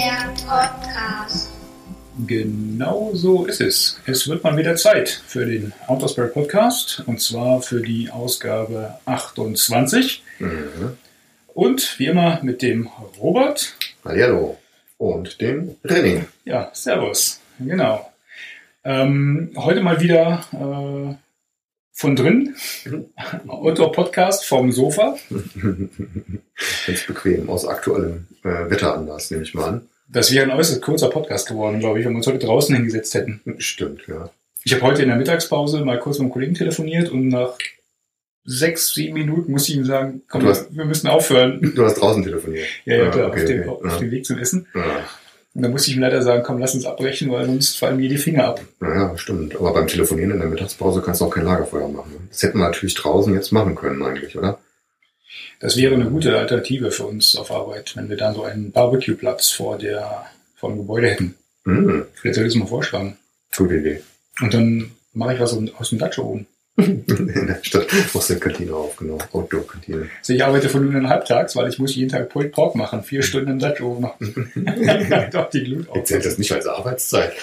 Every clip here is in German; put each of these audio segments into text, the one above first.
der Podcast. Genau so ist es. Es wird mal wieder Zeit für den Autosperre Podcast und zwar für die Ausgabe 28. Und wie immer mit dem Robert. Hallihallo. Und dem René. Ja, servus. Genau. Heute mal wieder von drin. Outdoor-Podcast vom Sofa. Ganz bequem, aus aktuellem Wetteranlass, nehme ich mal an. Das wäre ein äußerst kurzer Podcast geworden, glaube ich, wenn wir uns heute draußen hingesetzt hätten. Stimmt, ja. Ich habe heute in der Mittagspause mal kurz mit einem Kollegen telefoniert und nach 6-7 Minuten musste ich ihm sagen, komm, wir müssen aufhören. Du hast draußen telefoniert? Ja, klar, okay, auf dem Weg zum Essen. Ja. Und dann musste ich ihm leider sagen, komm, lass uns abbrechen, weil sonst fallen mir die Finger ab. Naja, stimmt. Aber beim Telefonieren in der Mittagspause kannst du auch kein Lagerfeuer machen. Das hätten wir natürlich draußen jetzt machen können eigentlich, oder? Das wäre eine gute Alternative für uns auf Arbeit, wenn wir da so einen Barbecue-Platz vor dem Gebäude hätten. Vielleicht soll ich das mal vorschlagen. Gute Idee. Und dann mache ich was aus dem Datsche oben. In der Stadt aus der Kantine aufgenommen, Outdoor-Kantine. Also ich arbeite von nun an halbtags, weil ich muss jeden Tag Pulled Pork machen, 4 Stunden im Datsche oben machen. Doch, die Glut auf. Zählt das nicht als Arbeitszeit?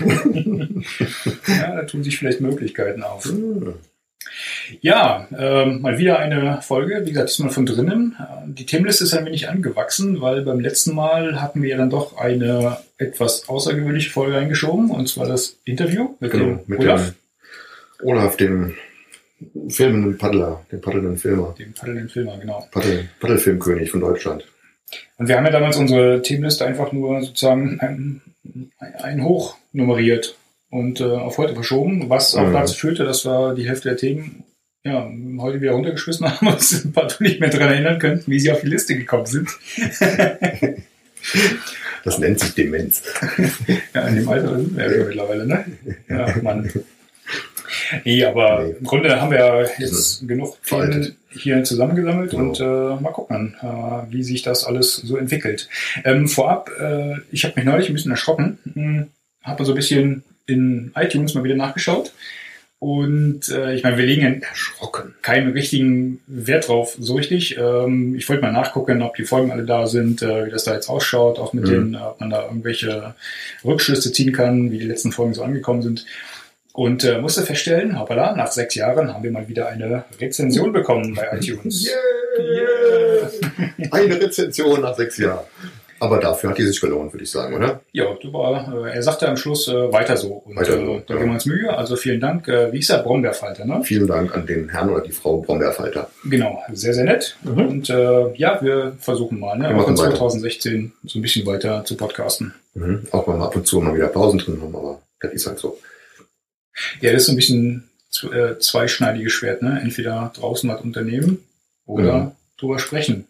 Ja, da tun sich vielleicht Möglichkeiten auf. Ja, mal wieder eine Folge, wie gesagt, diesmal von drinnen. Die Themenliste ist ein wenig angewachsen, weil beim letzten Mal hatten wir dann doch eine etwas außergewöhnliche Folge eingeschoben, und zwar das Interview mit dem Olaf. Olaf, dem filmenden Paddler, dem paddelnden Filmer. Dem paddelnden Filmer, genau. Paddelfilmkönig von Deutschland. Und wir haben ja damals unsere Themenliste einfach nur sozusagen ein Hoch nummeriert und auf heute verschoben, was auch dazu führte, dass wir die Hälfte der Themen heute wieder runtergeschmissen haben und uns ein paar nicht mehr daran erinnern könnten, wie sie auf die Liste gekommen sind. Das nennt sich Demenz. Ja, in dem Alter sind wir ja mittlerweile, ne? Ja, Mann. Nee, aber im Grunde haben wir jetzt genug Themen hier zusammengesammelt und mal gucken, wie sich das alles so entwickelt. Vorab, ich habe mich neulich ein bisschen erschrocken, habe so ein bisschen in iTunes mal wieder nachgeschaut und ich meine, wir legen keinen richtigen Wert drauf, so richtig. Ich wollte mal nachgucken, ob die Folgen alle da sind, wie das da jetzt ausschaut, auch mit denen, ob man da irgendwelche Rückschlüsse ziehen kann, wie die letzten Folgen so angekommen sind. Und musste feststellen, hoppala, nach 6 Jahren haben wir mal wieder eine Rezension bekommen bei iTunes. Yeah. Eine Rezension nach 6 Jahren. Aber dafür hat die sich gelohnt, würde ich sagen, oder? Ja, super. Er sagte am Schluss weiter so. Und da geben wir uns Mühe. Also vielen Dank. Wie ist der Brombeerfalter, ne? Vielen Dank an den Herrn oder die Frau Brombeerfalter. Genau, sehr, sehr nett. Und wir versuchen mal, ne? Auch in 2016 so ein bisschen weiter zu podcasten. Auch wenn wir ab und zu mal wieder Pausen drin haben, aber das ist halt so. Ja, das ist so ein bisschen zweischneidiges Schwert, ne? Entweder draußen was unternehmen oder drüber sprechen.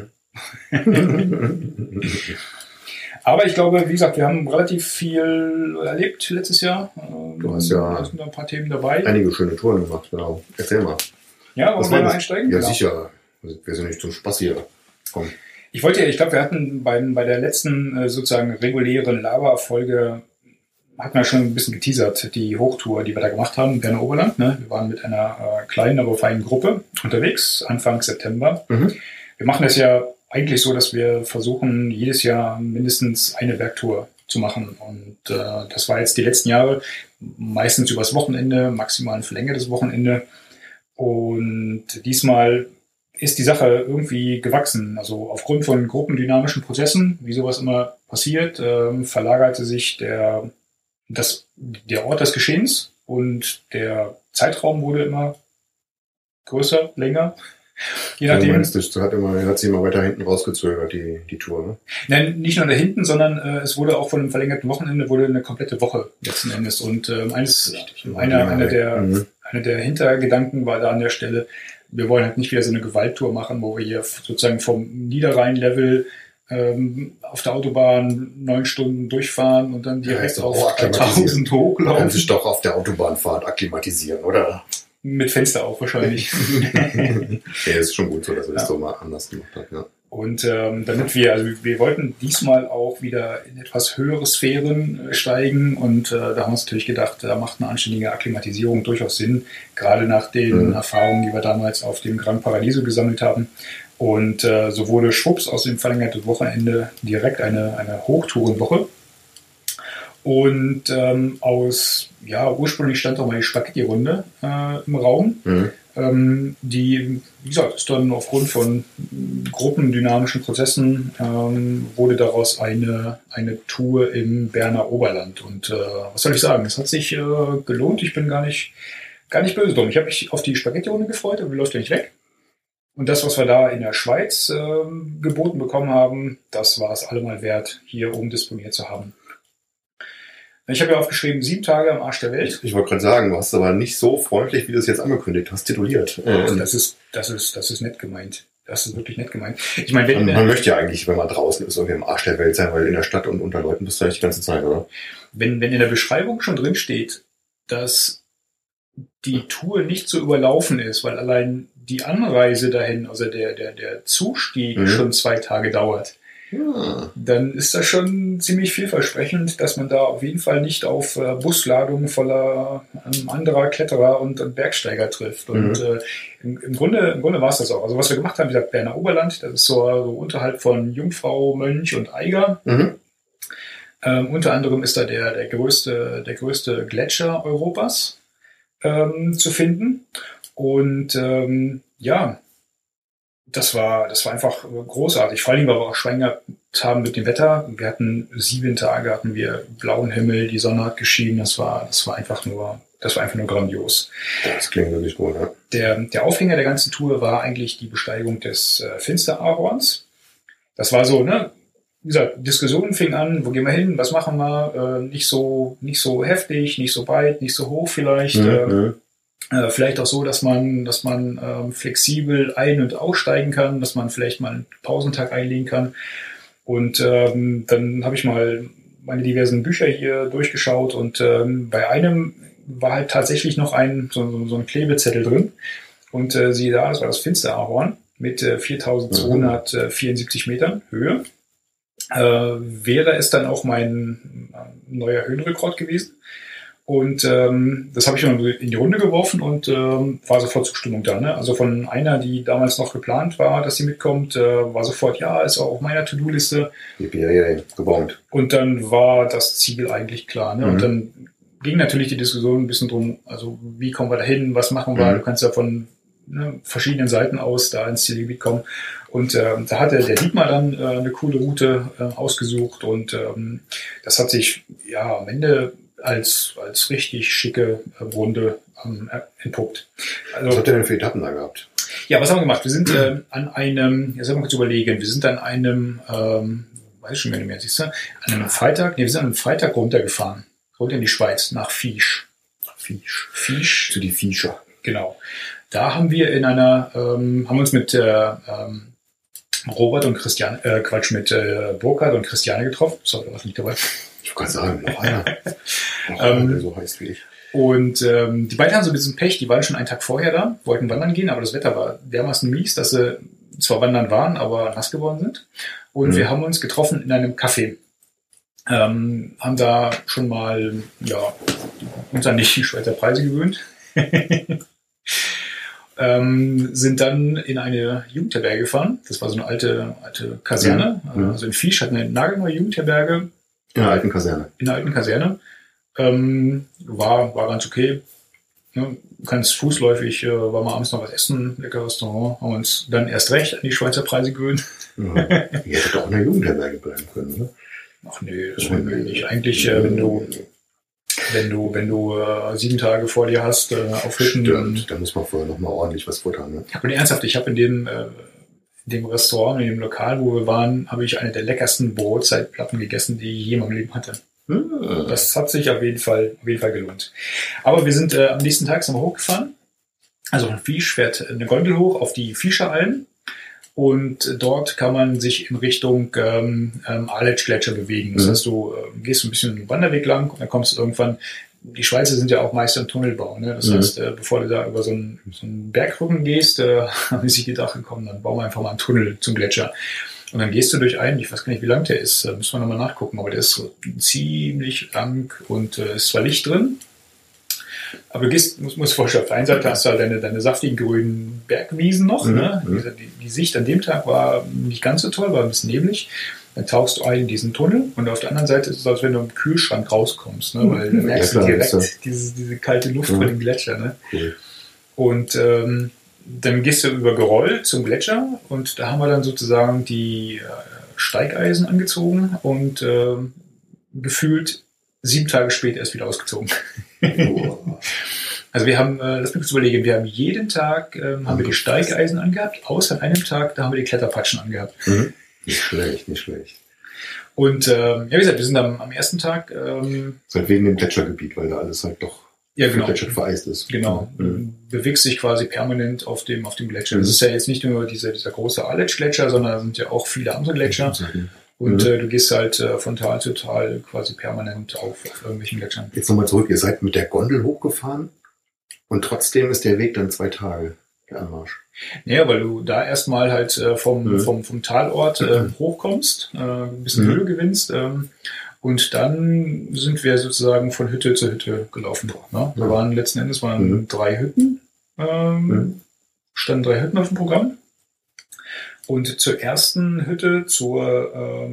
Aber ich glaube, wie gesagt, wir haben relativ viel erlebt letztes Jahr. Du hast ja da sind ein paar Themen dabei. Einige schöne Touren gemacht, genau. Erzähl mal. Ja, wollen wir mal einsteigen? Ja, genau. Sicher. Wir sind nicht zum Spaß hier. Komm. Ich glaube, wir hatten bei der letzten sozusagen regulären Lava-Folge hatten wir schon ein bisschen geteasert, die Hochtour, die wir da gemacht haben, Berner Oberland. Ne? Wir waren mit einer kleinen, aber feinen Gruppe unterwegs, Anfang September. Wir machen das ja eigentlich so, dass wir versuchen, jedes Jahr mindestens eine Bergtour zu machen. Und das war jetzt die letzten Jahre meistens übers Wochenende, maximal ein verlängertes Wochenende. Und diesmal ist die Sache irgendwie gewachsen. Also aufgrund von gruppendynamischen Prozessen, wie sowas immer passiert, verlagerte sich der Ort des Geschehens und der Zeitraum wurde immer größer, länger. Je nachdem. Du meinst, das hat sie immer weiter hinten rausgezögert, die Tour, ne? Nein, nicht nur da hinten, sondern es wurde auch von einem verlängerten Wochenende eine komplette Woche letzten Endes. Und einer der Hintergedanken war da an der Stelle, wir wollen halt nicht wieder so eine Gewalttour machen, wo wir hier sozusagen vom Niederrhein-Level auf der Autobahn 9 Stunden durchfahren und dann direkt auf 1000 hochlaufen. Man kann sich doch auf der Autobahnfahrt akklimatisieren, oder? Mit Fenster auf wahrscheinlich. Ja, ist schon gut so, dass wir das so mal anders gemacht haben, ja. Und damit wir wollten diesmal auch wieder in etwas höhere Sphären steigen und da haben wir uns natürlich gedacht, da macht eine anständige Akklimatisierung durchaus Sinn, gerade nach den Erfahrungen, die wir damals auf dem Gran Paradiso gesammelt haben, Und so wurde schwupps aus dem verlängerten Wochenende direkt eine Hochtourenwoche. Und ursprünglich stand auch mal die Spaghetti-Runde im Raum. Die, wie gesagt, ist dann aufgrund von gruppendynamischen Prozessen wurde daraus eine Tour im Berner Oberland. Und was soll ich sagen? Es hat sich gelohnt. Ich bin gar nicht böse drum. Ich habe mich auf die Spaghetti-Runde gefreut, aber die läuft ja nicht weg. Und das, was wir da in der Schweiz geboten bekommen haben, das war es allemal wert, hier oben disponiert zu haben. Ich habe ja aufgeschrieben, 7 Tage am Arsch der Welt. Ich wollte gerade sagen, du hast aber nicht so freundlich, wie du es jetzt angekündigt hast, tituliert. Das ist nett gemeint. Das ist wirklich nett gemeint. Ich meine, man möchte ja eigentlich, wenn man draußen ist, irgendwie am Arsch der Welt sein, weil in der Stadt und unter Leuten bist du eigentlich die ganze Zeit, oder? Wenn in der Beschreibung schon drin steht, dass die Tour nicht zu überlaufen ist, weil allein die Anreise dahin, also der Zustieg schon 2 Tage dauert, dann ist das schon ziemlich vielversprechend, dass man da auf jeden Fall nicht auf Busladungen voller anderer Kletterer und Bergsteiger trifft. Und im Grunde war es das auch. Also was wir gemacht haben, wie gesagt, Berner Oberland, das ist so unterhalb von Jungfrau, Mönch und Eiger. Unter anderem ist da der größte Gletscher Europas zu finden. Und das war einfach großartig. Vor allem, weil wir auch Schwein gehabt haben mit dem Wetter. Wir hatten 7 Tage, hatten wir blauen Himmel, die Sonne hat geschienen. Das war einfach nur grandios. Das klingt wirklich gut, ja. Der Aufhänger der ganzen Tour war eigentlich die Besteigung des Finsterahorns. Das war so, ne? Wie gesagt, Diskussionen fingen an, wo gehen wir hin, was machen wir? Nicht so heftig, nicht so weit, nicht so hoch vielleicht. Vielleicht auch so, dass man flexibel ein- und aussteigen kann, dass man vielleicht mal einen Pausentag einlegen kann. Und dann habe ich mal meine diversen Bücher hier durchgeschaut und bei einem war halt tatsächlich noch so ein Klebezettel drin. Und siehe da, das war das Finsterahorn mit 4.274 Metern Höhe. Wäre es dann auch mein neuer Höhenrekord gewesen. Und das habe ich dann in die Runde geworfen und war sofort Zustimmung da. Ne? Also von einer, die damals noch geplant war, dass sie mitkommt, war sofort, ja, ist auch auf meiner To-Do-Liste. Gebombt. Und dann war das Ziel eigentlich klar. Ne? Und dann ging natürlich die Diskussion ein bisschen drum, also wie kommen wir da hin, was machen wir? Du kannst ja von verschiedenen Seiten aus da ins Zielgebiet kommen. Und da hatte der Dietmar dann eine coole Route ausgesucht und das hat sich ja am Ende als richtig schicke Runde entpuppt. Also, was habt ihr denn für Etappen da gehabt? Ja, was haben wir gemacht? Wir sind an einem, jetzt haben wir kurz überlegen, wir sind an einem, weiß ich schon gar nicht mehr, siehst du, wir sind an einem Freitag runtergefahren. Runter in die Schweiz, nach Viesch. Viesch. Zu die Viecher. Genau. Da haben wir haben uns mit Robert und Christian, mit Burkhard und Christiane getroffen. Sorry, da war nicht dabei. Ich kann sagen, noch einer. Der so heißt wie ich. Und die beiden haben so ein bisschen Pech, die waren schon einen Tag vorher da, wollten wandern gehen, aber das Wetter war dermaßen mies, dass sie zwar wandern waren, aber nass geworden sind. Und wir haben uns getroffen in einem Café. Haben da schon mal, uns an die Schweizer Preise gewöhnt. Sind dann in eine Jugendherberge gefahren. Das war so eine alte Kaserne. Also in Viesch hat eine nagelneue Jugendherberge. In der alten Kaserne. War ganz okay. Ne? Ganz fußläufig, war mal abends noch was essen, lecker Restaurant. Haben uns dann erst recht an die Schweizer Preise gewöhnt. Ja. Ihr hättet auch in der Jugendherberge bleiben können, oder? Ach nee, das wollen wir nicht. Eigentlich, wenn du 7 Tage vor dir hast, auf Hütten. Stimmt, da muss man vorher noch mal ordentlich was futtern. Ne? Und ernsthaft, ich habe in dem Restaurant, in dem Lokal, wo wir waren, habe ich eine der leckersten Brotzeitplatten gegessen, die ich je in meinem Leben hatte. Das hat sich auf jeden Fall gelohnt. Aber wir sind am nächsten Tag sind wir hochgefahren. Also von Viesch fährt eine Gondel hoch auf die Viecheralm. Und dort kann man sich in Richtung Aletsch-Gletscher bewegen. Das heißt, du gehst ein bisschen den Wanderweg lang und dann kommst du irgendwann, die Schweizer sind ja auch Meister im Tunnelbau. Ne? Das heißt, bevor du da über so einen Bergrücken gehst, haben die sich gedacht, komm, dann bauen wir einfach mal einen Tunnel zum Gletscher. Und dann gehst du durch einen, ich weiß gar nicht, wie lang der ist, muss man nochmal nachgucken, aber der ist so ziemlich lang und ist zwar Licht drin, Aber du musst vorstellen, auf der einen Seite hast du halt deine saftigen grünen Bergwiesen noch. Ne? Die Sicht an dem Tag war nicht ganz so toll, war ein bisschen neblig. Dann tauchst du ein in diesen Tunnel und auf der anderen Seite ist es, als wenn du im Kühlschrank rauskommst, ne? Weil dann merkst du direkt diese kalte Luft von dem Gletscher. Ne? Cool. Und dann gehst du über Geröll zum Gletscher und da haben wir dann sozusagen die Steigeisen angezogen und gefühlt 7 Tage später erst wieder ausgezogen. Also wir haben, lass mich kurz überlegen, wir haben jeden Tag haben wir die Steigeisen angehabt, außer an einem Tag, da haben wir die Kletterpatschen angehabt. Nicht schlecht, nicht schlecht. Und ja, wie gesagt, wir sind am ersten Tag... ist halt wegen dem Gletschergebiet, weil da alles halt doch Gletscher vereist ist. Genau. Bewegst dich quasi permanent auf dem Gletscher. Das ist ja jetzt nicht nur dieser große Aletsch-Gletscher, sondern da sind ja auch viele andere Gletscher. Und du gehst halt von Tal zu Tal quasi permanent auf irgendwelchen Gletschern. Jetzt nochmal zurück, ihr seid mit der Gondel hochgefahren und trotzdem ist der Weg dann 2 Tage, der Anmarsch. Ja, weil du da erstmal halt vom Talort hochkommst, ein bisschen Höhe gewinnst und dann sind wir sozusagen von Hütte zu Hütte gelaufen. Ne? Wir waren letzten Endes 3 Hütten, standen 3 Hütten auf dem Programm und zur ersten Hütte, zur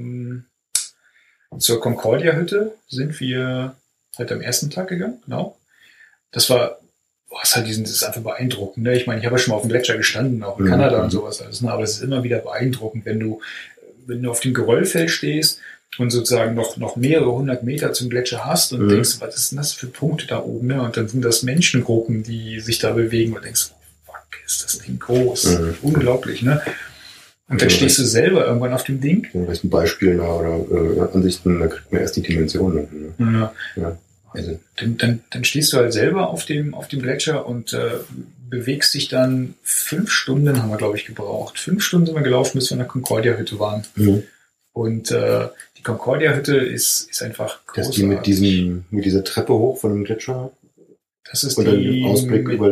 Concordia-Hütte sind wir halt am ersten Tag gegangen, genau. Das war das ist einfach beeindruckend. Ne? Ich meine, ich habe ja schon mal auf dem Gletscher gestanden, auch in Kanada und sowas alles. Ne? Aber es ist immer wieder beeindruckend, wenn du auf dem Geröllfeld stehst und sozusagen noch mehrere 100 Meter zum Gletscher hast und denkst, was ist denn das für Punkte da oben? Ne? Und dann sind das Menschengruppen, die sich da bewegen und denkst, fuck, ist das Ding groß. Unglaublich, ne? Und dann stehst du selber irgendwann auf dem Ding. Vielleicht ein Beispiel oder Ansichten, da kriegt man erst die Dimensionen. Ne? Ja. Also, dann stehst du halt selber auf dem Gletscher und bewegst dich dann 5 Stunden, haben wir, glaube ich, gebraucht. 5 Stunden sind wir gelaufen, bis wir in der Concordia-Hütte waren. Und die Concordia-Hütte ist einfach großartig. Das ist die mit dieser Treppe hoch von dem Gletscher? Das ist und die Ausblick über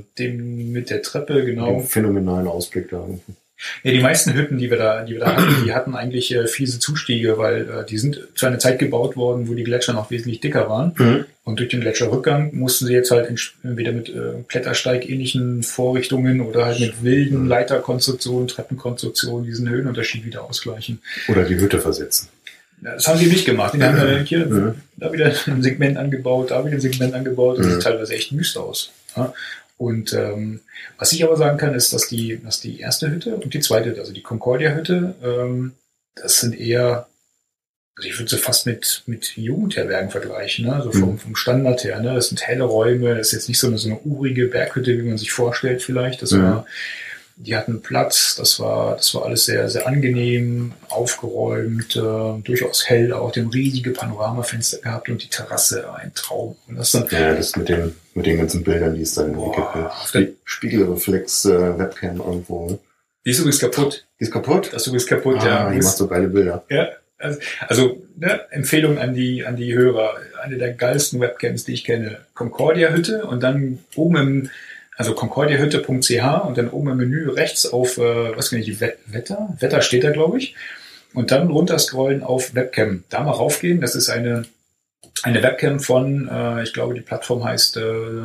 mit der Treppe, genau. Den phänomenalen Ausblick da. Ja, die meisten Hütten, die wir da hatten, die hatten eigentlich fiese Zustiege, weil die sind zu einer Zeit gebaut worden, wo die Gletscher noch wesentlich dicker waren. Und durch den Gletscherrückgang mussten sie jetzt halt entweder mit Klettersteig-ähnlichen Vorrichtungen oder halt mit wilden Leiterkonstruktionen, Treppenkonstruktionen diesen Höhenunterschied wieder ausgleichen. Oder die Hütte versetzen. Das haben sie nicht gemacht. Die haben hier da wieder ein Segment angebaut, da wieder ein Segment angebaut. Das sieht teilweise echt wüst aus. Ja? Und was ich aber sagen kann, ist, dass die erste Hütte und die zweite Hütte, also die Concordia-Hütte, das sind eher, also ich würde sie fast mit Jugendherbergen vergleichen, ne? Also vom Standard her. Ne? Das sind helle Räume, das ist jetzt nicht so eine urige Berghütte, wie man sich vorstellt vielleicht. Die hatten Platz, das war alles sehr, sehr angenehm, aufgeräumt, durchaus hell, auch dem riesige Panoramafenster gehabt und die Terrasse, ein Traum. Und das dann, das mit den ganzen Bildern, die es dann gibt. Spiegelreflex-Webcam irgendwo. Ne? Die ist übrigens kaputt. Die ist kaputt? Das ist übrigens kaputt, ja. Die macht so geile Bilder. Ja, also Empfehlung an die Hörer. Eine der geilsten Webcams, die ich kenne. Concordia-Hütte und dann oben also concordiahütte.ch und dann oben im Menü rechts auf, Wetter? Wetter steht da, glaube ich. Und dann runterscrollen auf Webcam. Da mal raufgehen. Das ist eine Webcam von, ich glaube, die Plattform heißt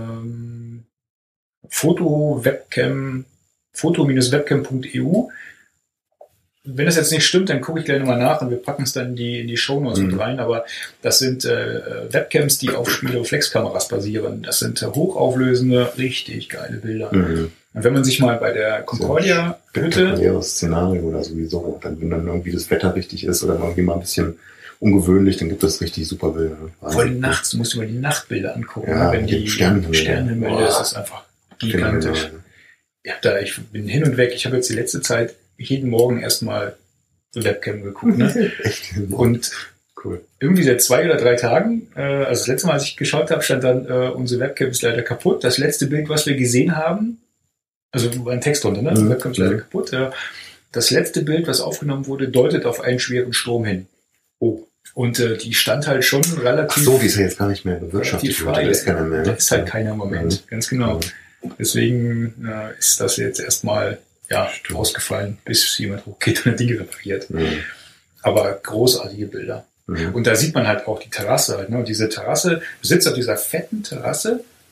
foto-webcam.eu. Wenn das jetzt nicht stimmt, dann gucke ich gleich nochmal nach und wir packen es dann in die Shownotes mit rein. Aber das sind Webcams, die auf Spiegelreflexkameras basieren. Das sind hochauflösende, richtig geile Bilder. Und wenn man sich mal bei der Concordia-Hütte... Szenario oder sowieso. Wenn dann irgendwie das Wetter richtig ist oder irgendwie mal ein bisschen ungewöhnlich, dann gibt es richtig super Bilder. Vor allem nachts, du musst dir mal die Nachtbilder angucken. Ja, wenn die Sternenhimmel, das ist einfach gigantisch. Ich bin hin und weg. Ich habe jetzt die letzte Zeit jeden Morgen erstmal Webcam geguckt. Ne? Echt? Und cool. Irgendwie seit 2 oder 3 Tagen, also das letzte Mal, als ich geschaut habe, stand dann, unsere Webcam ist leider kaputt. Das letzte Bild, was wir gesehen haben, also war ein Text drunter, ne? Die Webcam ist leider kaputt. Das letzte Bild, was aufgenommen wurde, deutet auf einen schweren Sturm hin. Oh. Und die stand halt schon relativ... Ach so, die ist ja jetzt gar nicht mehr bewirtschaftet. Da ist keiner mehr. Da ist halt keiner im Moment, ganz genau. Deswegen ist das jetzt erstmal ausgefallen, bis jemand hochgeht und Dinge repariert. Aber großartige Bilder. Und da sieht man halt auch die Terrasse halt, ne? Und diese Terrasse, du sitzt auf dieser fetten Terrasse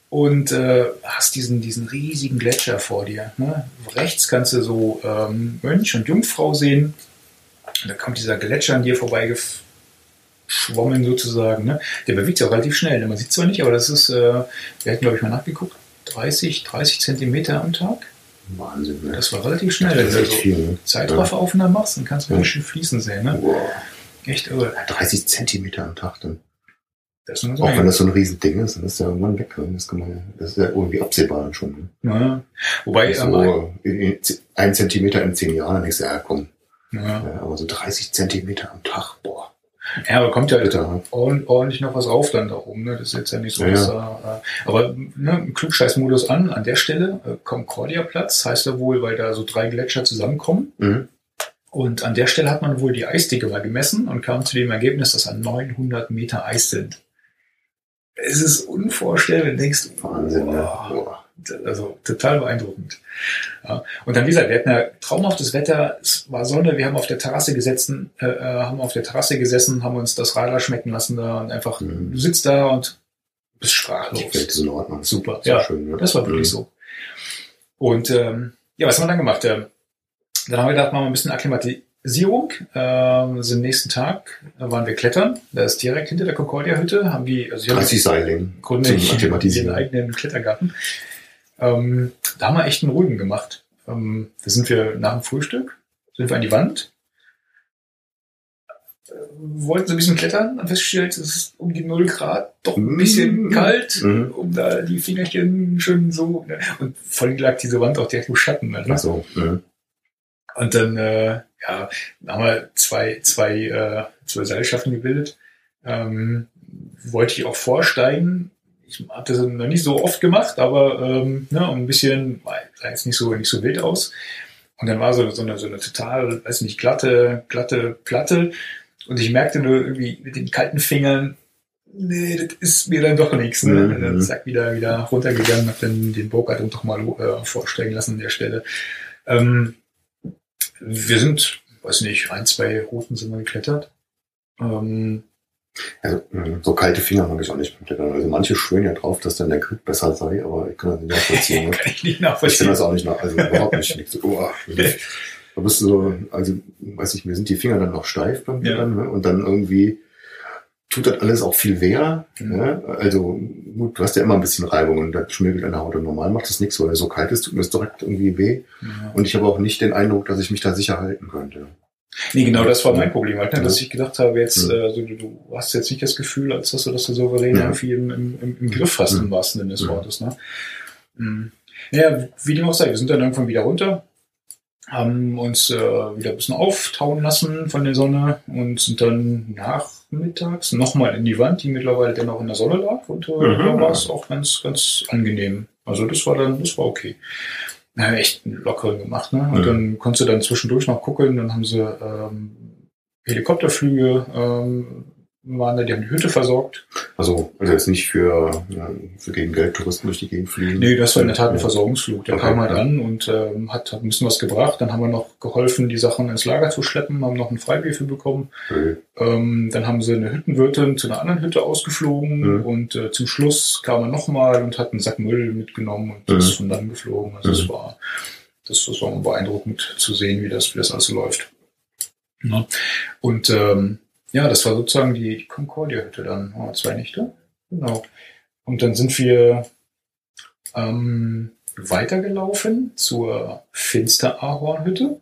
und hast diesen riesigen Gletscher vor dir. Ne? Rechts kannst du so Mönch und Jungfrau sehen. Da kommt dieser Gletscher an dir vorbei geschwommen sozusagen. Ne? Der bewegt sich auch relativ schnell. Ne? Man sieht zwar nicht, aber das ist, wir hatten glaube ich mal nachgeguckt, 30 Zentimeter am Tag. Wahnsinn, ne? Das war relativ schnell. Wenn du so Zeitrafferaufnahmen machst, dann kannst du ganz schön fließen sehen. Ne? Wow. Echt irre. 30 Zentimeter am Tag dann. Das ist so auch wenn das so ein Riesending ist, dann ist ja irgendwann weg. Das ist ja irgendwie absehbar dann schon. Ne? Ja. Wobei so 1 Zentimeter in 10 Jahren, dann denkst du, ja komm. Ja. Aber so 30 Zentimeter am Tag, boah. Ja, aber kommt ja bitter, ordentlich noch was auf dann da oben. Ne? Das ist jetzt ja nicht so, dass da, aber ne, Klugscheißmodus an der Stelle, Concordia-Platz, heißt ja wohl, weil da so 3 Gletscher zusammenkommen. Mhm. Und an der Stelle hat man wohl die Eisdicke mal gemessen und kam zu dem Ergebnis, dass an 900 Meter Eis sind. Es ist unvorstellbar, du denkst, Wahnsinn, also total beeindruckend. Ja. Und dann, wie gesagt, wir hatten ja traumhaftes Wetter, es war Sonne, wir haben auf der Terrasse gesessen, haben uns das Radler schmecken lassen da und einfach, du sitzt da und bist sprachlos. Die Welt ist in Ordnung. Super, ja, schön, ne? Das war wirklich so. Und was haben wir dann gemacht? Dann haben wir gedacht, machen wir ein bisschen Akklimatisierung. Also am nächsten Tag waren wir klettern. Da ist direkt hinter der Concordia-Hütte. Haben die, also 30 Seiling ihren eigenen Klettergarten. Da haben wir echt einen ruhigen gemacht. Da sind wir nach dem Frühstück, an die Wand. Wollten so ein bisschen klettern und festgestellt, es ist um die 0 Grad, doch ein bisschen kalt, um da die Fingerchen schön so. Ne? Und vor allem lag diese Wand auch direkt im Schatten. Ne? Ach so. Und dann haben wir zwei Seilschaften gebildet. Wollte ich auch vorsteigen. Ich habe das noch nicht so oft gemacht, aber ein bisschen, sah jetzt nicht so wild aus. Und dann war so eine total, weiß nicht, glatte Platte. Und ich merkte nur irgendwie mit den kalten Fingern, nee, das ist mir dann doch nichts. Ne? Dann zack, wieder runtergegangen, hab dann den Burkhardt doch mal vorsteigen lassen an der Stelle. Wir sind, weiß nicht, 1, 2 Routen sind wir geklettert. Also, so kalte Finger mag ich auch nicht beim Klettern. Also manche schwören ja drauf, dass dann der Grip besser sei, aber ich kann das nicht nachvollziehen. Kann ich nicht nachvollziehen. Ich kann das auch nicht also überhaupt nicht. Da bist du so, also, weiß ich, mir sind die Finger dann noch steif beim Klettern, ne? Und dann irgendwie tut das alles auch viel weh. Ne? Also, gut, du hast ja immer ein bisschen Reibung und das schmirgelt an der Haut und normal macht das nichts, weil er so kalt ist, tut mir das direkt irgendwie weh. Ja. Und ich habe auch nicht den Eindruck, dass ich mich da sicher halten könnte. Nee, genau, das war mein Problem halt, ne? Dass ich gedacht habe, jetzt, also du hast jetzt nicht das Gefühl, als dass du das so souverän irgendwie im Griff hast, im wahrsten Sinne des Wortes. Ne? Ja, wie dem auch sei, wir sind dann irgendwann wieder runter, haben uns wieder ein bisschen auftauen lassen von der Sonne und sind dann nachmittags nochmal in die Wand, die mittlerweile dann auch in der Sonne lag und da war es auch ganz, ganz angenehm. Also das war okay. Ja, echt locker gemacht, ne? Und dann konntest du dann zwischendurch noch gucken, dann haben sie Helikopterflüge waren da, die haben die Hütte versorgt. Also jetzt nicht für gegen Geld Touristen durch die Gegend fliegen? Nee, das war in der Tat ein Versorgungsflug. Der kam halt an und hat ein bisschen was gebracht. Dann haben wir noch geholfen, die Sachen ins Lager zu schleppen, haben noch ein Freibier für bekommen. Dann haben sie eine Hüttenwirtin zu einer anderen Hütte ausgeflogen und zum Schluss kam er nochmal und hat einen Sack Müll mitgenommen und ist von dann geflogen. Also das war beeindruckend zu sehen, wie das alles so läuft. Ja. Und das war sozusagen die Concordia-Hütte dann, 2 Nächte. Genau. Und dann sind wir weitergelaufen zur Finster-Ahorn-Hütte.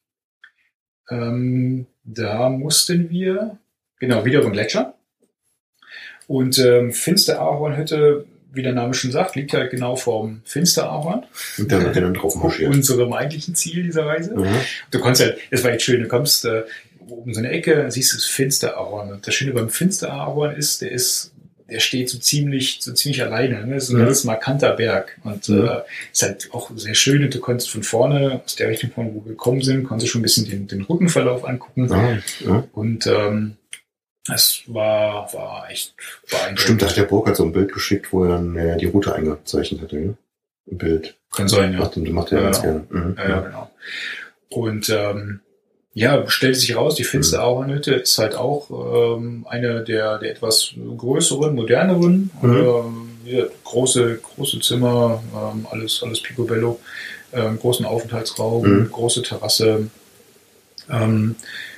Da mussten wir, wieder über den Gletscher. Und Finster-Ahorn-Hütte, wie der Name schon sagt, liegt halt genau vorm Finster-Ahorn. Und da wird dann drauf marschiert. Unserem eigentlichen Ziel dieser Reise. Du konntest halt, es war jetzt schön, du kommst oben so eine Ecke, siehst du das Finster-Ahorn. Und das Schöne beim Finster-Ahorn ist, der steht so ziemlich alleine. Ne? Das ist ein ganz markanter Berg. Und ist halt auch sehr schön. Und du konntest von vorne, aus der Richtung, von wo wir gekommen sind, konntest du schon ein bisschen den Routenverlauf angucken. Und es war echt beeindruckend. Stimmt, da hat der Burkhardt so ein Bild geschickt, wo er dann die Route eingezeichnet hatte. Ne? Ein Bild. Kann sein, ja. Macht er ganz gerne. Ja, genau. Und stellt sich raus, die Finster-Ahorn-Hütte ist halt auch eine der etwas größeren, moderneren. große Zimmer, alles picobello, großen Aufenthaltsraum, große Terrasse. Und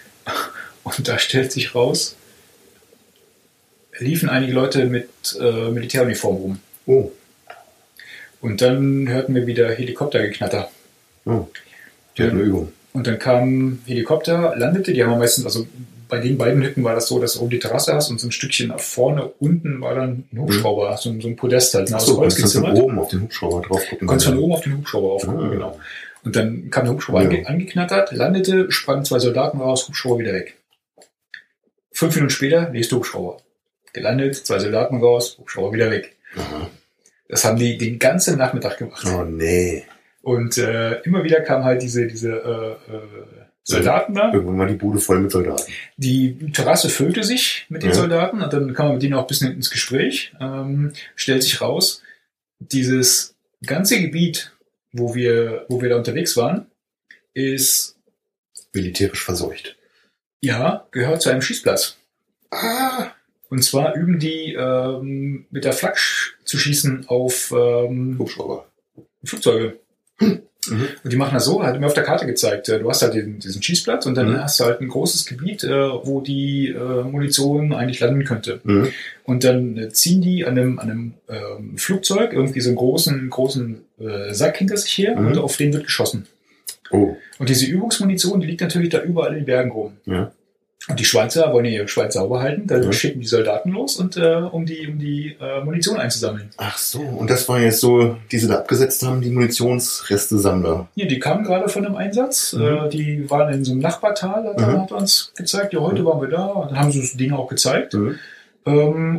da stellt sich raus, liefen einige Leute mit Militäruniform rum. Oh. Und dann hörten wir wieder Helikoptergeknatter. Oh. Die hatten eine Übung. Und dann kam Helikopter, landete, die haben wir meistens, also bei den beiden Hütten war das so, dass du oben die Terrasse hast und so ein Stückchen nach vorne, unten war dann ein Hubschrauber, so ein Podest halt, aus Holz gezimmert. Kannst du von oben auf den Hubschrauber drauf gucken. Kannst von oben auf den Hubschrauber aufgucken, genau. Und dann kam der Hubschrauber angeknattert, landete, sprangen 2 Soldaten raus, Hubschrauber wieder weg. 5 Minuten später, nächster Hubschrauber. Gelandet, 2 Soldaten raus, Hubschrauber wieder weg. Aha. Das haben die den ganzen Nachmittag gemacht. Oh nee. Und immer wieder kamen halt diese Soldaten da. Irgendwann war die Bude voll mit Soldaten. Die Terrasse füllte sich mit den Soldaten und dann kam man mit denen auch ein bisschen ins Gespräch. Stellt sich raus, dieses ganze Gebiet, wo wir da unterwegs waren, ist militärisch verseucht. Ja, gehört zu einem Schießplatz. Ah! Und zwar üben die mit der Flak zu schießen auf Hubschrauber. Flugzeuge. Und die machen das so, hat mir auf der Karte gezeigt, du hast halt diesen Schießplatz und dann hast du halt ein großes Gebiet, wo die Munition eigentlich landen könnte. Und dann ziehen die an einem Flugzeug irgendwie so einen großen Sack hinter sich her und auf den wird geschossen. Oh. Und diese Übungsmunition, die liegt natürlich da überall in den Bergen rum. Ja. Und die Schweizer wollen ihre Schweiz sauber halten, dann schicken die Soldaten los und um die Munition einzusammeln. Ach so, und das war jetzt so, die sie da abgesetzt haben, die Munitionsreste-Sammler. Ja, die kamen gerade von einem Einsatz, die waren in so einem Nachbartal, hat er uns gezeigt, ja, heute waren wir da, und dann haben sie das Ding auch gezeigt. Dann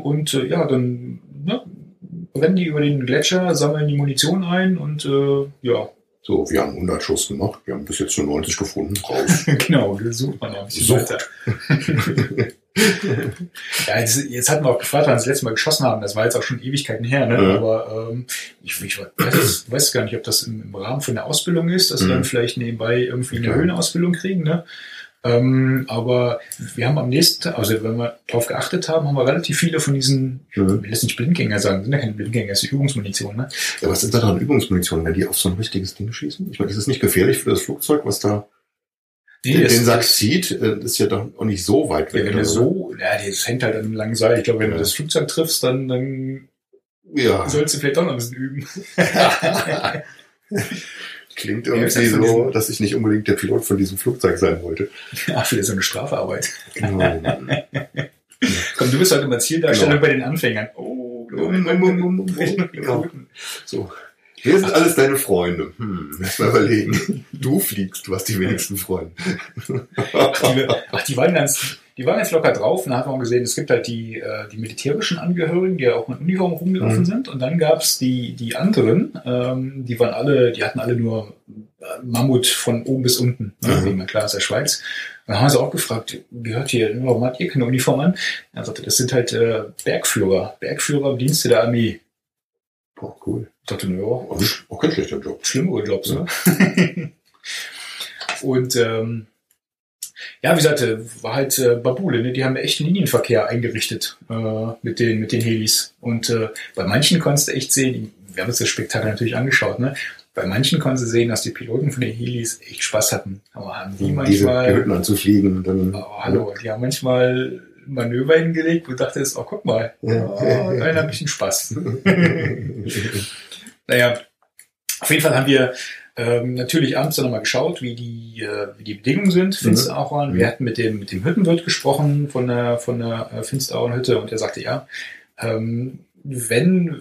rennen die über den Gletscher, sammeln die Munition ein und So, wir haben 100 Schuss gemacht, wir haben bis jetzt nur 90 gefunden, raus. Genau, das sucht man auch ein bisschen weiter. Ja, jetzt hatten wir auch gefragt, wann wir das letzte Mal geschossen haben. Das war jetzt auch schon Ewigkeiten her, ne? Aber ich weiß gar nicht, ob das im Rahmen von der Ausbildung ist, dass wir dann vielleicht nebenbei irgendwie eine Höhenausbildung kriegen, ne? Aber wir haben am nächsten Tag, also wenn wir darauf geachtet haben, haben wir relativ viele von diesen, ich will jetzt nicht Blindgänger sagen, sind ja keine Blindgänger, das ist die Übungsmunition, ne? Ja, was ist da dran Übungsmunition, wenn die auf so ein richtiges Ding schießen? Ich meine, das ist nicht gefährlich für das Flugzeug, was da den Sack zieht, ist ja doch auch nicht so weit weg. Ja, das hängt halt an einem langen Seil. Ich glaube, wenn du das Flugzeug triffst, dann sollst du vielleicht auch noch ein bisschen üben. Klingt irgendwie so, dass ich nicht unbedingt der Pilot von diesem Flugzeug sein wollte. Ach, wieder so eine Strafarbeit. Genau. Komm, du bist heute mal Zieldarstellung bei den Anfängern. Oh, genau. So. Wer sind alles deine Freunde? Lass mal überlegen. Du fliegst, du hast die wenigsten Freunde. Die waren ganz locker drauf. Und da hat man gesehen, es gibt halt die militärischen Angehörigen, die ja auch mit Uniform rumgelaufen sind. Und dann gab's die anderen, die hatten alle nur Mammut von oben bis unten. Ne? Klar, aus der Schweiz. Und dann haben sie auch gefragt, gehört hier, warum habt ihr keine Uniform an? Er sagte, das sind halt Bergführer im Dienste der Armee. Boah, cool. Ich dachte, ja, auch kein schlechter Job. Schlimmere Jobs, ne? Und wie gesagt, war halt Babule, ne? Die haben echt einen Linienverkehr eingerichtet mit den Helis. Und bei manchen konntest du echt sehen, wir haben uns das Spektakel natürlich angeschaut, ne? Bei manchen konntest du sehen, dass die Piloten von den Helis echt Spaß hatten. Aber haben die manchmal... Diese Hütten anzufliegen. Dann, die haben manchmal Manöver hingelegt, wo du dachtest, oh, guck mal, einer hat ein bisschen Spaß. Naja, auf jeden Fall haben wir natürlich abends dann nochmal geschaut, wie die Bedingungen sind. Finsterauern. Wir hatten mit dem Hüttenwirt gesprochen von der Finsterauernhütte und er sagte, wenn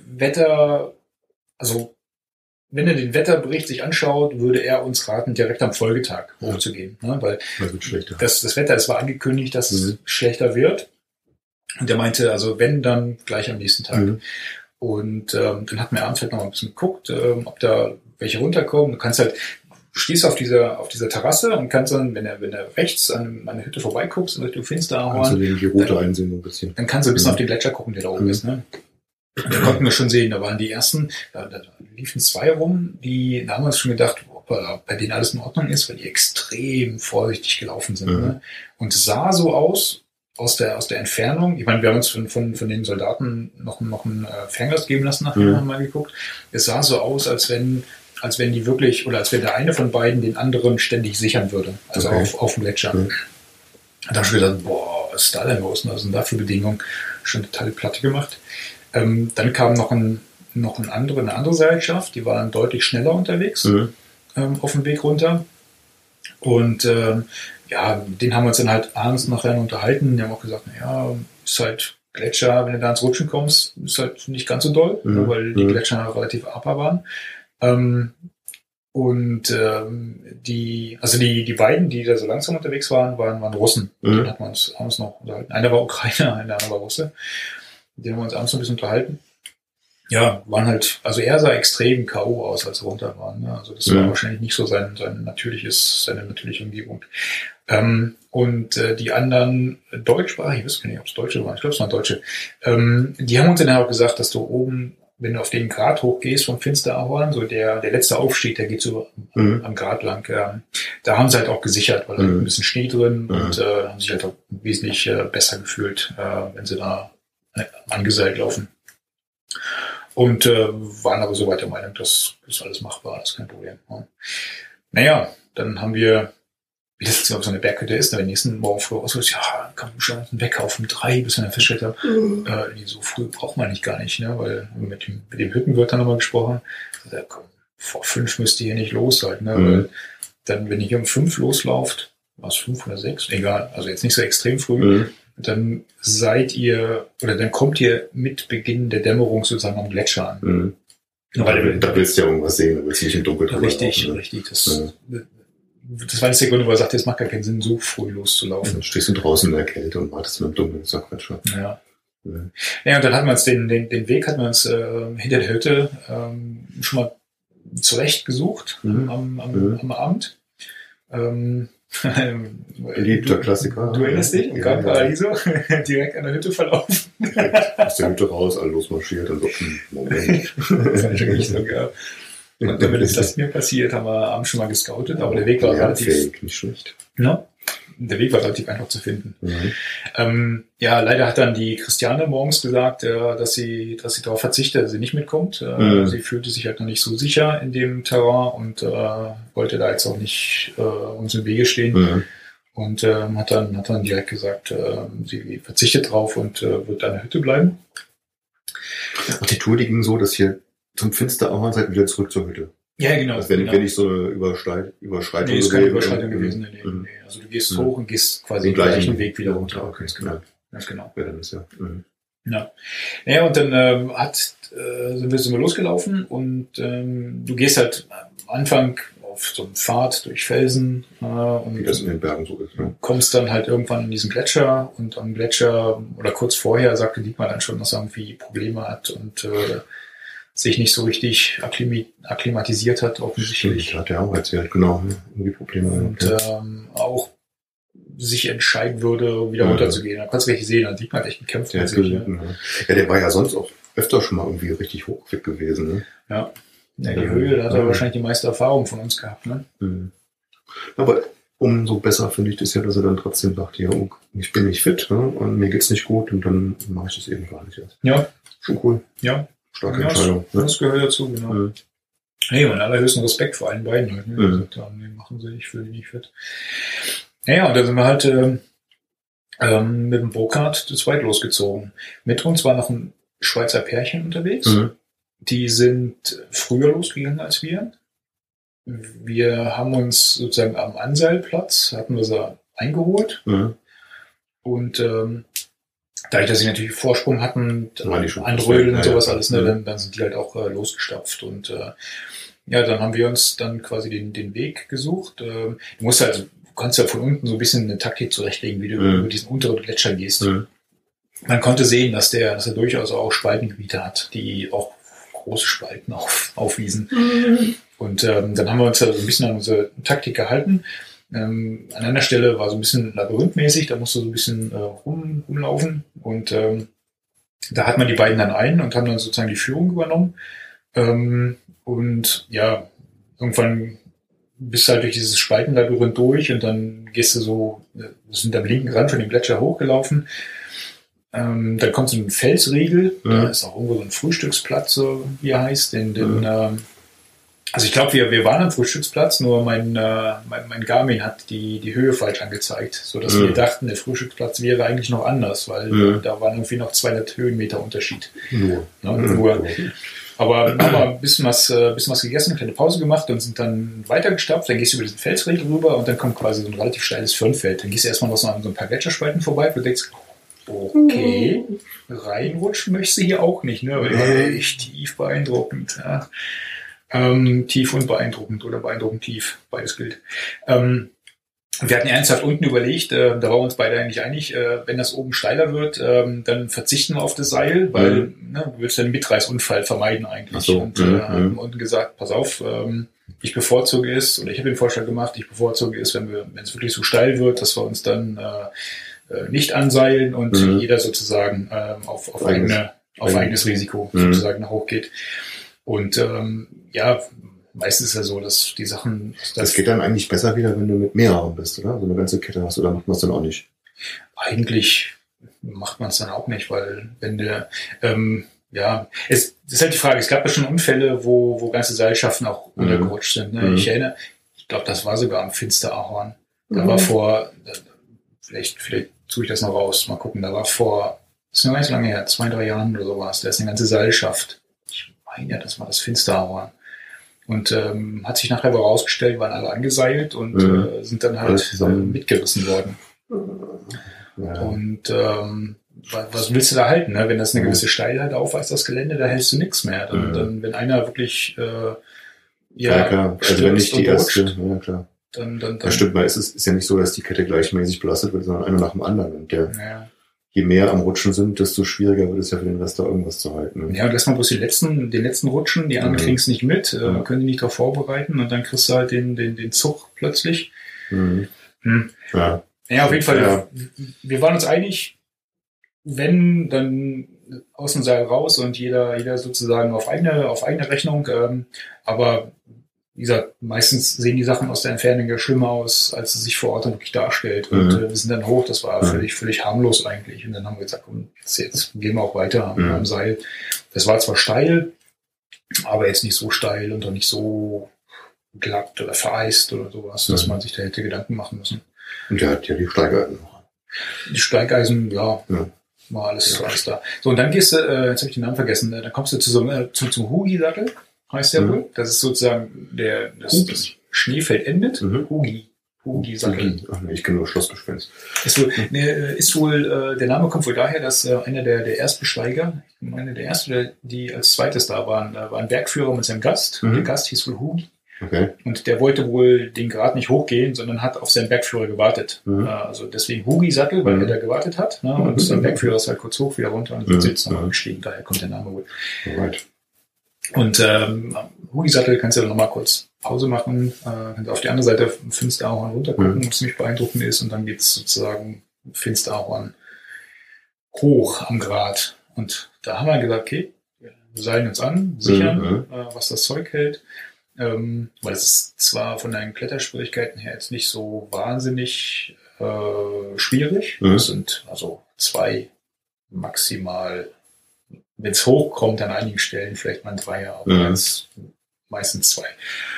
er den Wetterbericht sich anschaut, würde er uns raten, direkt am Folgetag hochzugehen. Ne? Weil das Wetter, es war angekündigt, dass es schlechter wird. Und er meinte, also wenn, dann gleich am nächsten Tag. Und dann hatten wir abends halt noch ein bisschen geguckt, ob da welche runterkommen. Du kannst halt, stehst auf dieser Terrasse und kannst dann, wenn er rechts an eine Hütte vorbeiguckst, in Richtung Finsterauern, kannst du die Route einsehen ein bisschen. Dann kannst du ein bisschen auf den Gletscher gucken, der da oben ist. Ne? Und da konnten wir schon sehen, da waren die ersten, da liefen 2 rum, da haben wir uns schon gedacht, ob bei denen alles in Ordnung ist, weil die extrem vorsichtig gelaufen sind. Ne? Und es sah so aus, aus der Entfernung, ich meine, wir haben uns von den Soldaten noch ein Fernglas geben lassen, nachdem wir mal geguckt. Es sah so aus, als wenn die wirklich, oder als wenn der eine von beiden den anderen ständig sichern würde. Also auf dem Gletscher. Da habe ich gedacht, boah, was ist da denn los? Was sind da für Bedingungen? Schon total Platte gemacht. Dann kam noch eine andere Seilschaft, die waren deutlich schneller unterwegs auf dem Weg runter. Und mit denen haben wir uns dann halt abends nachher unterhalten. Die haben auch gesagt, naja, ist halt Gletscher, wenn du da ins Rutschen kommst, ist halt nicht ganz so doll, weil die Gletscher relativ aper waren. Die beiden, die da so langsam unterwegs waren Russen. Den hatten wir uns abends noch unterhalten. Einer war Ukrainer, einer war Russe. Den haben wir uns abends noch ein bisschen unterhalten. Ja, waren halt, also er sah extrem K.O. aus, als er runter war. Ne? Also das war wahrscheinlich nicht so seine natürliche Umgebung. Die anderen deutschsprachig, ich weiß gar nicht, ob es Deutsche waren, ich glaube, es waren Deutsche, die haben uns dann auch gesagt, dass du oben, wenn du auf den Grat hochgehst vom Finsterahorn, so der letzte Aufstieg, der geht so am Grat lang, da haben sie halt auch gesichert, weil da ein bisschen Schnee drin und haben sich halt auch wesentlich besser gefühlt, wenn sie da angeseilt laufen. Und waren aber so weit der Meinung, dass das alles machbar ist, kein Problem. Ja. Naja, dann haben wir, wie das jetzt auf so eine Berghütte ist, am nächsten Morgen früh raus, ja, kann man schon einen Wecker auf um 3, bis wir dann festgestellt haben, so früh braucht man nicht gar nicht, ne, weil mit dem Hüttenwirt dann nochmal gesprochen, komm, vor 5 müsst ihr hier nicht los halt, ne, weil dann, wenn ihr hier um 5 loslauft, war es 5 oder 6, egal, also jetzt nicht so extrem früh, dann dann kommt ihr mit Beginn der Dämmerung sozusagen am Gletscher an. Weil da willst du ja irgendwas sehen, du willst nicht im Dunkeln drüber laufen. Richtig. Das war nicht der Grund, wo er sagte, es macht gar keinen Sinn, so früh loszulaufen. Dann stehst du draußen in der Kälte und wartest im Dunkeln. Das ist doch Quatsch. Ja. Ja, und dann hatten wir uns den Weg hinter der Hütte schon mal zurecht gesucht am Abend. Beliebter Klassiker. Du erinnerst dich? Und Gran Paradiso direkt an der Hütte verlaufen. Aus der Hütte raus, alle losmarschiert und so, Moment. Das war schon nicht so geil. Und damit ist das mir passiert, haben wir abends schon mal gescoutet, aber der Weg war relativ... nicht schlecht. Ja, der Weg war relativ einfach zu finden. Leider hat dann die Christiane morgens gesagt, dass sie darauf verzichtet, dass sie nicht mitkommt. Sie fühlte sich halt noch nicht so sicher in dem Terrain und wollte da jetzt auch nicht uns im Wege stehen. Und hat dann direkt gesagt, sie verzichtet drauf und wird an der Hütte bleiben. Und die Tour, die ging so, dass ihr zum Finsterahorn seid wieder zurück zur Hütte. Ja, genau. Also wenn nicht so eine Überschreitung nee, ist keine Überschreitung gewesen. Nee. Also du gehst hoch und gehst quasi den gleichen Weg wieder runter. Okay, ganz genau. Ja, dann ist ja. Ja. Naja, und dann sind wir losgelaufen und du gehst halt am Anfang auf so einem Pfad durch Felsen und wie das in den Bergen so ist. Ne? Kommst dann halt irgendwann in diesen Gletscher und am Gletscher oder kurz vorher sagte Dietmar dann schon, dass er irgendwie Probleme hat und sich nicht so richtig akklimatisiert hat, offensichtlich. Hat er auch erzählt, genau. Irgendwie Probleme. Und auch sich entscheiden würde, wieder runterzugehen. Da kannst du richtig sehen, dann sieht man echt gekämpft. Ja, der war ja sonst auch öfter schon mal irgendwie richtig hochfit gewesen. Ne? Ja, die Höhe, da hat er wahrscheinlich die meiste Erfahrung von uns gehabt. Ne? Aber umso besser finde ich das ja, dass er dann trotzdem sagt, ja, ich bin nicht fit, ne? Und mir geht's nicht gut und dann mache ich das eben gar nicht erst. Ja. Schon cool. Ja. Starke Entscheidung. Das gehört dazu, genau. Hey, mein allerhöchsten Respekt vor allen beiden halt. Ne? Die gesagt haben, nee, machen sie, ich fühle mich nicht fit. Naja, und da sind wir halt mit dem Burkhardt zu zweit losgezogen. Mit uns war noch ein Schweizer Pärchen unterwegs. Die sind früher losgegangen als wir. Wir haben uns sozusagen am Anseilplatz, hatten wir sie eingeholt. Und dadurch, dass sie natürlich Vorsprung hatten, anrödeln und sowas alles, ne, dann sind die halt auch losgestapft. Und dann haben wir uns dann quasi den Weg gesucht. Du kannst ja von unten so ein bisschen eine Taktik zurechtlegen, wie du über diesen unteren Gletscher gehst. Man konnte sehen, dass er durchaus auch Spaltengebiete hat, die auch große Spalten aufwiesen. Und dann haben wir uns so ein bisschen an unsere Taktik gehalten. An einer Stelle war so ein bisschen labyrinthmäßig, da musste so ein bisschen rumlaufen. Und da hat man die beiden dann und haben dann sozusagen die Führung übernommen. Und ja, irgendwann bist halt durch dieses Spaltenlabyrinth durch und dann gehst du so, wir sind am linken Rand von dem Gletscher hochgelaufen. Dann kommt so ein Felsriegel, da ist auch irgendwo so ein Frühstücksplatz, so wie er heißt. Also ich glaube, wir waren am Frühstücksplatz, nur mein Garmin hat die Höhe falsch angezeigt, sodass wir dachten, der Frühstücksplatz wäre eigentlich noch anders, weil da waren irgendwie noch 200 Höhenmeter Unterschied. Nur. Aber haben wir ein bisschen was gegessen, eine kleine Pause gemacht und sind dann weitergestapft. Dann gehst du über diesen Felsriegel rüber und dann kommt quasi so ein relativ steiles Firnfeld. Dann gehst du erstmal noch so an so ein paar Gletscherspalten vorbei und du denkst, okay, reinrutschen möchtest du hier auch nicht, ne? Echt tief beeindruckend. Ja. Tief und beeindruckend oder beeindruckend tief, beides gilt. Wir hatten ernsthaft unten überlegt, da waren wir uns beide eigentlich einig, wenn das oben steiler wird, dann verzichten wir auf das Seil, weil du willst ja einen Mitreißunfall vermeiden eigentlich. So. Und haben unten gesagt, pass auf, ich bevorzuge es, oder ich habe den Vorschlag gemacht, ich bevorzuge es, wenn es wirklich so steil wird, dass wir uns dann nicht anseilen und jeder sozusagen auf eigenes Risiko sozusagen nach hoch geht. Und meistens ist ja so, dass die Sachen... Das geht dann eigentlich besser wieder, wenn du mit mehreren bist, oder? So eine ganze Kette hast, oder macht man es dann auch nicht? Eigentlich macht man es dann auch nicht, weil wenn der... es ist halt die Frage, es gab ja schon Unfälle, wo ganze Seilschaften auch untergerutscht sind. Ne? Ich erinnere, ich glaube, das war sogar am Finsterahorn. Da war vielleicht tue ich das noch raus, mal gucken, das ist noch gar nicht so lange her, 2-3 Jahren oder sowas, da ist eine ganze Seilschaft. Ich meine, das war das Finsterahorn. Und hat sich nachher aber rausgestellt, waren alle angeseilt und sind dann halt mitgerissen worden. Ja. Und was willst du da halten? Ne? Wenn das eine gewisse Steilheit aufweist, das Gelände, da hältst du nichts mehr. Dann wenn einer wirklich klar. Also wenn nicht die erste, ja klar. Dann das stimmt, weil es ist ja nicht so, dass die Kette gleichmäßig belastet wird, sondern einer nach dem anderen. Und je mehr am Rutschen sind, desto schwieriger wird es ja für den Rest da irgendwas zu halten. Ne? Ja, und lass mal bloß den letzten rutschen, die anderen kriegen es nicht mit, können die nicht darauf vorbereiten und dann kriegst du halt den Zug plötzlich. Ja, auf jeden Fall, wir waren uns einig, wenn, dann aus dem Seil raus und jeder sozusagen auf eigene Rechnung, aber wie gesagt, meistens sehen die Sachen aus der Entfernung ja schlimmer aus, als es sich vor Ort dann wirklich darstellt. Und wir sind dann hoch, das war völlig harmlos eigentlich. Und dann haben wir gesagt, komm, jetzt gehen wir auch weiter am Seil. Das war zwar steil, aber jetzt nicht so steil und auch nicht so glatt oder vereist oder sowas, dass man sich da hätte Gedanken machen müssen. Und der hat ja die Steigeisen noch. Die Steigeisen, war alles da. So, und dann gehst du, jetzt habe ich den Namen vergessen, dann kommst du zum Hugi-Sattel. Heißt der wohl. Das ist sozusagen das Schneefeld endet. Hugi-Sattel. Ach nee, ich kenne nur Schlossgespenst. Ist wohl, der Name kommt wohl daher, dass einer der Erstbesteiger, ich meine der erste, die als zweites da war ein Bergführer mit seinem Gast. Der Gast hieß wohl Hugi. Okay. Und der wollte wohl den Grat nicht hochgehen, sondern hat auf seinen Bergführer gewartet. Also deswegen Hugi-Sattel, weil er da gewartet hat. Ne? Und sein Bergführer ist halt kurz hoch, wieder runter und sitzt nochmal gestiegen. Daher kommt der Name wohl. Alright. Und Hugi-Sattel kannst du dann nochmal kurz Pause machen, kannst auf die andere Seite Finsterahorn runtergucken, was ziemlich beeindruckend ist, und dann geht's sozusagen Finsterahorn hoch am Grat. Und da haben wir gesagt, okay, wir seilen uns an, sichern, was das Zeug hält, weil es ist zwar von deinen Kletterschwierigkeiten her jetzt nicht so wahnsinnig schwierig, es sind also 2 maximal. Wenn es hochkommt, an einigen Stellen vielleicht mal ein 3er, aber meistens 2.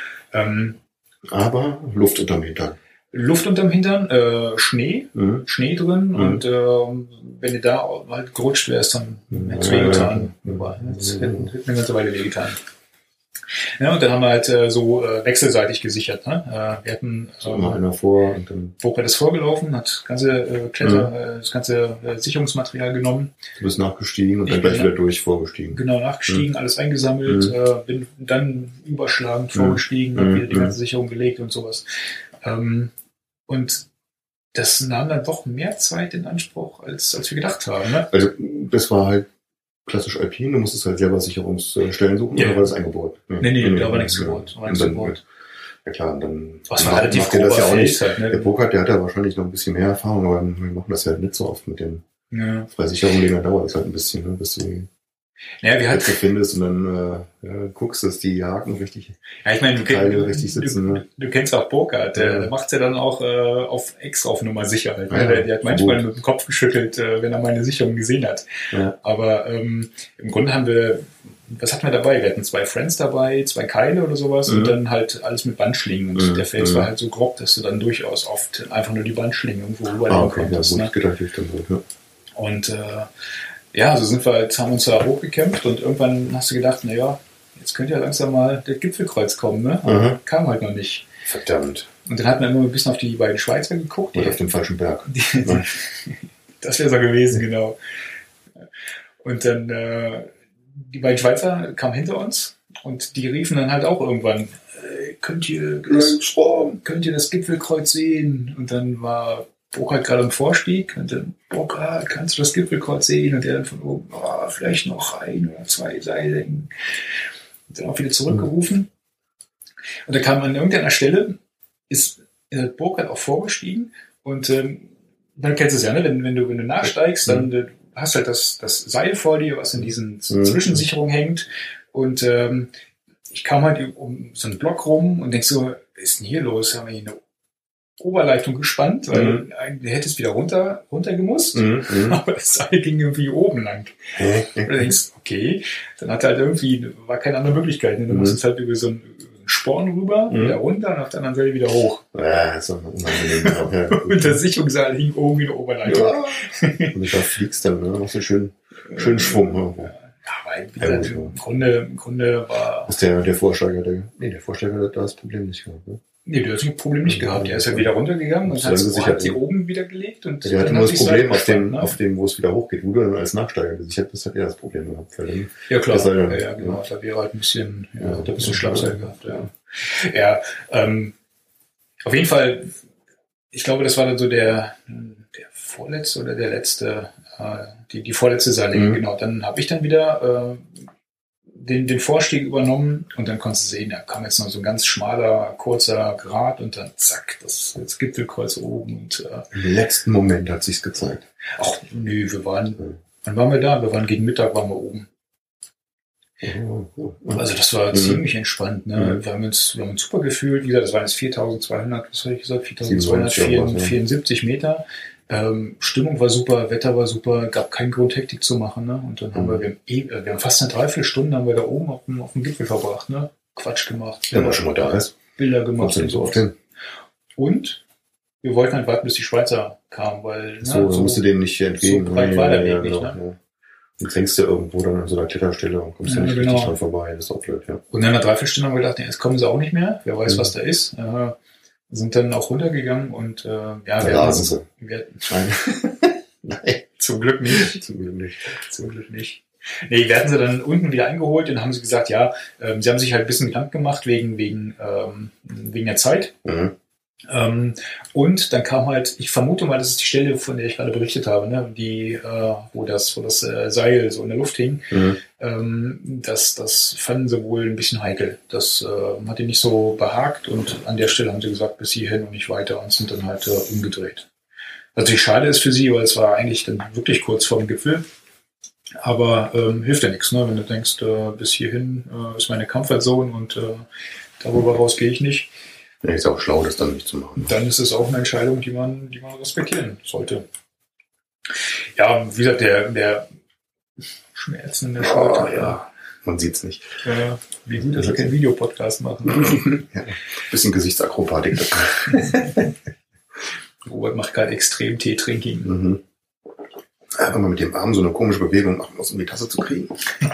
Aber Luft unterm Hintern. Luft unterm Hintern, Schnee drin, und wenn du da halt gerutscht wärst, dann hätte es wehgetan. Es hätte eine ganze Weile wehgetan. Ja, und dann haben wir halt wechselseitig gesichert. Ne? Wir hatten immer einer vor und dann Vorher ist vorgelaufen, hat das ganze Sicherungsmaterial genommen. Du bist nachgestiegen und dann gleich wieder vorgestiegen. Genau, nachgestiegen, alles eingesammelt, bin dann überschlagend vorgestiegen, hab wieder die ganze Sicherung gelegt und sowas. Und das nahm dann doch mehr Zeit in Anspruch, als wir gedacht haben. Ne? Also das war halt klassisch alpin, du musstest halt selber Sicherungsstellen suchen, oder war das eingebaut? Nee, da war nichts gebaut. Ja klar, und dann was war relativ das ja auch nicht. Halt, ne? Der Burkhardt, der hat ja wahrscheinlich noch ein bisschen mehr Erfahrung, aber wir machen das ja nicht so oft mit den Versicherungen, die dauert es halt ein bisschen, ne, bis sie Ja, wir Plätze findest und dann guckst, dass die Haken richtig, ja, ich meine, richtig sitzen. Ne? Du kennst auch Burkhardt, der macht's ja dann auch extra auf Nummer sicher. Halt, ne? Der hat manchmal mit dem Kopf geschüttelt, wenn er meine Sicherung gesehen hat. Ja. Aber im Grunde haben wir, was hatten wir dabei? Wir hatten 2 Friends dabei, 2 Keile oder sowas und dann halt alles mit Bandschlingen. Und der Fels war halt so grob, dass du dann durchaus oft einfach nur die Bandschlingen irgendwo rüberlegen konntest. Ja, gut, dann gut, ja. Und ja, so sind wir halt, haben uns da hochgekämpft und irgendwann hast du gedacht, naja, jetzt könnte ja langsam mal das Gipfelkreuz kommen, ne? Aber kam halt noch nicht. Verdammt. Und dann hat man immer ein bisschen auf die beiden Schweizer geguckt. Oder auf dem falschen Berg. Das wäre so gewesen, genau. Und dann die beiden Schweizer kamen hinter uns und die riefen dann halt auch irgendwann, könnt ihr das Gipfelkreuz sehen? Und dann war Burkhardt gerade im Vorstieg und dann, Burkhardt, kannst du das Gipfelkreuz sehen? Und der dann von oben, vielleicht noch 1 oder 2 Seile. Und dann auch wieder zurückgerufen. Und da kam an irgendeiner Stelle, ist Burkhardt auch vorgestiegen und man kennt es ja, ne? Wenn du nachsteigst, dann hast halt das Seil vor dir, was in diesen Zwischensicherungen hängt und ich kam halt um so einen Block rum und denk so, was ist denn hier los? Haben wir hier eine Oberleitung gespannt, weil der hätte es wieder runter gemusst, aber das Seil ging irgendwie oben lang. Und du denkst, okay, dann hat halt irgendwie, war keine andere Möglichkeit. Ne? Du musst halt über so einen Sporn rüber, wieder runter und auf der anderen Seite wieder hoch. Ja, das ist doch unangenehm. Ja, und das Sicherungsseil hing oben wie eine Oberleitung. Ja. Und du da fliegst dann, ne? Machst du schön Schwung. Ne? Ja, aber wie gesagt, im Grunde war... Ist der Vorsteiger, der Vorsteiger hat das Problem nicht gehabt, ne? Nee, der hat das Problem nicht gehabt. Der ist ja wieder runtergegangen und hat sie oben wieder gelegt. Und der hatte nur das Problem auf dem, wo es wieder hochgeht, wo du dann als Nachsteiger gesichert bist, hat er das Problem gehabt. Ja, klar. Ja, genau. Da wäre halt ein bisschen, Schlappseil gehabt. Ja, auf jeden Fall, ich glaube, das war dann so der vorletzte oder der letzte, die vorletzte Seillänge, genau. Dann habe ich dann wieder den Vorstieg übernommen und dann konntest du sehen, da kam jetzt noch so ein ganz schmaler, kurzer Grat und dann zack, das Gipfelkreuz oben. Und im letzten Moment hat sich's gezeigt. Ach nö, wann waren wir da? Wir waren gegen Mittag, waren wir oben. Also das war ziemlich entspannt. Ne? Wir haben uns super gefühlt. Wie gesagt, das waren jetzt 4.200, was habe ich gesagt? 4.274 Meter. Stimmung war super, Wetter war super, gab keinen Grund, Hektik zu machen. Ne? Und dann haben wir haben fast eine Dreiviertelstunde haben wir da oben auf dem Gipfel verbracht. Ne? Quatsch gemacht. Wenn man schon mal da ist. Bilder gemacht. Und so oft hin. Und wir wollten halt warten, bis die Schweizer kamen, weil... So musst du denen nicht entgegen. So breit war der Weg nicht, ne? Ja. Und fängst du irgendwo dann an so einer Kletterstelle und kommst dann nicht richtig dran vorbei. Das ist auch blöd, ja. Und nach einer Dreiviertelstunde haben wir gedacht, jetzt kommen sie auch nicht mehr. Wer weiß, was da ist. Sind dann auch runtergegangen und da lasen sie. Nein, zum Glück nicht. Nee, wir hatten sie dann unten wieder eingeholt und dann haben sie gesagt, ja, sie haben sich halt ein bisschen Gedanken gemacht wegen der Zeit. Und dann kam halt, ich vermute mal, das ist die Stelle, von der ich gerade berichtet habe, ne, die, wo das Seil so in der Luft hing. Das fanden sie wohl ein bisschen heikel. Das hat ihnen nicht so behagt und an der Stelle haben sie gesagt, bis hierhin und nicht weiter und sind dann halt umgedreht. Was natürlich schade ist für sie, weil es war eigentlich dann wirklich kurz vorm Gipfel. Aber hilft ja nichts, ne? Wenn du denkst, bis hierhin ist meine Comfortzone und darüber raus gehe ich nicht. Ja, ist auch schlau, das dann nicht zu machen. Dann ist es auch eine Entscheidung, die man respektieren sollte. Ja, wie gesagt, der Schmerzen in der Schulter. Ja, man sieht's nicht. Wie gut, dass wir keinen Videopodcast machen. Ja, bisschen Gesichtsakrobatik. Robert macht gerade extrem Tee-Trinking. Wenn man mit dem Arm so eine komische Bewegung machen muss, um die Tasse zu kriegen.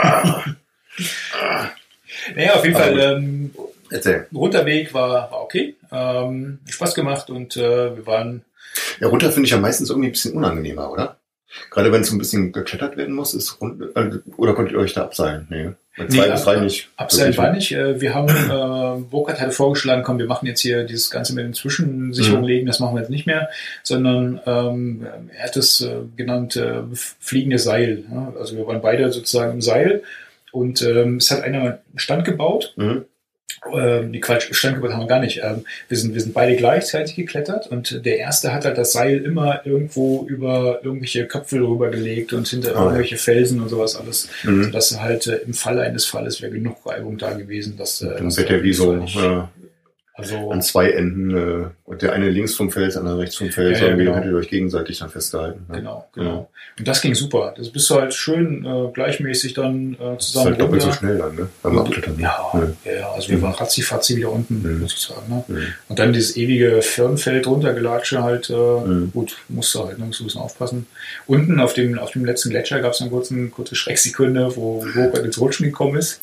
Naja, auf jeden Fall, Runterweg war okay. Spaß gemacht und wir waren... Ja, runter finde ich ja meistens irgendwie ein bisschen unangenehmer, oder? Gerade wenn es so ein bisschen geklettert werden muss, ist oder konntet ihr euch da abseilen? Nee. Abseilen war nicht. Wir haben, Burkhardt hatte vorgeschlagen, komm, wir machen jetzt hier dieses Ganze mit den Zwischensicherungen legen, das machen wir jetzt nicht mehr, sondern er hat es genannt fliegendes Seil. Ja? Also wir waren beide sozusagen im Seil und es hat einer einen Stand gebaut Steinküppel haben wir gar nicht. Wir sind beide gleichzeitig geklettert und der erste hat halt das Seil immer irgendwo über irgendwelche Köpfe rübergelegt und hinter irgendwelche Felsen und sowas alles. Sodass halt im Falle eines Falles wäre genug Reibung da gewesen. Dann wird der wie so also an zwei Enden und der eine links vom Fels, der andere rechts vom Fels, irgendwie genau. hättet ihr euch gegenseitig dann festgehalten. Ne? Genau. Und das ging super. Das bist du halt schön gleichmäßig dann zusammen. Das ist halt doppelt so schnell dann, ne? Beim Abklettern. Ja, also wir waren ratzi-fatzi wieder unten, sozusagen. Ne? Und dann dieses ewige Firnfeld runtergelatsche halt, gut, musst du halt, ne? Musst du ein bisschen aufpassen. Unten auf dem letzten Gletscher gab es eine kurze Schrecksekunde, wo Robert ins Rutschen gekommen ist.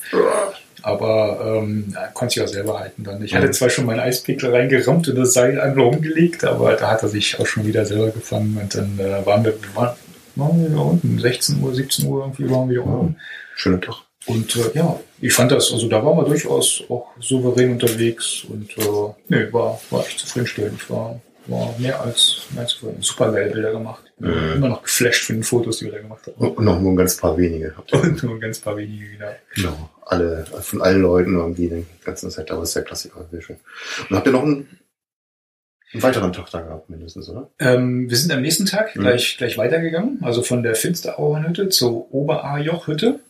Aber konnte sich auch selber halten dann. Ich hatte zwar schon meinen Eispickel reingerammt und das Seil einfach umgelegt, aber da hat er sich auch schon wieder selber gefangen. Und dann waren wir unten, 16 Uhr, 17 Uhr irgendwie waren wir wieder unten. Schöner Tag. Und ich fand das, also da waren wir durchaus auch souverän unterwegs und war echt zufriedenstellend. War mehr als zufrieden. Super geile Bilder gemacht. Immer noch geflasht von den Fotos, die wir da gemacht haben. Und noch nur ein ganz paar wenige. Genau. Von allen Leuten irgendwie den ganzen Set, aber ist der Klassiker. Sehr schön. Und habt ihr noch einen weiteren Tag da gehabt, mindestens, oder? Wir sind am nächsten Tag gleich weitergegangen, also von der Finsterauernhütte zur Oberaarjoch-Hütte.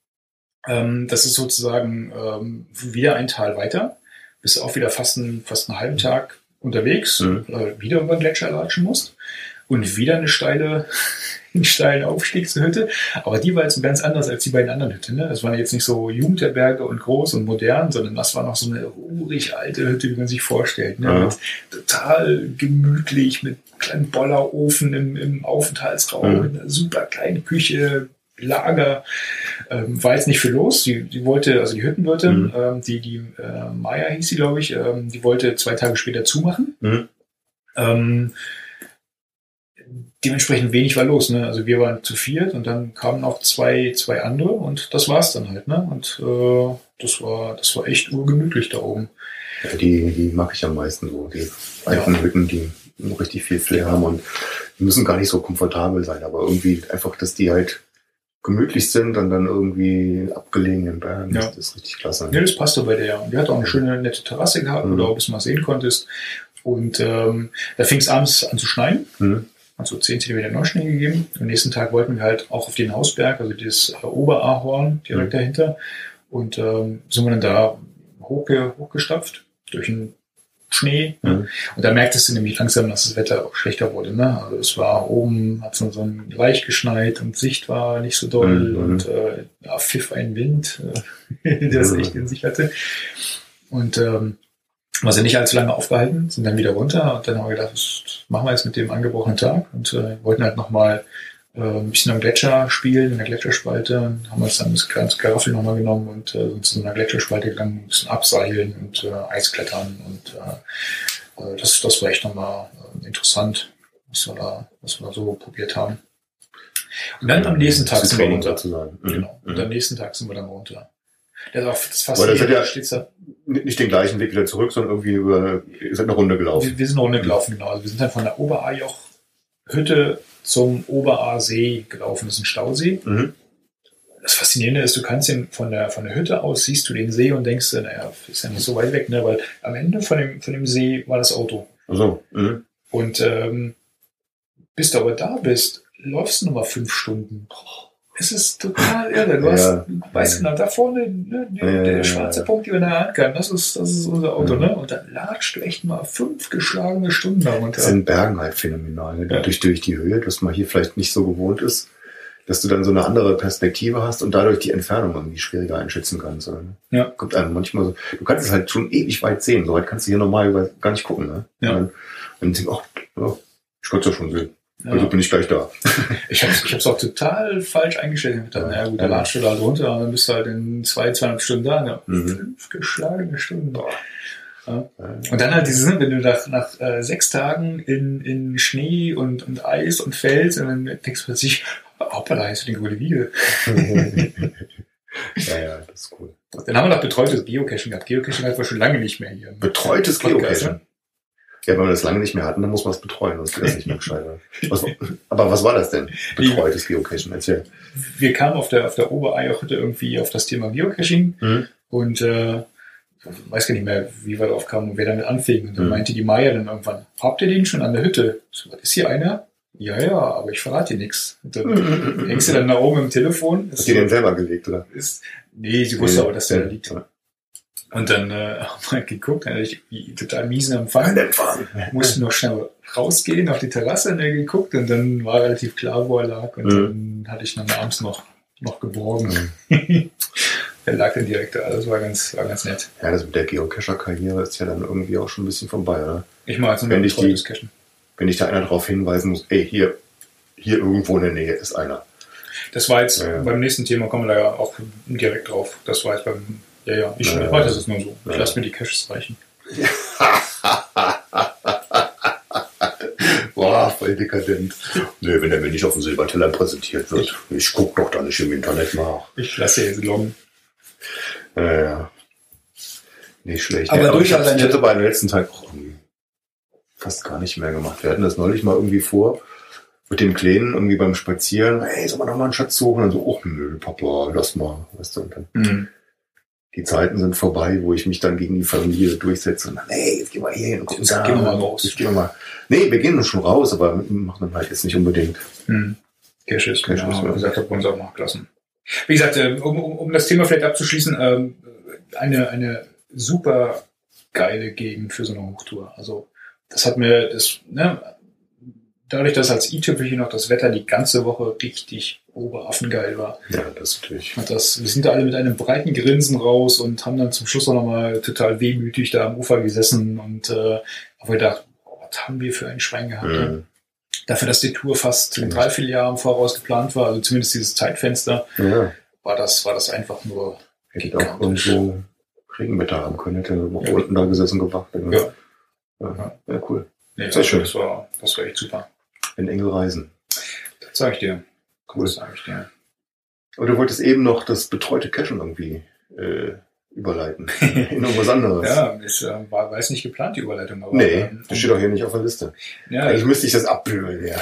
Das ist sozusagen wieder ein Tal weiter. Bist auch wieder fast einen halben Tag unterwegs, wieder über den Gletscher latschen musst und wieder einen steilen Aufstieg zur Hütte. Aber die war jetzt so ganz anders als die beiden anderen Hütten. Ne? Das waren jetzt nicht so Jugendherberge und groß und modern, sondern das war noch so eine urig alte Hütte, wie man sich vorstellt. Ne? Mit total gemütlich, mit kleinen Bollerofen im Aufenthaltsraum, mit einer super kleinen Küche, Lager. War jetzt nicht viel los. Die wollte, also die Hüttenwirtin, die Maya hieß sie, glaube ich, die wollte 2 Tage später zumachen. Dementsprechend wenig war los. Ne? Also wir waren zu 4 und dann kamen noch zwei andere und das war's dann halt. Ne? Und das war echt urgemütlich da oben. Ja, die mag ich am meisten so. Die alten Hütten, die richtig viel Flair haben und die müssen gar nicht so komfortabel sein, aber irgendwie einfach, dass die halt gemütlich sind und dann irgendwie abgelegen in Bergen. Das ist richtig klasse. Ja, das passte bei der. Die hat auch eine schöne, nette Terrasse gehabt, wo du auch ein bisschen was sehen konntest. Und da fing es abends an zu schneien. Also 10 Zentimeter Neuschnee gegeben. Am nächsten Tag wollten wir halt auch auf den Hausberg, also das Oberahorn direkt dahinter. Und sind wir dann da hochgestapft durch den Schnee. Und da merktest du nämlich langsam, dass das Wetter auch schlechter wurde. Ne? Also es war oben, hat so ein leicht geschneit und Sicht war nicht so doll und pfiff ein Wind, der es echt in sich hatte. Und wir sind nicht allzu lange aufgehalten, sind dann wieder runter und dann haben wir gedacht, was machen wir jetzt mit dem angebrochenen Tag und wollten halt nochmal ein bisschen am Gletscher spielen, in der Gletscherspalte, haben uns dann das ganze Karaffel nochmal genommen und sind zu einer Gletscherspalte gegangen, ein bisschen abseilen und Eisklettern und das war echt nochmal interessant, was wir so probiert haben. Und dann am nächsten Tag sind wir runter. Genau. Und am nächsten Tag sind wir dann runter. Das steht ja nicht den gleichen Weg wieder zurück, sondern irgendwie ihr seid eine Runde gelaufen. Wir sind eine Runde gelaufen, genau. Also wir sind dann von der Oberaarjoch-Hütte zum Oberaar-See gelaufen. Das ist ein Stausee. Das Faszinierende ist, du kannst von der Hütte aus siehst du den See und denkst, naja, ist ja nicht so weit weg, ne? Weil am Ende von dem See war das Auto. Ach so. Und bis du aber da bist, läufst du nochmal 5 Stunden. Es ist total irre. Du weißt genau, da vorne, ne, der schwarze Punkt, den wir in der Hand kann, das ist unser Auto, ne? Und dann latscht du echt mal 5 geschlagene Stunden da runter. Das ist in Bergen halt phänomenal, ne? Durch die Höhe, dass man hier vielleicht nicht so gewohnt ist, dass du dann so eine andere Perspektive hast und dadurch die Entfernung irgendwie schwieriger einschätzen kannst. Oder? Ja. Kommt einem manchmal so, du kannst es halt schon ewig weit sehen, so weit kannst du hier normal gar nicht gucken, ne? Ja. Und dann denkst du, ich konnte es ja schon sehen. Ja. Also bin ich gleich da. Ich hab's auch total falsch eingestellt. Ich dachte, naja gut, der latscht da runter und dann bist du halt in 2,5 Stunden da. Ja. 5 geschlagene Stunden. Ja. Und dann halt wenn du nach 6 Tagen in Schnee und Eis und Fels und dann denkst du plötzlich, hoppala, ist eine gute Wiege. Ja, das ist cool. Dann haben wir noch betreutes Geocaching gehabt. Geocaching hatten wir schon lange nicht mehr hier. Betreutes Geocaching? Ja, wenn wir das lange nicht mehr hatten, dann muss man es betreuen, sonst geht das nicht mehr gescheit. Aber was war das denn? Betreutes Geocaching, erzähl. Wir kamen auf der Oberaarjoch-Hütte irgendwie auf das Thema Geocaching und weiß gar nicht mehr, wie wir drauf kamen und wer damit anfing. Und dann meinte die Maya dann irgendwann, habt ihr den schon an der Hütte? So, ist hier einer? Ja, aber ich verrate dir nichts. Und dann hängst du dann da oben im Telefon. Hast du den selber gelegt, oder? Nee, sie wusste aber, dass der da liegt. Und dann haben wir geguckt, dann hatte ich total miesen Empfang. Mussten noch schnell rausgehen auf die Terrasse und geguckt und dann war relativ klar, wo er lag. Und dann hatte ich dann abends noch geborgen. Der lag dann direkt da. Das war ganz nett. Ja, das mit der Geocacher-Karriere ist ja dann irgendwie auch schon ein bisschen vorbei, oder? Ich mache jetzt nur betreutes Cachen. Wenn dich da einer darauf hinweisen muss, ey, hier irgendwo in der Nähe ist einer. Das war jetzt beim nächsten Thema, kommen wir da ja auch direkt drauf. Das war jetzt beim, ich weiß, das ist nur so. Ich lasse mir die Caches reichen. Boah, voll dekadent. Nö, wenn der mir nicht auf dem Silberteller präsentiert wird. Ich guck doch da nicht im Internet nach. Ich lasse jetzt loggen. Ja. Nicht schlecht. Aber ich hatte bei den letzten Tag auch irgendwie fast gar nicht mehr gemacht. Wir hatten das neulich mal irgendwie vor, mit dem Kleinen irgendwie beim Spazieren, hey, soll man noch mal einen Schatz suchen? Und dann so, nö, Papa, lass mal. Weißt du, und dann die Zeiten sind vorbei, wo ich mich dann gegen die Familie durchsetze und dann, hey, jetzt gehen wir hier hin und gucken da. Gehen wir mal raus. Nee, wir gehen schon raus, aber machen dann halt jetzt nicht unbedingt. Caches, genau. Wie gesagt, haben wir uns auch nachgelassen. Wie gesagt, um das Thema vielleicht abzuschließen, eine super geile Gegend für so eine Hochtour. Also das hat mir dadurch, dass als i-Tüpfelchen noch das Wetter die ganze Woche richtig oberaffengeil war. Ja, das natürlich. Wir sind da alle mit einem breiten Grinsen raus und haben dann zum Schluss auch nochmal total wehmütig da am Ufer gesessen und haben gedacht, was haben wir für ein Schwein gehabt. Ne? Dafür, dass die Tour fast 3-4 Jahre im Voraus geplant war, also zumindest dieses Zeitfenster, war das einfach nur hätte auch irgendwo Regenwetter haben können, hätte unten da gesessen gewartet. Ja, cool. Nee, sehr schön. Das war echt super. In Engel reisen. Das sage ich dir. Cool. Das sage ich dir. Aber du wolltest eben noch das betreute Cachen irgendwie überleiten. In irgendwas anderes. Ja, das war nicht geplant, die Überleitung. Aber, nee, das steht auch hier nicht auf der Liste. Ja, eigentlich müsste ich das abbügeln, ja.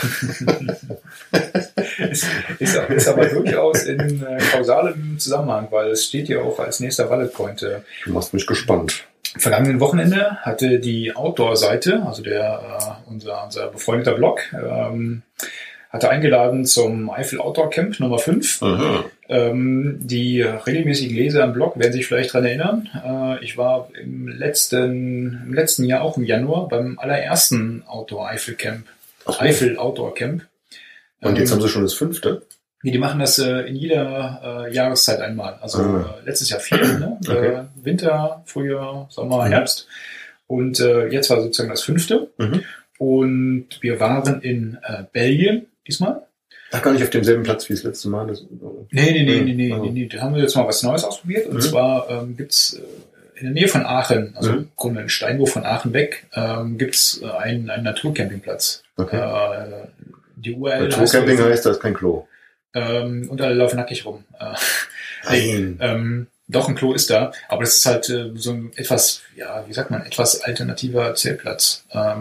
ist aber durchaus in kausalem Zusammenhang, weil es steht ja auch als nächster Valid Point. Du machst mich gespannt. Vergangenen Wochenende hatte die Outdoor-Seite, also unser befreundeter Blog, hatte eingeladen zum Eifel Outdoor Camp Nummer 5. Die regelmäßigen Leser im Blog werden sich vielleicht daran erinnern. Ich war im letzten Jahr, auch im Januar, beim allerersten Outdoor Eifel Camp. Eifel Outdoor Camp. Und jetzt haben sie schon das 5. Die machen das in jeder Jahreszeit einmal. Also letztes Jahr 4, ne? Okay. Winter, Frühjahr, Sommer, Herbst. Und jetzt war sozusagen das 5. Und wir waren in Belgien diesmal. Ach, gar nicht auf demselben Platz wie das letzte Mal? Nee. Da haben wir jetzt mal was Neues ausprobiert. Und zwar gibt's in der Nähe von Aachen, also im Grunde ein Steinwurf von Aachen weg, gibt's einen Naturcampingplatz. Okay. Die URL Naturcamping heißt, da ist kein Klo. Und alle laufen nackig rum. Doch, ein Klo ist da, aber das ist halt so ein etwas, etwas alternativer Zeltplatz.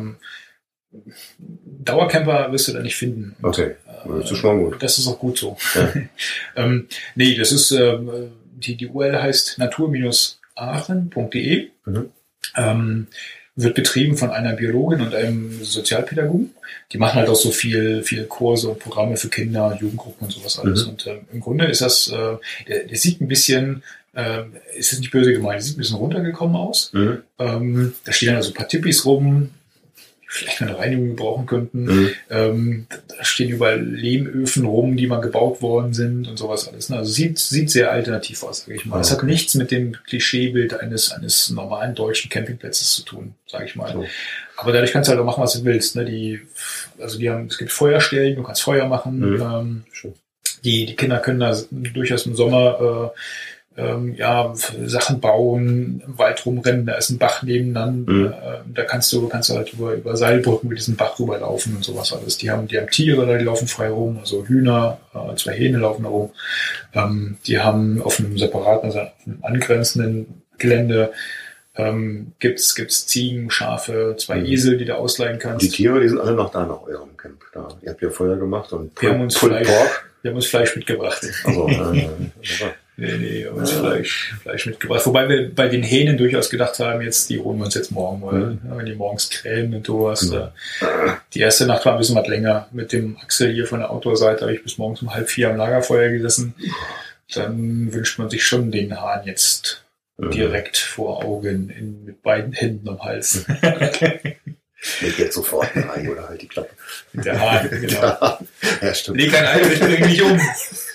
Dauercamper wirst du da nicht finden. Okay, das ist schon gut. Das ist auch gut so. Ja. Das ist, die URL heißt natur-aachen.de. Wird betrieben von einer Biologin und einem Sozialpädagogen. Die machen halt auch so viel Kurse und Programme für Kinder, Jugendgruppen und sowas alles. Und im Grunde ist das, der sieht ein bisschen, ist jetzt nicht böse gemeint, sieht ein bisschen runtergekommen aus. Da stehen dann also ein paar Tippis rum, die vielleicht mal eine Reinigung gebrauchen könnten. Da stehen überall Lehmöfen rum, die mal gebaut worden sind und sowas alles. Also sieht sehr alternativ aus, sage ich mal. Es hat nichts mit dem Klischeebild eines normalen deutschen Campingplatzes zu tun, sage ich mal. So. Aber dadurch kannst du halt auch machen, was du willst. Ne? Es gibt Feuerstellen, du kannst Feuer machen. Die Kinder können da durchaus im Sommer Sachen bauen, im Wald rumrennen, da ist ein Bach nebeneinander, da kannst du halt über Seilbrücken mit diesem Bach rüberlaufen und sowas alles. Die haben Tiere da, die laufen frei rum, also Hühner, 2 Hähne laufen da rum. Die haben auf einem separaten, also auf einem angrenzenden Gelände gibt's Ziegen, Schafe, 2 Esel, die du ausleihen kannst. Die Tiere, die sind alle noch da nach eurem Camp. Da. Ihr habt ja Feuer gemacht und wir haben uns Fleisch mitgebracht. Also, Nee, aber Fleisch mitgebracht. Wobei wir bei den Hähnen durchaus gedacht haben, die holen wir uns jetzt morgen, weil wenn die morgens krähen und du hast, die erste Nacht war ein bisschen was länger. Mit dem Axel hier von der Outdoor-Seite habe ich bis morgens um 3:30 am Lagerfeuer gesessen. Dann wünscht man sich schon den Hahn jetzt direkt vor Augen, mit beiden Händen am Hals. Leg jetzt sofort ein Ei oder halt die Klappe. Der Hahn, genau. Ja, stimmt. Leg ein Ei und ich bringe mich um.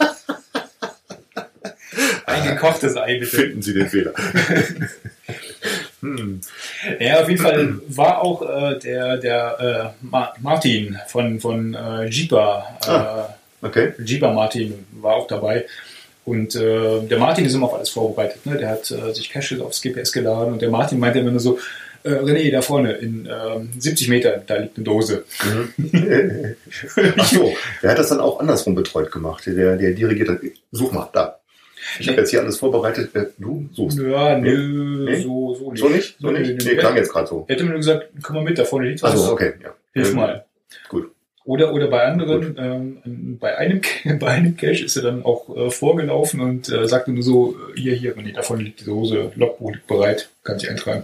Ein gekochtes Ei, bitte. Finden Sie den Fehler. Ja, auf jeden Fall war auch der Martin von Jeeper. Okay. Jeeper Martin war auch dabei. Und der Martin ist immer auf alles vorbereitet. Ne? Der hat sich Caches aufs GPS geladen und der Martin meinte immer nur so, René, da vorne in 70 Metern, da liegt eine Dose. Ach so, der hat das dann auch andersrum betreut gemacht. Der dirigiert hat, such mal, da. Ich habe jetzt hier alles vorbereitet, du suchst. Ja, nö, so nicht. So nicht? So nicht? Nee, klang jetzt gerade so. Er hätte mir nur gesagt, komm mal mit, da vorne liegt was. Ach so, okay. Ja. Hilf mal. Gut. Oder bei anderen, bei einem Cache ist er dann auch vorgelaufen und sagte nur so, hier, René, da vorne liegt die Dose, Logbuch liegt bereit, kann sich eintragen.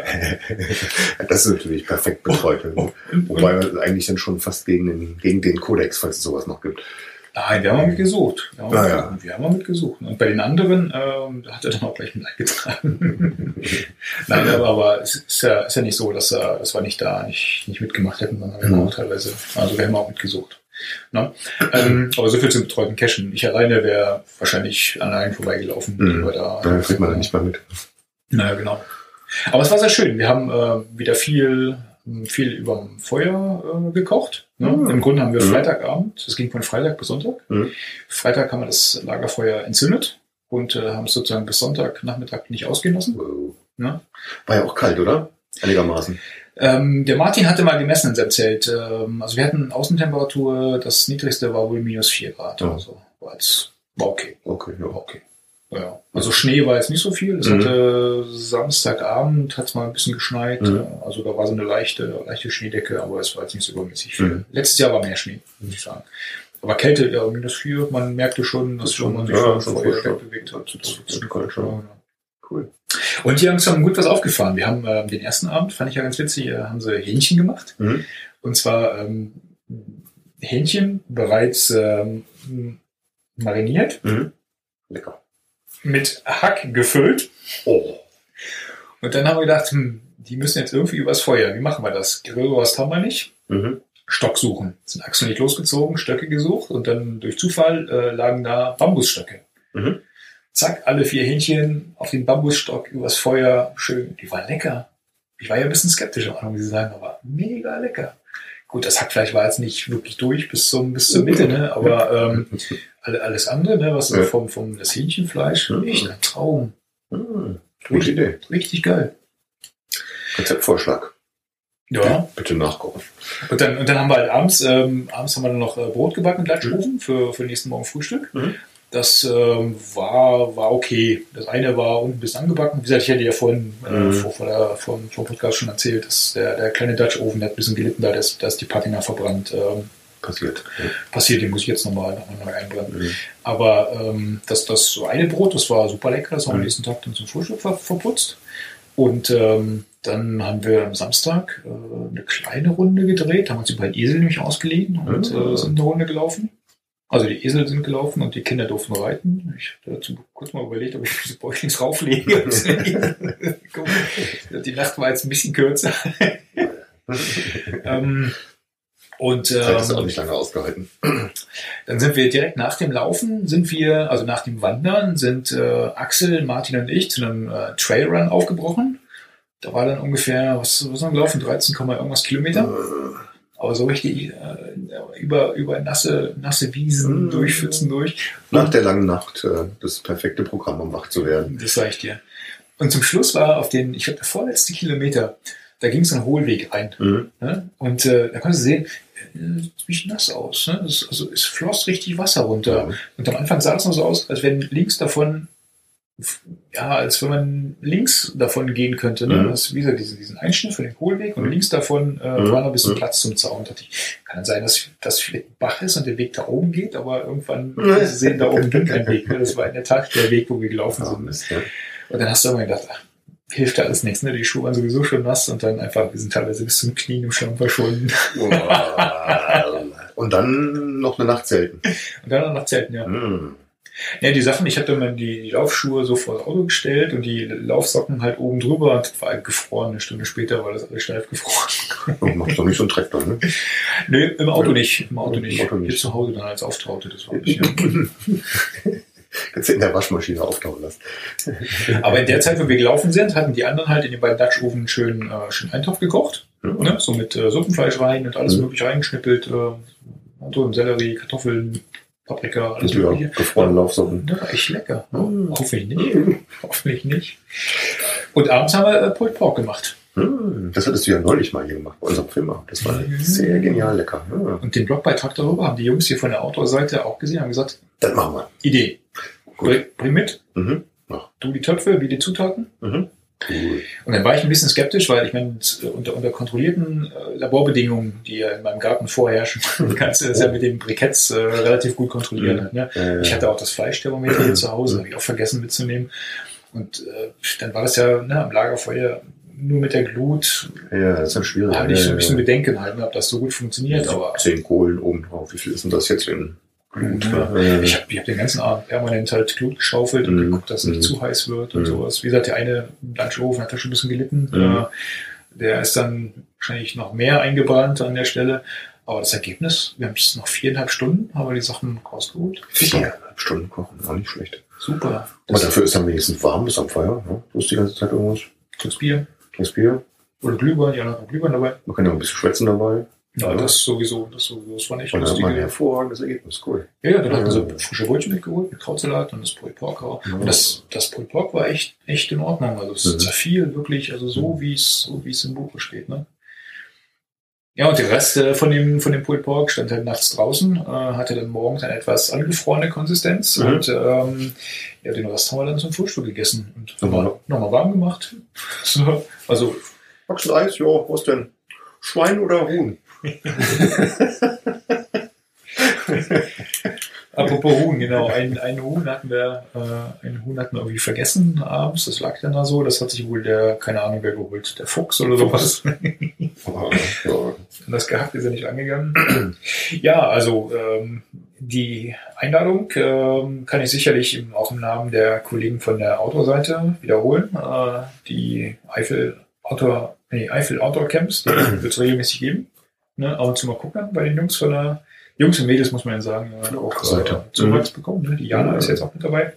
Das ist natürlich perfekt betreut. Wobei man eigentlich dann schon fast gegen den Kodex, falls es sowas noch gibt. Nein, wir haben mal mitgesucht. Wir haben mal mitgesucht. Und bei den anderen hat er dann auch gleich mit eingetragen. Nein, aber es ist ja nicht so, dass wir nicht mitgemacht hätten, sondern wir haben auch teilweise, also wir haben auch mitgesucht. Ne? Aber so viel zum betreuten Cachen. Ich alleine wäre wahrscheinlich an allen vorbeigelaufen. Da kriegt man dann nicht mal mit. Naja, genau. Aber es war sehr schön. Wir haben wieder viel überm Feuer gekocht. Ne? Im Grunde haben wir Freitagabend, das ging von Freitag bis Sonntag. Freitag haben wir das Lagerfeuer entzündet und haben es sozusagen bis Sonntagnachmittag nicht ausgehen lassen. Ne? War ja auch kalt, oder? Einigermaßen. Der Martin hatte mal gemessen in seinem Zelt. Also wir hatten Außentemperatur, das niedrigste war wohl -4 Grad. Also war okay. Okay, ja. Okay. Ja. Also Schnee war jetzt nicht so viel. Es hatte Samstagabend hat es mal ein bisschen geschneit. Also da war so eine leichte Schneedecke, aber es war jetzt nicht so übermäßig viel. Letztes Jahr war mehr Schnee, muss ich sagen. Aber Kälte, ja, -4, man merkte schon, dass man sich schon Feuer bewegt hat. Cool. Und hier haben wir gut was aufgefahren. Wir haben den ersten Abend, fand ich ja ganz witzig, haben sie Hähnchen gemacht. Und zwar Hähnchen bereits mariniert. Lecker. Mit Hack gefüllt. Oh. Und dann haben wir gedacht, die müssen jetzt irgendwie übers Feuer. Wie machen wir das? Grillrost haben wir nicht. Stock suchen. Sind Axel nicht losgezogen, Stöcke gesucht und dann durch Zufall lagen da Bambusstöcke. Zack, alle 4 Hähnchen auf den Bambusstock übers Feuer. Schön. Die waren lecker. Ich war ja ein bisschen skeptisch am Anfang, wie sie sagen, aber mega lecker. Gut, das Hackfleisch war jetzt nicht wirklich durch bis zur Mitte, ne? Aber alles andere, ne? Was vom das Hähnchenfleisch, echt ein Traum. Gute Idee. Richtig geil. Rezeptvorschlag. Ja. Bitte nachkochen. Und dann haben wir halt abends haben wir dann noch Brot gebacken, Latschkuchen für nächsten Morgen Frühstück. Das war okay. Das eine war unten bis angebacken. Wie gesagt, ich hatte ja vorhin vom Podcast schon erzählt, dass der kleine Dutch Oven, der hat ein bisschen gelitten, da ist die Patina verbrannt. Passiert. Den muss ich jetzt nochmal neu einbrennen. Aber das so eine Brot, das war super lecker. Das haben wir am nächsten Tag dann zum Frühstück verputzt. Und dann haben wir am Samstag eine kleine Runde gedreht, haben uns die beiden Esel nämlich ausgeliehen und sind eine Runde gelaufen. Also die Esel sind gelaufen und die Kinder durften reiten. Ich habe dazu kurz mal überlegt, ob ich diese Bäuchlings rauflege. Die Nacht war jetzt ein bisschen kürzer. Und das hat es auch nicht lange ausgehalten. Dann sind wir direkt nach dem Laufen, also nach dem Wandern, sind Axel, Martin und ich zu einem Trailrun aufgebrochen. Da war dann ungefähr, was haben wir gelaufen? 13, irgendwas Kilometer. Aber so richtig über nasse Wiesen durch, Pfützen durch. Nach der langen Nacht das perfekte Programm, um wach zu werden. Das sag ich dir. Und zum Schluss war ich glaube, der vorletzte Kilometer, da ging so ein Hohlweg rein. Ne? Und da konntest du sehen, ziemlich nass aus. Ne? Es floss richtig Wasser runter. Und am Anfang sah es noch so aus, als wenn links davon als wenn man links davon gehen könnte. Ne? Das ist wie gesagt diesen Einschnitt für den Kohlweg und links davon war noch ein bisschen Platz zum Zaun. Da dachte ich, kann dann sein, dass das vielleicht ein Bach ist und der Weg da oben geht, aber irgendwann sehen, da oben ging kein Weg. Ne? Das war in der Tat der Weg, wo wir gelaufen sind. Ja. Und dann hast du immer gedacht, ach, hilft da alles nichts. Ne? Die Schuhe waren sowieso schon nass und dann einfach, wir sind teilweise bis zum Knien im Schlamm verschwunden. Und dann noch eine Nacht zelten. Ja. Ja, die Sachen, ich hatte mir die Laufschuhe so vor das Auto gestellt und die Laufsocken halt oben drüber und das war halt gefroren. Eine Stunde später war das alles steif gefroren. Und macht doch nicht so einen Dreck dann, ne? Nö, im Auto nicht. Hier zu Hause dann als Auftaute, das war ein bisschen... Kannst du in der Waschmaschine auftauen lassen. Aber in der Zeit, wo wir gelaufen sind, hatten die anderen halt in den beiden Dutch Oven schön Eintopf gekocht. Ne? So mit Suppenfleisch rein und alles mögliche reingeschnippelt. Sellerie, Kartoffeln, Paprika, alles mögliche. Gefrorene Laufsocken. Ja, echt lecker. Hoffentlich nicht. Und abends haben wir Pulled Pork gemacht. Das hattest du ja neulich mal hier gemacht bei unserem Film. Das war sehr genial lecker. Ja. Und den Blogbeitrag darüber haben die Jungs hier von der Outdoor-Seite auch gesehen, haben gesagt, das machen wir. Idee. Bring mit. Ja. Du die Töpfe, wie die Zutaten. Cool. Und dann war ich ein bisschen skeptisch, weil ich meine, unter kontrollierten Laborbedingungen, die ja in meinem Garten vorherrschen, kannst du das ja mit den Briketts relativ gut kontrollieren. Ne? Ich hatte auch das Fleischthermometer hier zu Hause, habe ich auch vergessen mitzunehmen. Und dann war das ja am Lagerfeuer nur mit der Glut. Ja, das ist ja schwierig. Da habe ich so ein bisschen Bedenken halt, ob das so gut funktioniert. Aber 10 Kohlen oben drauf. Wie viel ist denn das jetzt in Glut? Ich hab den ganzen Abend permanent halt Glut geschaufelt und geguckt, dass es nicht zu heiß wird und sowas. Wie gesagt, der eine Lunchofen hat da schon ein bisschen gelitten. Der ist dann wahrscheinlich noch mehr eingebrannt an der Stelle. Aber das Ergebnis, wir haben es noch 4,5 Stunden, haben wir die Sachen rausgeholt. 4,5 Stunden kochen, auch nicht schlecht. Super. Aber dafür ist dann wenigstens warm bis am Feuer. Ne? Du hast die ganze Zeit irgendwas. Das Bier. Oder Glühwein, ja, noch Glühwein dabei. Man kann ja ein bisschen schwätzen dabei. Ja, das sowieso, das war nicht lustig. Und dann war ein hervorragendes Ergebnis, cool. Ja, dann hatten sie frische Brötchen mitgeholt, mit Krautsalat und das Pulled Pork auch. Und das Pulled Pork war echt in Ordnung. Also es zerfiel wirklich, also so wie es im Buche steht, ne? Ja, und der Rest von dem Pulled Pork stand halt nachts draußen, hatte dann morgens eine etwas angefrorene Konsistenz und den Rest haben wir dann zum Frühstück gegessen und nochmal warm gemacht. So, also Eis, ja, was denn? Schwein oder Huhn? Apropos Huhn, genau. Ein Huhn hatten wir irgendwie vergessen abends. Das lag dann da so. Das hat sich wohl keine Ahnung wer geholt. Der Fuchs oder sowas. Das Gehackt ist ja nicht angegangen. Ja, also die Einladung kann ich sicherlich auch im Namen der Kollegen von der Outdoor-Seite wiederholen. Die Eifel Outdoor Camps, die wird es regelmäßig geben. Ne? Ab und zu mal gucken bei den Jungs Jungs und Mädels, muss man ja sagen, auch Zuwachs bekommen. Ne? Die Jana ist jetzt auch mit dabei.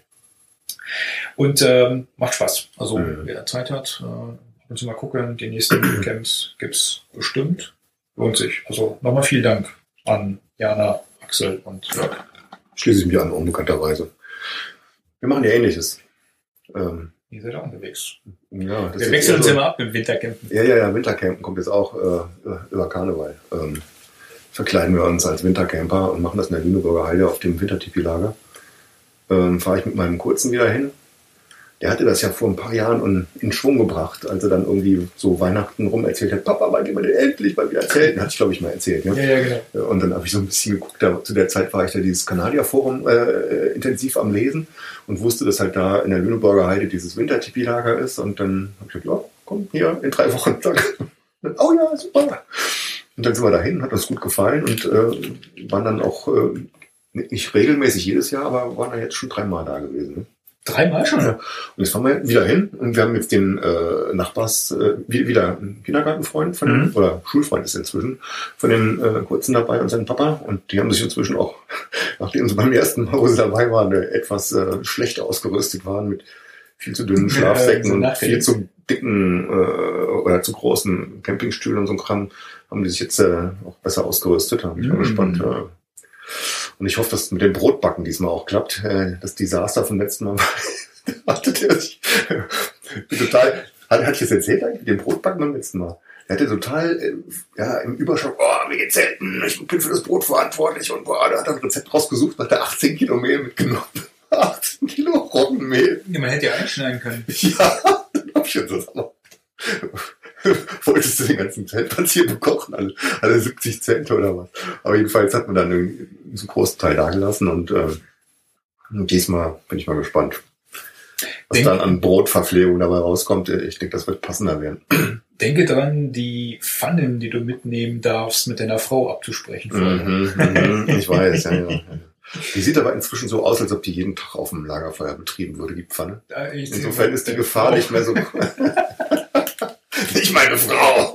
Und macht Spaß. Also wer Zeit hat, ab und zu mal gucken. Die nächsten Camps gibt's bestimmt. Lohnt sich. Also nochmal vielen Dank an Jana, Axel und Jörg. Schließe ich mich an, unbekannterweise. Wir machen ja Ähnliches. Ihr seid auch unterwegs. Ja, wir wechseln uns immer ab im Wintercampen. Ja, Wintercampen kommt jetzt auch über Karneval. Verkleiden wir uns als Wintercamper und machen das in der Lüneburger Heide auf dem Wintertipi-Lager. Fahre ich mit meinem Kurzen wieder hin. Der hatte das ja vor ein paar Jahren in Schwung gebracht, als er dann irgendwie so Weihnachten rum erzählt hat, Papa, wann gehen wir denn endlich mal wieder erzählen? Hatte ich, glaube ich, mal erzählt. Ne? Ja, genau. Und dann habe ich so ein bisschen geguckt, zu der Zeit war ich da dieses Kanadier-Forum intensiv am Lesen und wusste, dass halt da in der Lüneburger Heide dieses Wintertipi-Lager ist. Und dann habe ich gesagt, ja, komm, hier, in 3 Wochen. Und, oh ja, super. Und dann sind wir dahin, hat uns gut gefallen und waren dann auch nicht regelmäßig jedes Jahr, aber waren da jetzt schon 3 Mal da gewesen. Ne? 3 Mal schon? Ja. Und jetzt fahren wir wieder hin und wir haben jetzt den Nachbars, wieder einen Kindergartenfreund von dem, oder Schulfreund ist inzwischen, von dem Kurzen dabei und seinem Papa. Und die haben sich inzwischen auch, nachdem sie beim ersten Mal, wo sie dabei waren, etwas schlecht ausgerüstet waren mit viel zu dünnen Schlafsäcken und viel zu dicken oder zu großen Campingstühlen und so ein Kram, haben die sich jetzt auch besser ausgerüstet. Da bin ich mal gespannt. Und ich hoffe, dass mit dem Brotbacken diesmal auch klappt. Das Desaster vom letzten Mal hatte der sich total, hatte ich das erzählt eigentlich mit dem Brotbacken beim letzten Mal? Er hatte total, im Überschau, wir gehen zelten, ich bin für das Brot verantwortlich und da hat er ein Rezept rausgesucht, hat er 18 Kilo Mehl mitgenommen. 18 Kilo Roggenmehl. Ja, man hätte ja einschneiden können. Ja, dann hab ich jetzt das auch. Wolltest du den ganzen Zeltplatz hier bekochen? Alle 70 Zelte oder was? Aber jedenfalls hat man dann einen großen Teil da gelassen und diesmal bin ich mal gespannt, was dann an Brotverpflegung dabei rauskommt. Ich denke, das wird passender werden. Denke dran, die Pfannen, die du mitnehmen darfst, mit deiner Frau abzusprechen. Ich weiß, ja. Die sieht aber inzwischen so aus, als ob die jeden Tag auf dem Lagerfeuer betrieben würde, die Pfanne. Insofern ist die Gefahr nicht mehr so... Nicht meine Frau!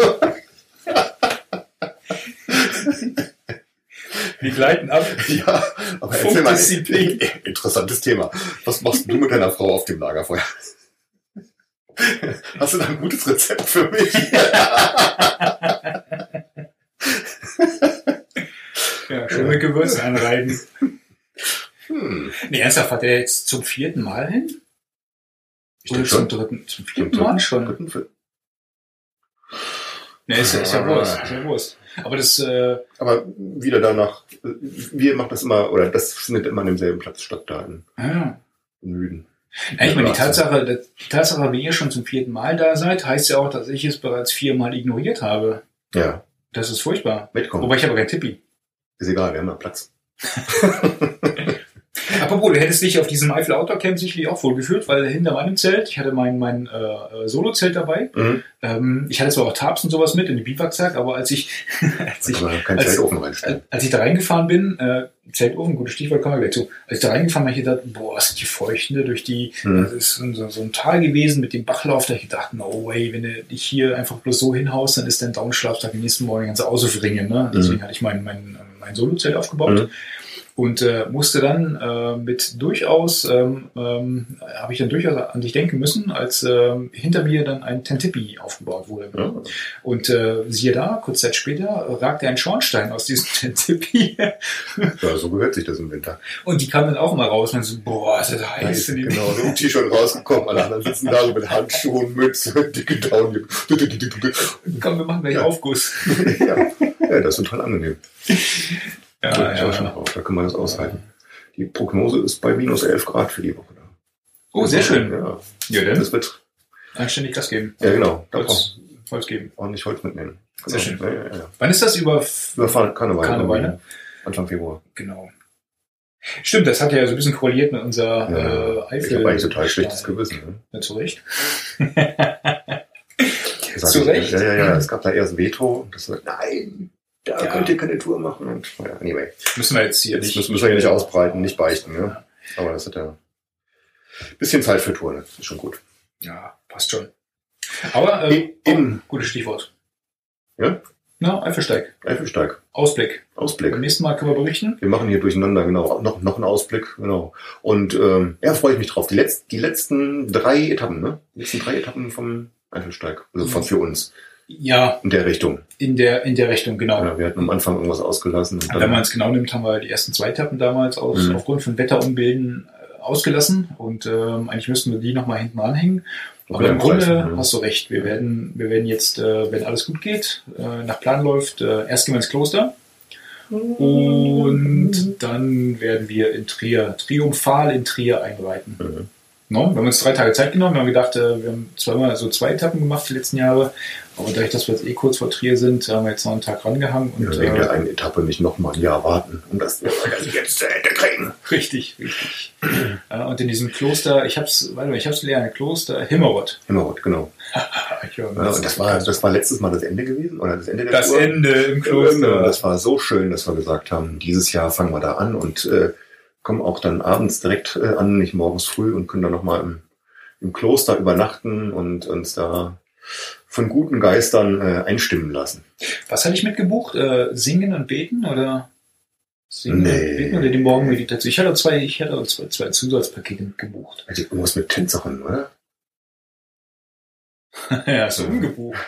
Wir gleiten ab. Ja, aber erzähl mal, interessantes Thema. Was machst du mit deiner Frau auf dem Lagerfeuer? Hast du da ein gutes Rezept für mich? Ja, schön mit Gewürzen anreiben. Nee, ernsthaft, hat er jetzt zum 4. Mal hin? Oder zum 4. Mal schon? Nee, ist ja Wurst. Aber das... Aber wieder danach, wir machen das immer, oder das findet immer an demselben Platz statt, da in Müden. Ja, ich meine, die Tatsache, wie ihr schon zum 4. Mal da seid, heißt ja auch, dass ich es bereits 4 Mal ignoriert habe. Ja. Das ist furchtbar. Mitkommen. Wobei ich habe kein Tippi. Ist egal, wir haben da Platz. Apropos, du hättest dich auf diesem Eifel Outdoor Camp sicherlich auch wohlgefühlt, weil hinter meinem Zelt, ich hatte mein Solo-Zelt dabei. Ich hatte zwar auch Tarps und sowas mit in den Biwaksack, aber als ich da reingefahren bin, Zeltofen, gutes Stichwort, kommen wir gleich zu. Als ich da reingefahren bin, habe ich gedacht, boah, sind die Feuchtende durch die, das ist so ein Tal gewesen mit dem Bachlauf, da habe ich gedacht, no way, wenn du dich hier einfach bloß so hinhaust, dann ist dein Downschlafsack den nächsten Morgen ganz auszuringen, ne? Deswegen hatte ich mein Solo-Zelt aufgebaut. Und musste dann mit durchaus, habe ich dann durchaus an dich denken müssen, als hinter mir dann ein Tentipi aufgebaut wurde. Ja. Und siehe da, kurz Zeit später ragte ein Schornstein aus diesem Tentipi. Ja, so gehört sich das im Winter. Und die kamen dann auch mal raus und so, boah, ist das heiß. Genau, so im T-Shirt rausgekommen, alle anderen sitzen da so mit Handschuhen, Mütze, dicke Down. Komm, wir machen gleich Aufguss. Ja, das ist total angenehm. Ja, da kann man das aushalten. Die Prognose ist bei minus 11 Grad für die Woche. Oh, sehr schön. Ja, dann das wird anständig Gas geben. Ja, genau. Holz geben. Ordentlich Holz mitnehmen. Sehr schön. Ja. Wann ist das? Über Karneval, ne? Anfang Februar. Genau. Stimmt, das hat ja so ein bisschen korreliert mit unserer Eifel. Ich habe eigentlich total schlechtes Gewissen. Ne? Ja, zu Recht. Zu Recht? Ja. Es gab da erst Veto und das sagt, nein. Da könnt ihr keine Tour machen. Und anyway. Müssen wir jetzt hier nicht. Müssen wir nicht ausbreiten, nicht beichten. Ne? Aber das hat ja ein bisschen Zeit für Tour. Ne? Ist schon gut. Ja, passt schon. Aber gutes Stichwort. Ja? Na, Eifelsteig. Ausblick. Beim nächsten Mal können wir berichten. Wir machen hier durcheinander, genau. Noch einen Ausblick, genau. Und freue ich mich drauf. Die letzten 3 Etappen, ne? Die letzten 3 Etappen vom Eifelsteig. Also für uns. Ja. In der Richtung. In der Richtung, genau. Ja, wir hatten am Anfang irgendwas ausgelassen. Und wenn man es genau nimmt, haben wir die ersten 2 Etappen damals aufgrund von Wetterunbilden ausgelassen. Und eigentlich müssten wir die nochmal hinten anhängen. Aber im Grunde hast du recht. Wir werden jetzt, wenn alles gut geht, nach Plan läuft, erst gehen wir ins Kloster. Und dann werden wir triumphal in Trier einreiten. No, wir haben uns 3 Tage Zeit genommen. Wir haben gedacht, wir haben zweimal so 2 Etappen gemacht die letzten Jahre. Aber dadurch, dass wir jetzt kurz vor Trier sind, haben wir jetzt noch einen Tag rangehangen. Und wegen der einen Etappe nicht nochmal ein Jahr warten, um das jetzt zu Ende kriegen. Richtig. Und in diesem Kloster, ich hab's gelernt, Kloster Himmerod, genau. Und das war letztes Mal das Ende gewesen? Oder das Ende der Tour? Ende im Kloster. Das war so schön, dass wir gesagt haben, dieses Jahr fangen wir da an und kommen auch dann abends direkt an, nicht morgens früh und können dann nochmal im Kloster übernachten und uns da von guten Geistern einstimmen lassen. Was hatte ich mitgebucht? Singen und beten oder und beten oder die Morgenmeditation? Ich hatte zwei Zusatzpakete gebucht. Also irgendwas mit Tänzerin, oder? Ja, so umgebucht.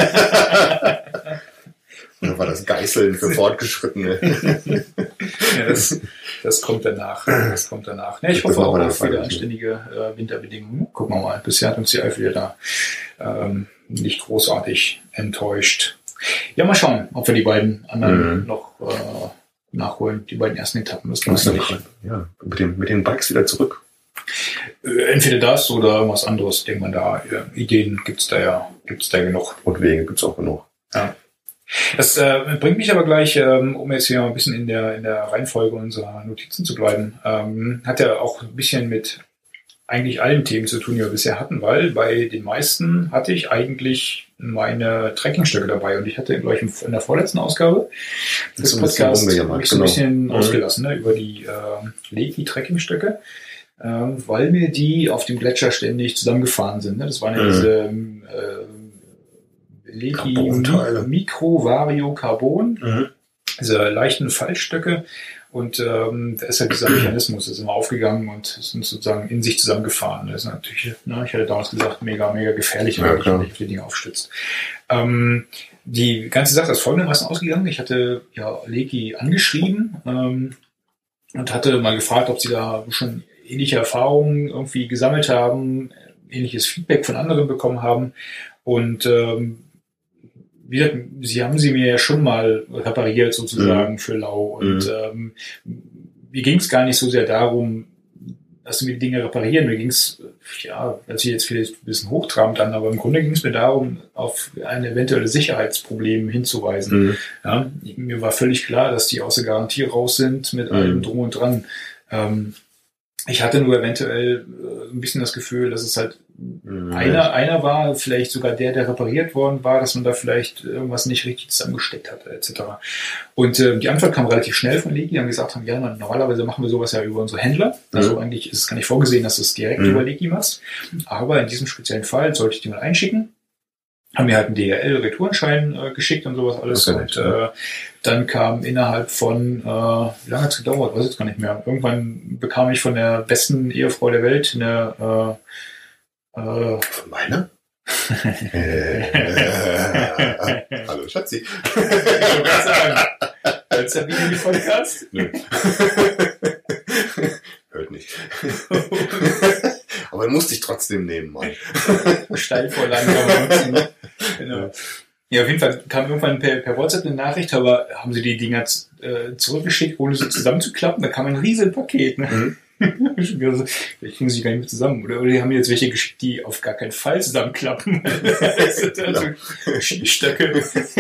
Oder war das Geißeln für Fortgeschrittene? Ja, das kommt danach. Ja, ich hoffe auch auf viele anständige Winterbedingungen. Gucken wir mal. Bisher hat uns die Eifel da nicht großartig enttäuscht. Ja, mal schauen, ob wir die beiden anderen noch nachholen. Die beiden ersten Etappen müssen wir ja, mit den Bikes wieder zurück. Entweder das oder irgendwas anderes, denkt man da. Ideen gibt's da genug. Und Wege gibt's auch genug. Ja. Das bringt mich aber gleich, um jetzt hier ein bisschen in der Reihenfolge unserer Notizen zu bleiben, hat ja auch ein bisschen mit eigentlich allen Themen zu tun, die wir bisher hatten, weil bei den meisten hatte ich eigentlich meine Trekkingstöcke dabei und ich hatte, glaube ich, in der vorletzten Ausgabe des Podcasts mich so ein bisschen ausgelassen, ne, über die Leki-Trekkingstöcke, weil mir die auf dem Gletscher ständig zusammengefahren sind. Ne? Das waren ja diese Leki Micro Vario Carbon, diese leichten Fallstöcke. Und da ist halt dieser Mechanismus, ist immer aufgegangen und sind sozusagen in sich zusammengefahren. Das ist natürlich, ne, ich hatte damals gesagt, mega, mega gefährlich, wenn man sich auf die Dinge aufstützt. Die ganze Sache ist folgendermaßen ausgegangen. Ich hatte ja Leki angeschrieben und hatte mal gefragt, ob sie da schon ähnliche Erfahrungen irgendwie gesammelt haben, ähnliches Feedback von anderen bekommen haben. Und wie gesagt, sie haben sie mir ja schon mal repariert sozusagen für Lau und mir ging es gar nicht so sehr darum, dass sie mir die Dinge reparieren. Mir ging es, ja, also jetzt vielleicht ein bisschen hochtrabend an, aber im Grunde ging es mir darum, auf ein eventuelles Sicherheitsproblem hinzuweisen. Ja, mir war völlig klar, dass die außer Garantie raus sind mit allem Drum und Dran. Ich hatte nur eventuell ein bisschen das Gefühl, dass es halt einer war, vielleicht sogar der repariert worden war, dass man da vielleicht irgendwas nicht richtig zusammengesteckt hatte, etc. Und die Antwort kam relativ schnell von Leki, die haben gesagt haben, ja, normalerweise machen wir sowas ja über unsere Händler. Also eigentlich ist es gar nicht vorgesehen, dass du es direkt über Leki machst. Aber in diesem speziellen Fall sollte ich die mal einschicken. Haben mir halt einen DHL-Retourenschein geschickt und sowas alles. Und dann kam innerhalb von, wie lange hat es gedauert, weiß ich jetzt gar nicht mehr. Irgendwann bekam ich von der besten Ehefrau der Welt eine von meiner? Hallo Schatzi. Ich wollte gerade sagen, hörst du wieder die Podcast? Nö. Hört nicht. Aber musste ich trotzdem nehmen, Mann. Steilvorlagen kann man nutzen. Genau. Ja, auf jeden Fall kam irgendwann per WhatsApp eine Nachricht, aber haben sie die Dinger zurückgeschickt, ohne sie zusammenzuklappen. Da kam ein riesen Paket. Ne? Vielleicht kriegen sie gar nicht mehr zusammen. Oder die haben jetzt welche geschickt, die auf gar keinen Fall zusammenklappen. Das sind also Skistöcke.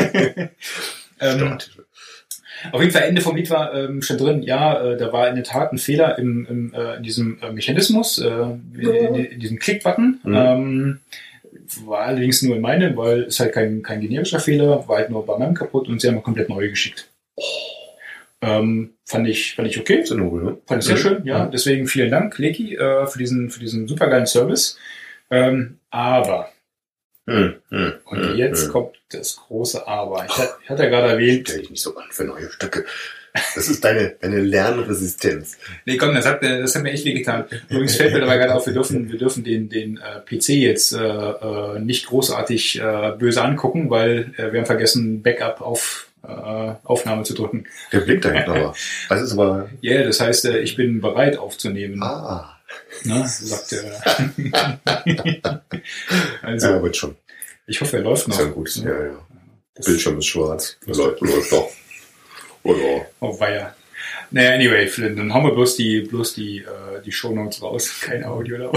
Auf jeden Fall, Ende vom Lied war schon drin, ja, da war in der Tat ein Fehler in diesem Mechanismus, in diesem Klick-Button. War allerdings nur in meinem, weil es halt kein generischer Fehler, war halt nur bei meinem kaputt und sie haben komplett neu geschickt. Fand ich okay. Ist nobel, ne? Fand ich sehr schön, ja. Deswegen vielen Dank, Leki, für diesen supergeilen Service. Aber und jetzt kommt das große Aber. Ich hatte ja gerade erwähnt. Stell dich nicht so an für neue Stücke. Das ist deine Lernresistenz. Nee, komm, das hat mir echt wehgetan. Übrigens fällt mir dabei gerade auf, wir dürfen den PC jetzt nicht großartig böse angucken, weil wir haben vergessen, Backup auf Aufnahme zu drücken. Der blinkt da hinten aber. Das ist aber. Ja, yeah, das heißt, ich bin bereit aufzunehmen. Ah. Ne, sagt er. Also, ja, wird schon. Ich hoffe, er läuft noch. Ist ja gut, ja. Das Bildschirm ist schwarz. Läuft doch. Oder? Oh, weia. Naja, anyway, Flynn, dann hauen wir bloß die Shownotes raus. Kein Audio dabei.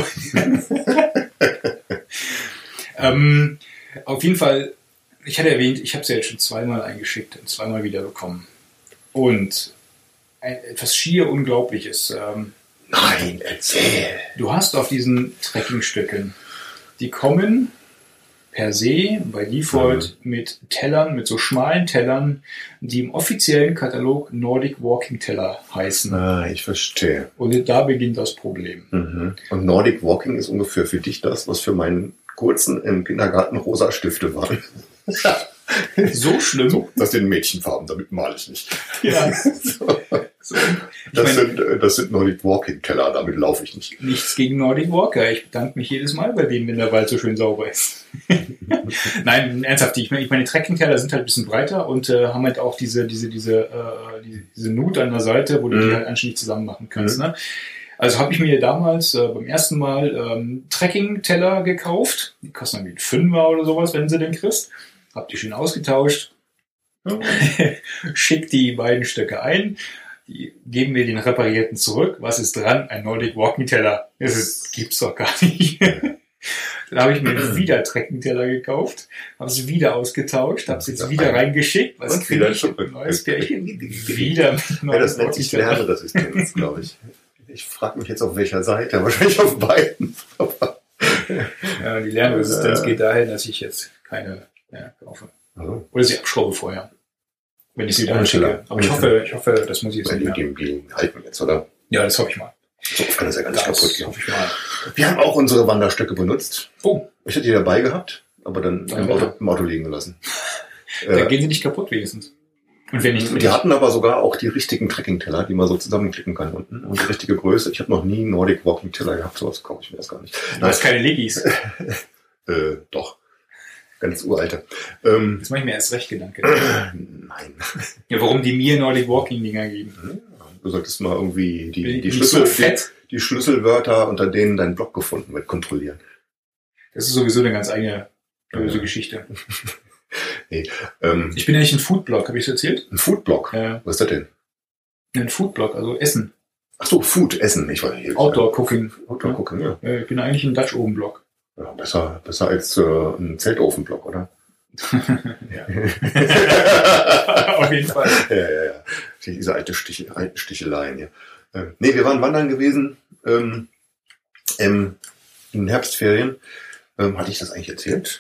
Auf jeden Fall, ich hatte erwähnt, ich habe es ja jetzt schon zweimal eingeschickt und zweimal wieder bekommen. Und etwas schier Unglaubliches. Nein, erzähl. Du hast auf diesen Trekkingstücken, die kommen per se bei Default mit Tellern, mit so schmalen Tellern, die im offiziellen Katalog Nordic Walking Teller heißen. Ah, ich verstehe. Und da beginnt das Problem. Und Nordic Walking ist ungefähr für dich das, was für meinen kurzen im Kindergarten rosa Stifte waren. So schlimm? So, das sind Mädchenfarben, damit male ich nicht. Ja. So. Das sind Nordic Walking Teller, damit laufe ich nicht. Nichts gegen Nordic Walker. Ich bedanke mich jedes Mal bei denen, wenn der Wald so schön sauber ist. Nein, ernsthaft. Ich meine, Trekking-Teller sind halt ein bisschen breiter und haben halt auch diese Nut an der Seite, wo du die halt anständig zusammen machen kannst. Ne? Also habe ich mir damals beim ersten Mal Trekking-Teller gekauft. Die kosten irgendwie einen $5 oder sowas, wenn sie den kriegst. Hab die schön ausgetauscht. Schick die beiden Stücke ein. Die geben mir den reparierten zurück. Was ist dran? Ein Nordic Walking Teller. Das gibt's doch gar nicht. Dann habe ich mir wieder Treckingteller gekauft, habe es wieder ausgetauscht, habe es jetzt wieder reingeschickt. Was kriege ich? Ein neues Pärchen? Wieder mit Ja, das nennt sich Lernresistenz, glaube ich. Ich frage mich jetzt auf welcher Seite, wahrscheinlich auf beiden. Ja, die Lernresistenz geht dahin, dass ich jetzt keine mehr kaufe. Also. Oder sie abschraube vorher. Wenn ich sie dann schicke. Aber ich hoffe, das muss ich jetzt nicht mehr. Die halten jetzt, oder? Ja, das hoffe ich mal. So oft kann das ja gar nicht kaputt gehen. Hoffe ich mal. Wir haben auch unsere Wanderstöcke benutzt. Oh. Ich hätte die dabei gehabt, aber dann im Auto liegen gelassen. Da gehen sie nicht kaputt wenigstens. Und wenn nicht, die hatten aber sogar auch die richtigen Trekkingteller, die man so zusammenklicken kann unten. Und die richtige Größe. Ich habe noch nie einen Nordic Walking Teller gehabt, sowas kaufe ich mir das gar nicht. Du hast keine Legis. Doch. Ganz uralte. Jetzt mache ich mir erst recht Gedanken. Nein. Ja, warum die mir Nordic Walking Dinger geben. Du solltest mal irgendwie die Schlüssel, Schlüsselwörter, unter denen dein Blog gefunden wird, kontrollieren. Das ist sowieso eine ganz eigene böse Geschichte. Nee, ich bin eigentlich ein Foodblog, habe ich es erzählt? Ein Foodblog? Ja. Was ist das denn? Ein Foodblog, also Essen. Ach so, Food, Essen. Ich war hier. Outdoor Cooking. Outdoor Cooking, ja. Ich bin eigentlich ein Dutch Oven Blog. Ja, besser als ein Zeltofen-Blog, oder? Ja. Auf jeden Fall. Ja. Diese alten Sticheleien hier. Nee, wir waren wandern gewesen in den Herbstferien. Hatte ich das eigentlich erzählt?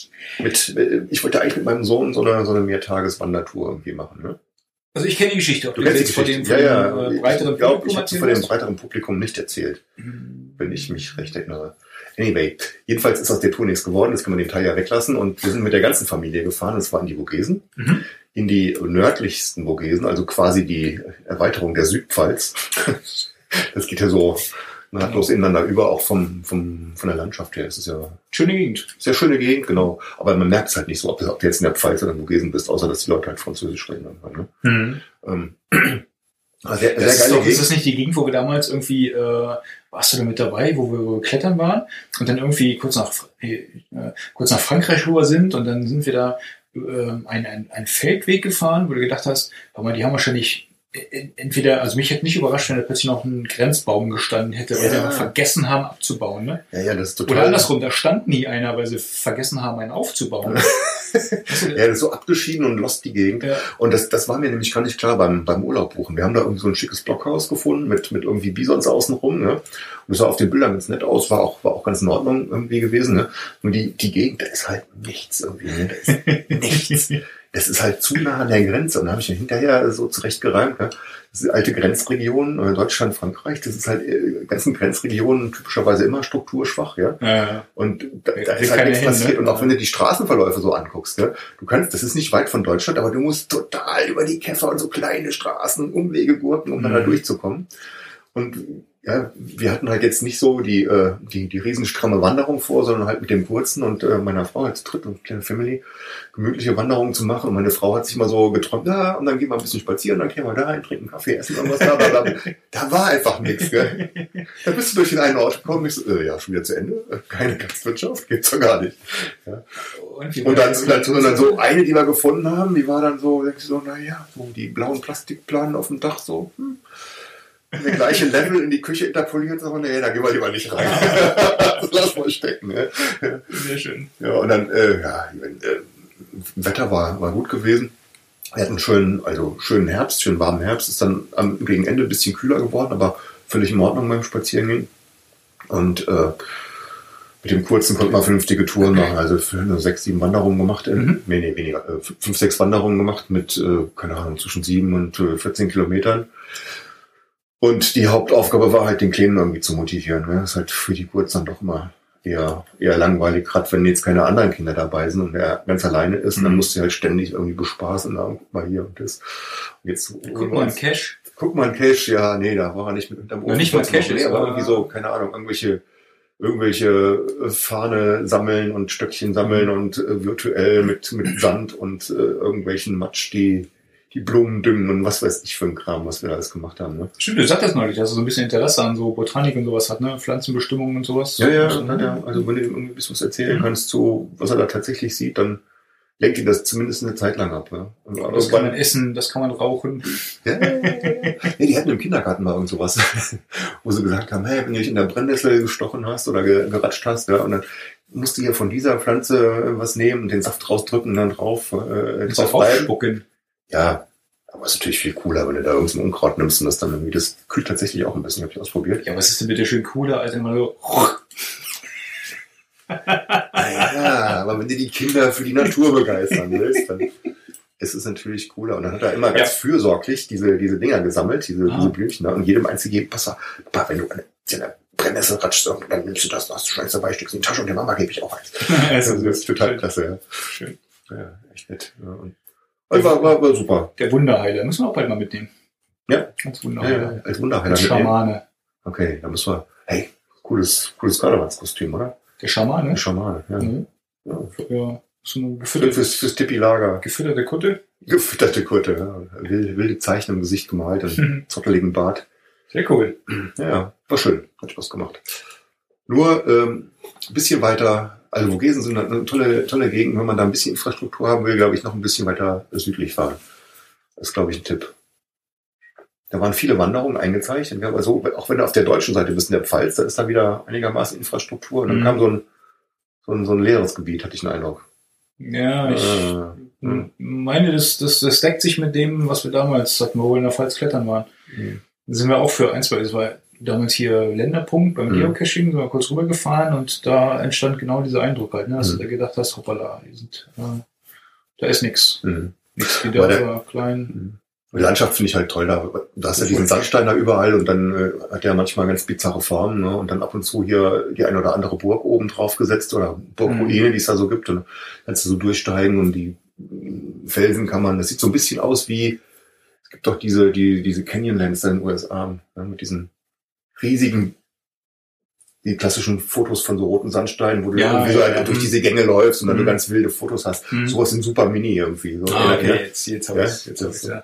Ich wollte eigentlich mit meinem Sohn so eine Mehrtages-Wandertour irgendwie machen, ne? Also ich kenne die Geschichte. Du kennst die Geschichte. Breiteren Publikum. Ich habe sie vor dem breiteren Publikum nicht erzählt, wenn ich mich recht erinnere. Anyway, jedenfalls ist aus der Tour nichts geworden. Das kann man den Teil ja weglassen. Und wir sind mit der ganzen Familie gefahren. Das war in die Vogesen. In die nördlichsten Vogesen, also quasi die Erweiterung der Südpfalz. Das geht ja so nahtlos ineinander über, auch von der Landschaft her. Es ist ja schöne Gegend. Sehr schöne Gegend, genau. Aber man merkt es halt nicht so, ob du jetzt in der Pfalz oder in Vogesen bist, außer dass die Leute halt Französisch reden. Ne? Sehr geile Gegend. Ist das nicht die Gegend, wo wir damals irgendwie, warst du da mit dabei, wo wir klettern waren und dann irgendwie kurz nach Frankreich rüber sind und dann sind wir da einen Feldweg gefahren, wo du gedacht hast, die haben wahrscheinlich entweder, also mich hätte nicht überrascht, wenn da plötzlich noch ein Grenzbaum gestanden hätte, weil sie einfach vergessen haben abzubauen. Ne? Ja, das ist total. Oder andersrum, da stand nie einer, weil sie vergessen haben, einen aufzubauen. Ja, das ist so abgeschieden und lost die Gegend. Ja. Und das war mir nämlich gar nicht klar beim Urlaub buchen. Wir haben da irgendwie so ein schickes Blockhaus gefunden mit irgendwie Bisons außenrum. Ne? Und das sah auf den Bildern ganz nett aus, war auch ganz in Ordnung irgendwie gewesen. Ne? Nur die Gegend, da ist halt nichts irgendwie. Ne? Da ist nichts. Das ist halt zu nah an der Grenze. Und da habe ich mir hinterher so zurechtgereimt. Ne? Das ist alte Grenzregion, Deutschland, Frankreich. Das ist halt ganzen Grenzregionen typischerweise immer strukturschwach. Ja. Und da ist halt nichts passiert. Ne? Und auch wenn du die Straßenverläufe so anguckst, ne? Das ist nicht weit von Deutschland, aber du musst total über die Käfer und so kleine Straßen und Umwege gurken, um dann da durchzukommen. Und ja, wir hatten halt jetzt nicht so die riesenstramme Wanderung vor, sondern halt mit dem kurzen und meiner Frau als dritt und kleine Family gemütliche Wanderungen zu machen. Und meine Frau hat sich mal so geträumt, ja, und dann gehen wir ein bisschen spazieren, dann gehen wir da rein, trinken Kaffee, essen irgendwas da, bla, bla. Da war einfach nichts, gell? Da bist du durch den einen Ort gekommen, ich so, ja, schon wieder zu Ende, keine Gastwirtschaft, geht's doch gar nicht. Ja. Und dann so eine, die wir gefunden haben, die war dann so, naja, so die blauen Plastikplanen auf dem Dach so, der gleiche Level in die Küche interpoliert, aber nee, da gehen wir lieber nicht rein. Lass mal stecken. Ne? Sehr schön. Ja, und dann, Wetter war gut gewesen. Wir hatten schönen Herbst, schön warmen Herbst. Ist dann gegen Ende ein bisschen kühler geworden, aber völlig in Ordnung beim Spazierengehen. Und mit dem kurzen konnte man vernünftige Touren machen. Also 6, 7 Wanderungen gemacht. Weniger. 5, 6 Wanderungen gemacht mit, keine Ahnung, zwischen 7 und 14 Kilometern. Und die Hauptaufgabe war halt, den Kleinen irgendwie zu motivieren. Ne? Das ist halt für die Kurz dann doch immer eher langweilig, gerade wenn jetzt keine anderen Kinder dabei sind und er ganz alleine ist, dann musst du halt ständig irgendwie bespaßen, guck mal hier und das. Und jetzt guck mal ein Cash. Guck mal ein Cash, ja, nee, da war er nicht mit unterm Ofen. Nicht mal Cash, nee, aber irgendwie so, keine Ahnung, irgendwelche Fahne sammeln und Stöckchen sammeln und virtuell mit Sand und irgendwelchen Matsch, die Blumen düngen und was weiß ich für ein Kram, was wir da alles gemacht haben. Ne? Stimmt, du sagtest neulich, dass du so ein bisschen Interesse an so Botanik und sowas hat, ne? Pflanzenbestimmung und sowas. Ja. Also wenn du ihm irgendwie ein bisschen was erzählen kannst, so was er da tatsächlich sieht, dann lenkt ihn das zumindest eine Zeit lang ab. Ja. Aber das kann man essen, das kann man rauchen. Ja. Nee, die hatten im Kindergarten mal irgend sowas, wo sie gesagt haben, hey, wenn du dich in der Brennnessel gestochen hast oder geratscht hast, ja, und dann musst du hier von dieser Pflanze was nehmen und den Saft rausdrücken und dann drauf spucken. Ja, aber es ist natürlich viel cooler, wenn du da irgendein Unkraut nimmst und das dann irgendwie, das kühlt tatsächlich auch ein bisschen, habe ich ausprobiert. Ja, was ist denn bitte schön cooler, als immer so... Naja, aber wenn du die Kinder für die Natur begeistern willst, dann ist es natürlich cooler. Und dann hat er immer ganz fürsorglich diese Dinger gesammelt, diese Blümchen, und jedem einzeln gegeben, pass auf, Papa, wenn du eine Brennnessel ratschst, dann nimmst du das, hast du schon eins dabei, steckst in die Tasche und der Mama gebe ich auch eins. Das ist total klasse, ja. Schön. Ja, echt nett. Ja, und war super. Der Wunderheiler, müssen wir auch bald mal mitnehmen. Ja. Als Wunderheiler. Ja, als Wunderheiler. Als Schamane. Okay, da müssen wir, hey, cooles Karnevalskostüm, oder? Der Schamane? Der Schamane, ja. Mhm. Ja. Ja, so eine gefütterte, fürs Tippi-Lager. Gefütterte Kutte? Gefütterte Kutte, ja. Wilde Zeichen im Gesicht gemalt, einen zotteligen Bart. Sehr cool. Ja, war schön. Hat Spaß gemacht. Nur ein bisschen weiter, also Vogesen sind eine tolle Gegend. Wenn man da ein bisschen Infrastruktur haben will, glaube ich, noch ein bisschen weiter südlich fahren. Das ist, glaube ich, ein Tipp. Da waren viele Wanderungen eingezeichnet. Also, auch wenn du auf der deutschen Seite bist, in der Pfalz, da ist da wieder einigermaßen Infrastruktur. Und dann kam so ein leeres Gebiet, hatte ich den Eindruck. Ja, ich meine, das deckt sich mit dem, was wir damals hatten, wo wir in der Pfalz klettern waren. Da sind wir auch für es war damals hier Länderpunkt beim Geocaching, sind wir kurz rübergefahren und da entstand genau dieser Eindruck halt, ne, dass du da gedacht hast, hoppala, da ist nichts. Nichts, die Dörfer klein. Die Landschaft finde ich halt toll. Da hast du diesen Sandstein da überall und dann hat der manchmal ganz bizarre Formen, ne? Und dann ab und zu hier die eine oder andere Burg oben drauf gesetzt oder Burgruine, die es da so gibt. Und dann kannst du so durchsteigen und die Felsen das sieht so ein bisschen aus wie, es gibt doch diese Canyonlands in den USA, ne? Mit diesen riesigen, die klassischen Fotos von so roten Sandsteinen, wo du irgendwie so durch diese Gänge läufst und dann du ganz wilde Fotos hast. Sowas in super Mini irgendwie. So. Okay, jetzt habe ich ja.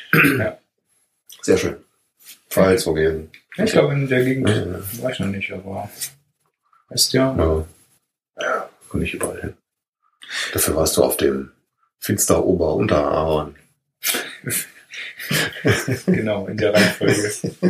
Sehr schön. Pfalz, Vogesen. Ja, ich glaube, in der Gegend war ich noch nicht, aber weißt ja. Ja, komm nicht überall hin. Dafür warst du auf dem Finster Ober-Unterahorn. Genau, in der Reihenfolge.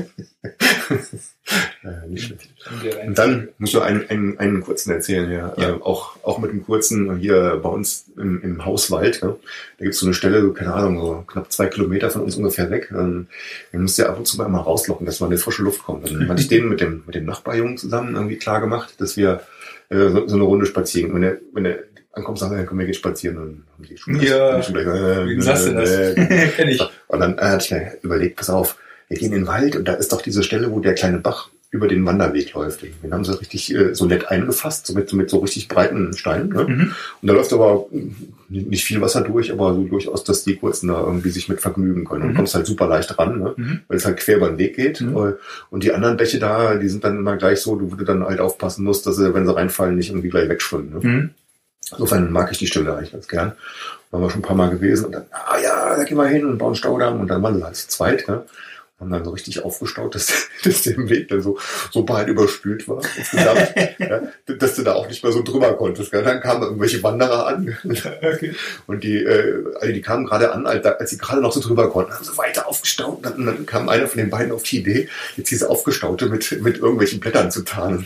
Nicht schlecht. Und dann musst du einen kurzen erzählen, ja. Auch mit einem kurzen hier bei uns im Hauswald. Ja. Da gibt's so eine Stelle, keine Ahnung, so knapp 2 Kilometer von uns ungefähr weg. Dann musst du ja ab und zu mal rauslocken, dass man in die frische Luft kommt. Dann hatte ich den mit dem Nachbarjungen zusammen irgendwie klar gemacht, dass wir so eine Runde spazieren. Wenn der ankommst, sagst du, komm, wir gehen spazieren. Und haben die schon wie sagst du das? Kenn ich. Und dann hatte ich mir überlegt, pass auf, wir gehen in den Wald und da ist doch diese Stelle, wo der kleine Bach über den Wanderweg läuft. Den haben sie richtig so nett eingefasst, so mit so richtig breiten Steinen. Ne? Und da läuft aber nicht viel Wasser durch, aber so durchaus, dass die Kurzen da irgendwie sich mit vergnügen können. Und du kommst halt super leicht ran, ne? Weil es halt quer über den Weg geht. Und die anderen Bäche da, die sind dann immer gleich so, wo du dann halt aufpassen musst, dass sie, wenn sie reinfallen, nicht irgendwie gleich wegschwimmen. Ne? Insofern mag ich die Stelle eigentlich ganz gern. Da waren wir schon ein paar Mal gewesen und dann, da gehen wir hin und bauen Staudamm und dann waren wir halt zu zweit, ja. Haben dann so richtig aufgestaut, dass der Weg dann so bald überspült war insgesamt, ja, dass du da auch nicht mehr so drüber konntest. Ja. Dann kamen irgendwelche Wanderer an und die kamen gerade an, als sie gerade noch so drüber konnten, haben sie weiter aufgestaut und dann kam einer von den beiden auf die Idee, jetzt diese Aufgestaute mit irgendwelchen Blättern zu tarnen.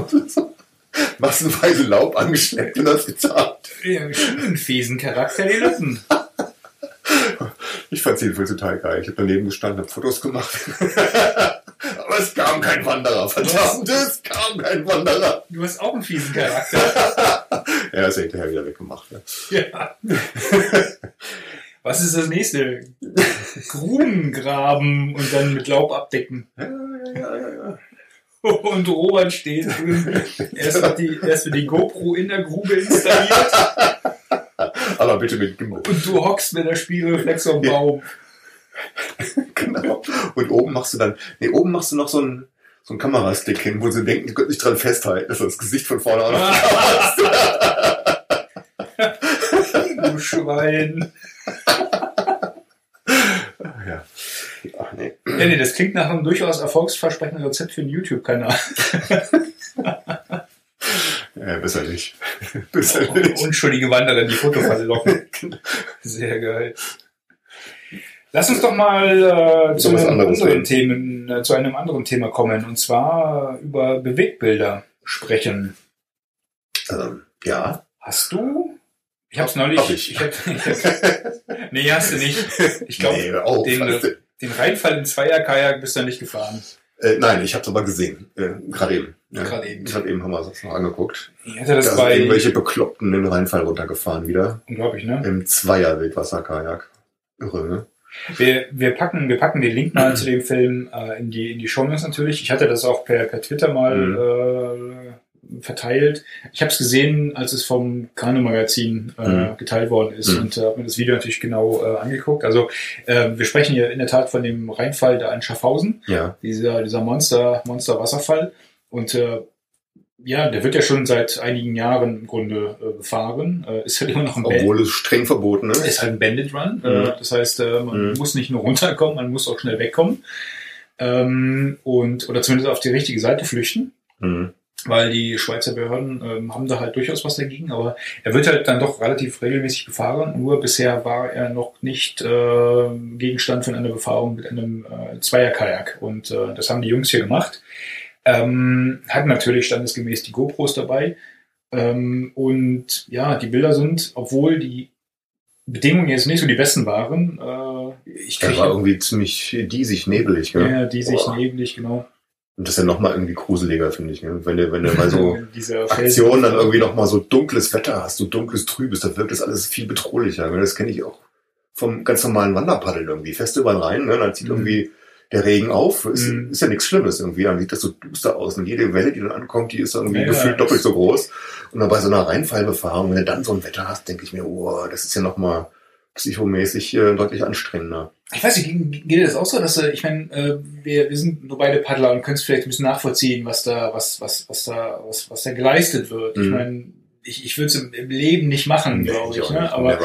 Massenweise Laub angeschleppt und das getan. Ja, schon einen fiesen Charakter, die Lippen. Ich fand es jedenfalls total geil. Ich habe daneben gestanden, habe Fotos gemacht. Aber es kam kein Wanderer. Verdammt, es kam kein Wanderer. Du hast auch einen fiesen Charakter. Ja, das ist hinterher wieder weggemacht. Ja. Was ist das nächste? Gruben graben und dann mit Laub abdecken. Ja. Und Robert steht drin. Erst wird die GoPro in der Grube installiert. Aber bitte mit Gimbal. Und du hockst mit der Spiegelreflex am Baum. Genau. Und oben machst du noch so einen Kamerastick hin, wo sie denken, die können sich dran festhalten, dass du das Gesicht von vorne auch noch hast. Du Schwein. Ja. Ach nee. Ja, nee, das klingt nach einem durchaus erfolgsversprechenden Rezept für einen YouTube-Kanal. Ja, besser nicht. Unschuldige Wanderer in die Fotofalle locken. Sehr geil. Lass uns doch mal zu einem anderen Thema kommen, und zwar über Bewegtbilder sprechen. Ja. Hast du? Ich hab's neulich. Nee, hast du nicht. Ich glaube, den Rheinfall in Zweierkajak bist du nicht gefahren. Nein, ich habe es aber gesehen. Gerade eben. Ja. Gerade eben. Gerade eben haben wir es noch angeguckt. Ich hatte das da sind irgendwelche Bekloppten den Rheinfall runtergefahren wieder. Unglaublich, ne? Im Zweier-Wildwasserkajak. Irre, ne? Wir packen den Link mal zu dem Film in die Shownotes natürlich. Ich hatte das auch per Twitter mal verteilt. Ich habe es gesehen, als es vom Kanu-Magazin geteilt worden ist und habe mir das Video natürlich genau angeguckt. Also wir sprechen hier in der Tat von dem Rheinfall da in Schaffhausen, dieser Monster-Wasserfall. Und der wird ja schon seit einigen Jahren im Grunde befahren. Ist halt immer noch ein Obwohl es streng verboten ist. Ist halt ein Bandit Run. Das heißt, man muss nicht nur runterkommen, man muss auch schnell wegkommen. Oder zumindest auf die richtige Seite flüchten. Weil die Schweizer Behörden haben da halt durchaus was dagegen. Aber er wird halt dann doch relativ regelmäßig befahren. Nur bisher war er noch nicht Gegenstand von einer Befahrung mit einem Zweierkajak. Und das haben die Jungs hier gemacht. Hatten natürlich standesgemäß die GoPros dabei. Und ja, die Bilder sind, obwohl die Bedingungen jetzt nicht so die besten waren, war irgendwie ziemlich diesig, nebelig. Gell? Ja, diesig, nebelig, genau. Und das ist ja nochmal irgendwie gruseliger, finde ich. Ne? Wenn du mal so Aktionen dann irgendwie nochmal so dunkles Wetter hast, so dunkles, trübes, da wirkt das alles viel bedrohlicher. Das kenne ich auch vom ganz normalen Wanderpaddeln irgendwie. Fest über den Rhein, ne? Dann zieht irgendwie der Regen auf, ist ja nichts Schlimmes irgendwie, dann sieht das so duster aus und jede Welle, die dann ankommt, die ist irgendwie gefühlt doppelt so groß. Und dann bei so einer Rheinfallbefahrung, wenn du dann so ein Wetter hast, denke ich mir, das ist ja nochmal psychomäßig deutlich anstrengender. Ich weiß nicht, geht dir das auch so, dass ich meine, wir sind nur beide Paddler und können es vielleicht ein bisschen nachvollziehen, was da geleistet wird. Ich meine, ich würde es im Leben nicht machen, glaube ich, ne? Aber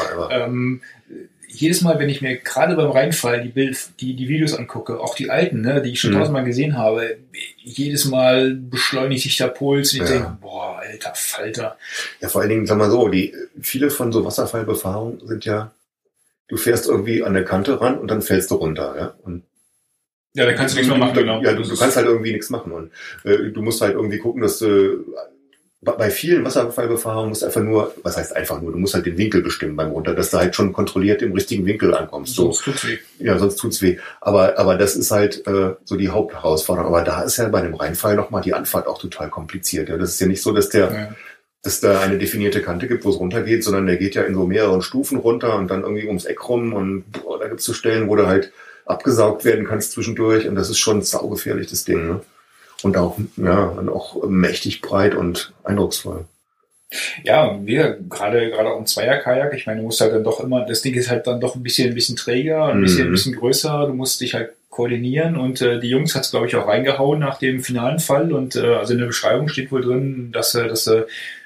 jedes Mal, wenn ich mir gerade beim Rheinfall die Videos angucke, auch die alten, ne, die ich schon tausendmal gesehen habe, jedes Mal beschleunigt sich der Puls und ich denke, boah, alter Falter. Ja, vor allen Dingen, sag mal so, viele von so Wasserfallbefahrungen sind ja, du fährst irgendwie an der Kante ran und dann fällst du runter, ja. Und ja, da kannst du nichts mehr machen, genau. Ja, du kannst halt irgendwie nichts machen und du musst halt irgendwie gucken, dass du bei vielen Wasserfallbefahrungen musst du einfach nur, was heißt einfach nur, du musst halt den Winkel bestimmen beim Runter, dass du halt schon kontrolliert im richtigen Winkel ankommst. Sonst tut's weh. Ja, sonst tut's weh. Aber das ist halt so die Hauptherausforderung. Aber da ist ja bei dem Rheinfall nochmal die Anfahrt auch total kompliziert. Ja, das ist ja nicht so, dass da eine definierte Kante gibt, wo es runtergeht, sondern der geht ja in so mehreren Stufen runter und dann irgendwie ums Eck rum und da gibt's so Stellen, wo du halt abgesaugt werden kannst zwischendurch und das ist schon saugefährlich, das Ding, ne? Und auch mächtig breit und eindrucksvoll. Ja, gerade auch im Zweierkajak, ich meine, du musst halt dann doch immer, das Ding ist halt dann doch ein bisschen träger, ein bisschen größer, du musst dich halt koordinieren und die Jungs hat's, glaube ich, auch reingehauen nach dem finalen Fall und also in der Beschreibung steht wohl drin, dass sie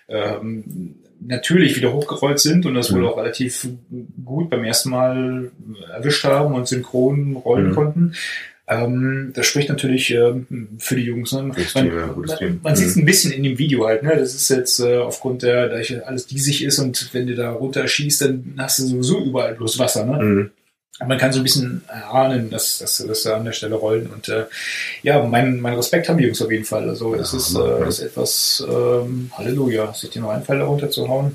natürlich wieder hochgerollt sind und das wohl auch relativ gut beim ersten Mal erwischt haben und synchron rollen konnten. Das spricht natürlich für die Jungs. Ne? Man sieht es ein bisschen in dem Video halt. Ne? Das ist jetzt aufgrund da alles diesig ist und wenn du da runter schießt, dann hast du sowieso überall bloß Wasser. Ne? Man kann so ein bisschen erahnen, dass da an der Stelle rollen. Und mein Respekt haben die Jungs auf jeden Fall. Also es ist etwas Halleluja, sich den Rheinfall da runterzuhauen.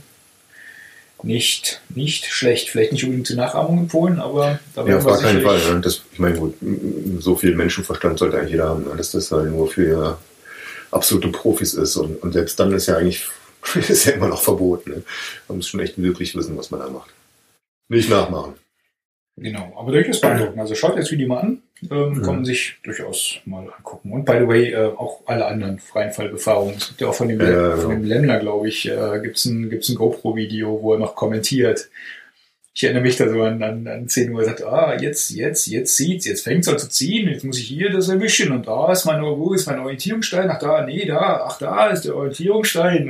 Nicht schlecht. Vielleicht nicht unbedingt zur Nachahmung empfohlen, aber da werden wir auf keinen Fall. Ne? Ich meine, gut, so viel Menschenverstand sollte eigentlich jeder haben, ne? Dass das halt nur für absolute Profis ist. Und selbst dann ist ja eigentlich ist ja immer noch verboten. Ne? Man muss schon echt wirklich wissen, was man da macht. Nicht nachmachen. Genau, aber durchaus beeindruckend. Also schaut das Video mal an, kann man sich durchaus mal angucken. Und by the way, auch alle anderen Rheinfallbefahrungen. Es gibt ja auch von dem Lemmler, glaube ich, gibt's ein GoPro-Video, wo er noch kommentiert. Ich erinnere mich da so an 10 Uhr, er sagt, jetzt zieht's, jetzt fängt's an zu ziehen, jetzt muss ich hier das erwischen und wo ist mein Orientierungsstein? Da ist der Orientierungsstein.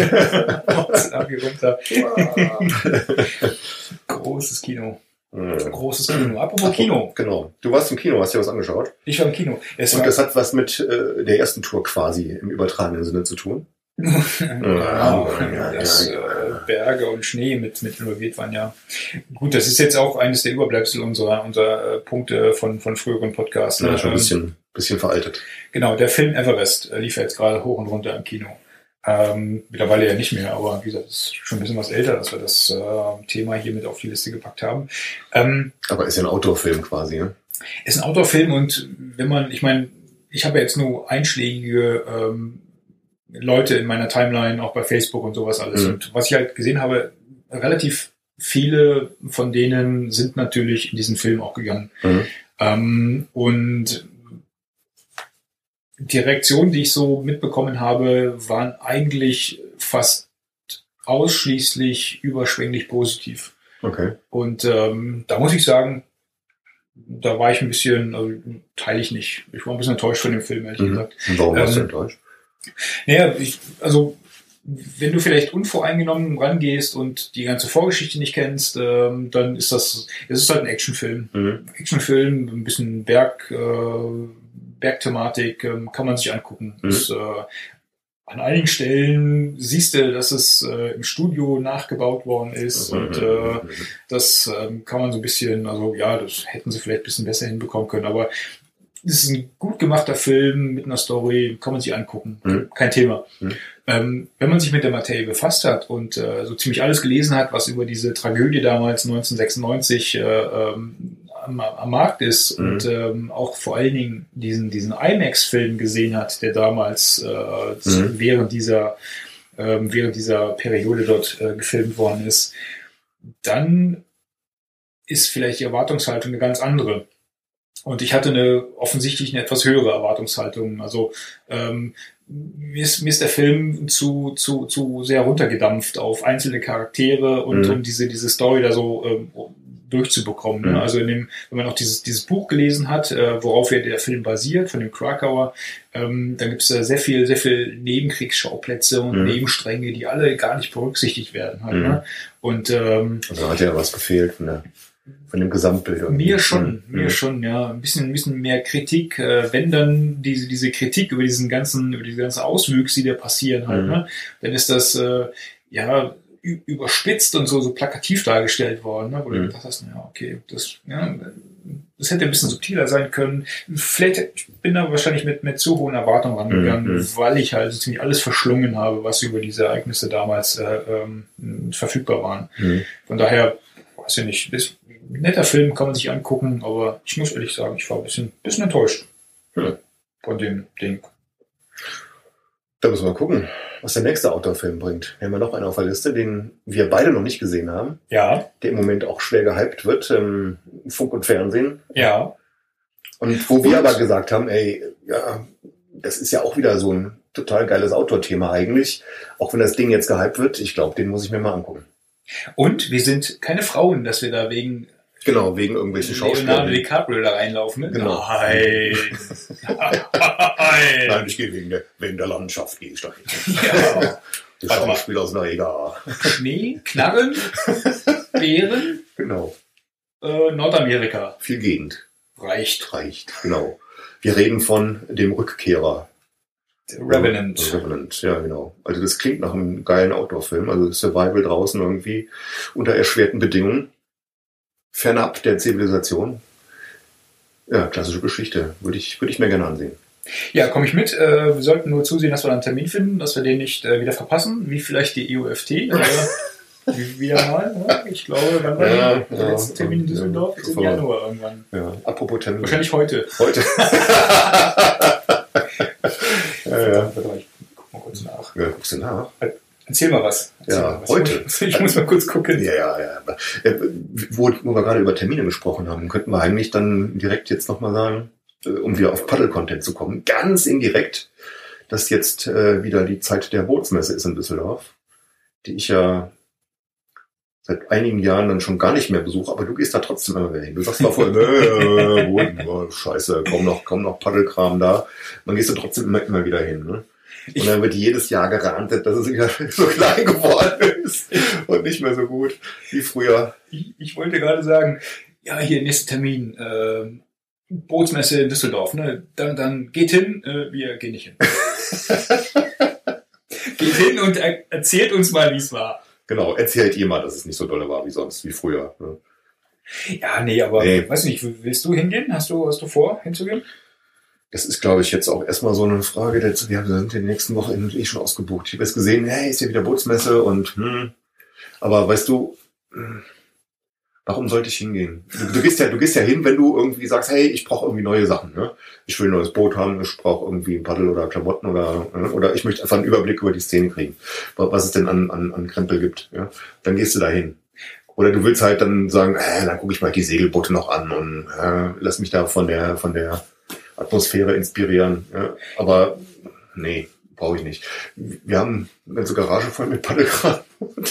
Runter. Großes Kino. Großes Kino. Apropos Kino. Genau. Du warst im Kino, hast dir was angeschaut? Ich war im Kino. Und das hat was mit der ersten Tour quasi im übertragenen Sinne zu tun? dass Berge und Schnee mit involviert waren, ja. Gut, das ist jetzt auch eines der Überbleibsel unserer Punkte von früheren Podcasts. Ja, schon ein bisschen veraltet. Genau, der Film Everest lief jetzt gerade hoch und runter im Kino. Mittlerweile ja nicht mehr, aber wie gesagt, es ist schon ein bisschen was älter, dass wir das Thema hier mit auf die Liste gepackt haben. Aber ist ja ein Outdoor-Film quasi, ne? Ist ein Outdoor-Film und ich habe ja jetzt nur einschlägige Leute in meiner Timeline, auch bei Facebook und sowas alles. Und was ich halt gesehen habe, relativ viele von denen sind natürlich in diesen Film auch gegangen. Und die Reaktionen, die ich so mitbekommen habe, waren eigentlich fast ausschließlich überschwänglich positiv. Okay. Und da muss ich sagen, da war ich ein bisschen, also teile ich nicht. Ich war ein bisschen enttäuscht von dem Film, ehrlich gesagt. Und warum warst du enttäuscht? Naja, wenn du vielleicht unvoreingenommen rangehst und die ganze Vorgeschichte nicht kennst, dann ist es ist halt ein Actionfilm. Actionfilm, ein bisschen Bergthematik, kann man sich angucken. Das, an einigen Stellen siehst du, dass es im Studio nachgebaut worden ist und das kann man so ein bisschen, also ja, das hätten sie vielleicht ein bisschen besser hinbekommen können, aber es ist ein gut gemachter Film mit einer Story, kann man sich angucken, kein Thema. Wenn man sich mit der Materie befasst hat und so ziemlich alles gelesen hat, was über diese Tragödie damals 1996 am Markt ist und auch vor allen Dingen diesen IMAX-Film gesehen hat, der damals während dieser Periode dort gefilmt worden ist, dann ist vielleicht die Erwartungshaltung eine ganz andere. Und ich hatte offensichtlich eine etwas höhere Erwartungshaltung. Also mir ist der Film zu sehr runtergedampft auf einzelne Charaktere und um diese Story da so durchzubekommen. Ne? Also wenn man auch dieses Buch gelesen hat, worauf ja der Film basiert, von dem Krakauer, dann gibt es sehr viel Nebenkriegsschauplätze und Nebenstränge, die alle gar nicht berücksichtigt werden. Halt, ne? Und also hat ja was gefehlt von dem Gesamtbild. Mir schon, ja. Ein bisschen mehr Kritik, wenn dann diese Kritik über diese ganzen Auswüchse, die da passieren halt, ne, dann ist das, überspitzt und so plakativ dargestellt worden, ne, wo du gedacht hast, ja, okay, das hätte ein bisschen subtiler sein können. Vielleicht bin da wahrscheinlich mit zu hohen Erwartungen rangegangen, weil ich halt so ziemlich alles verschlungen habe, was über diese Ereignisse damals verfügbar waren. Von daher, weiß ich nicht, ist ein netter Film, kann man sich angucken, aber ich muss ehrlich sagen, ich war ein bisschen enttäuscht von dem Ding. Da müssen wir gucken, was der nächste Outdoor-Film bringt. Wir haben ja noch einen auf der Liste, den wir beide noch nicht gesehen haben. Ja. Der im Moment auch schwer gehypt wird, Funk und Fernsehen. Ja. Und wo wir aber gesagt haben, das ist ja auch wieder so ein total geiles Outdoor-Thema eigentlich. Auch wenn das Ding jetzt gehypt wird, ich glaube, den muss ich mir mal angucken. Und wir sind keine Frauen, dass wir da wegen irgendwelchen Schauspielern. Leonardo DiCaprio da reinlaufen, ne? Genau. Nein. Nein, ich gehe wegen der Landschaft, gehe ich dahin. Ja. Die Schauspieler aus Naega. Schnee, Knarren, Bären. Genau. Nordamerika. Viel Gegend. Reicht, genau. Wir reden von dem Rückkehrer. Revenant, ja, genau. Also das klingt nach einem geilen Outdoor-Film. Also Survival draußen irgendwie unter erschwerten Bedingungen. Fernab der Zivilisation. Ja, klassische Geschichte. Würde ich mir gerne ansehen. Ja, komme ich mit. Wir sollten nur zusehen, dass wir einen Termin finden, dass wir den nicht wieder verpassen, wie vielleicht die EUFT. Wieder mal. Ja? Ich glaube, wann war der letzte Termin in Düsseldorf? Ist im Januar irgendwann. Ja, apropos Termin. Wahrscheinlich heute. Ja. Ich guck mal kurz nach. Ja, guckst du nach? Erzähl mal was. Heute. Ich muss mal kurz gucken. Ja. Wo wir gerade über Termine gesprochen haben, könnten wir eigentlich dann direkt jetzt nochmal sagen, um wieder auf Paddle-Content zu kommen, ganz indirekt, dass jetzt wieder die Zeit der Bootsmesse ist in Düsseldorf, die ich ja seit einigen Jahren dann schon gar nicht mehr besuche, aber du gehst da trotzdem immer wieder hin. Du sagst mal voll, scheiße, kaum noch Paddelkram da. Man gehst du trotzdem immer wieder hin, ne? Und dann wird jedes Jahr gerantet, dass es wieder so klein geworden ist und nicht mehr so gut wie früher. Ich wollte gerade sagen, ja, hier, nächster Termin, Bootsmesse in Düsseldorf, ne? Dann geht hin, wir gehen nicht hin. Geht hin und erzählt uns mal, wie es war. Genau, erzählt ihr mal, dass es nicht so dolle war wie sonst, wie früher. Ne? Ja, nee, aber weiß nicht, willst du hingehen? Hast du vor, hinzugehen? Das ist, glaube ich, jetzt auch erstmal so eine Frage, wir sind in der nächsten Woche schon ausgebucht. Ich habe jetzt gesehen, hey, ist ja wieder Bootsmesse und aber weißt du, warum sollte ich hingehen? Du gehst ja hin, wenn du irgendwie sagst, hey, ich brauche irgendwie neue Sachen. Ne? Ich will ein neues Boot haben, ich brauche irgendwie ein Paddel oder Klamotten oder ich möchte einfach einen Überblick über die Szene kriegen, was es denn an Krempel gibt. Ja? Dann gehst du da hin. Oder du willst halt dann sagen, dann gucke ich mal die Segelboote noch an und lass mich da von der Atmosphäre inspirieren. Ja? Aber nee, brauche ich nicht. Wir haben eine ganze Garage voll mit Paddelkram.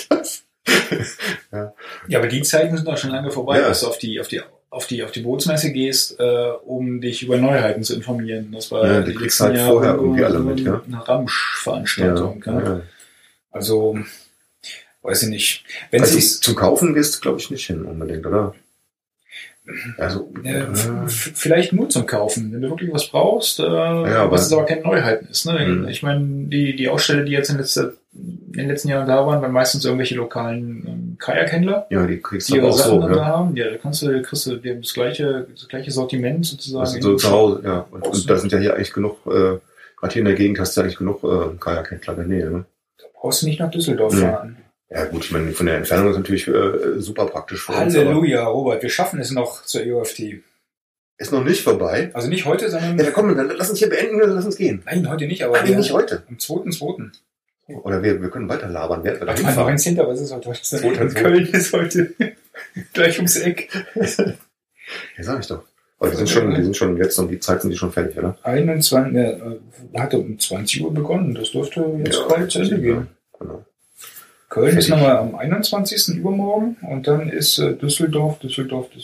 Ja, aber die Zeiten sind doch schon lange vorbei, dass du auf die Bootsmesse gehst, um dich über Neuheiten zu informieren. Das war die kriegst halt vorher irgendwie alle mit, eine Ramsch-Veranstaltung. Ja. Also, weiß ich nicht. Wenn also zum Kaufen gehst, glaube ich, nicht hin unbedingt, oder? Also, vielleicht nur zum Kaufen, wenn du wirklich was brauchst, was es aber keine Neuheiten ist. Ne? Ich meine, die Aussteller, die jetzt in den letzten Jahren da waren meistens irgendwelche lokalen Kajakhändler, ja, die kriegst die du ihre auch Sachen so, da haben. Ja, da kriegst du das gleiche Sortiment sozusagen. Also so zu Hause, ja. Und da sind ja hier eigentlich genug, gerade hier in der Gegend hast du ja eigentlich genug Kajakhändler in der Nähe. Ne? Da brauchst du nicht nach Düsseldorf fahren. Ja gut, ich meine, von der Entfernung ist natürlich super praktisch für uns. Halleluja, Robert, wir schaffen es noch zur EOFT. Ist noch nicht vorbei. Also nicht heute, sondern... Ja, komm, dann lass uns hier beenden oder lass uns gehen. Nein, heute nicht, aber... Nein, nicht heute. Am 2.2. Oder wir können weiter labern. Wer am 19. Was ist heute? In Köln ist heute gleich ums Eck. Ja, sag ich doch. Aber die sind schon jetzt, und die Zeit sind die schon fertig, oder? 21, hatte um 20 Uhr begonnen. Das dürfte jetzt gerade zu Ende gehen. Genau. Köln ist nochmal am 21. übermorgen und dann ist Düsseldorf, am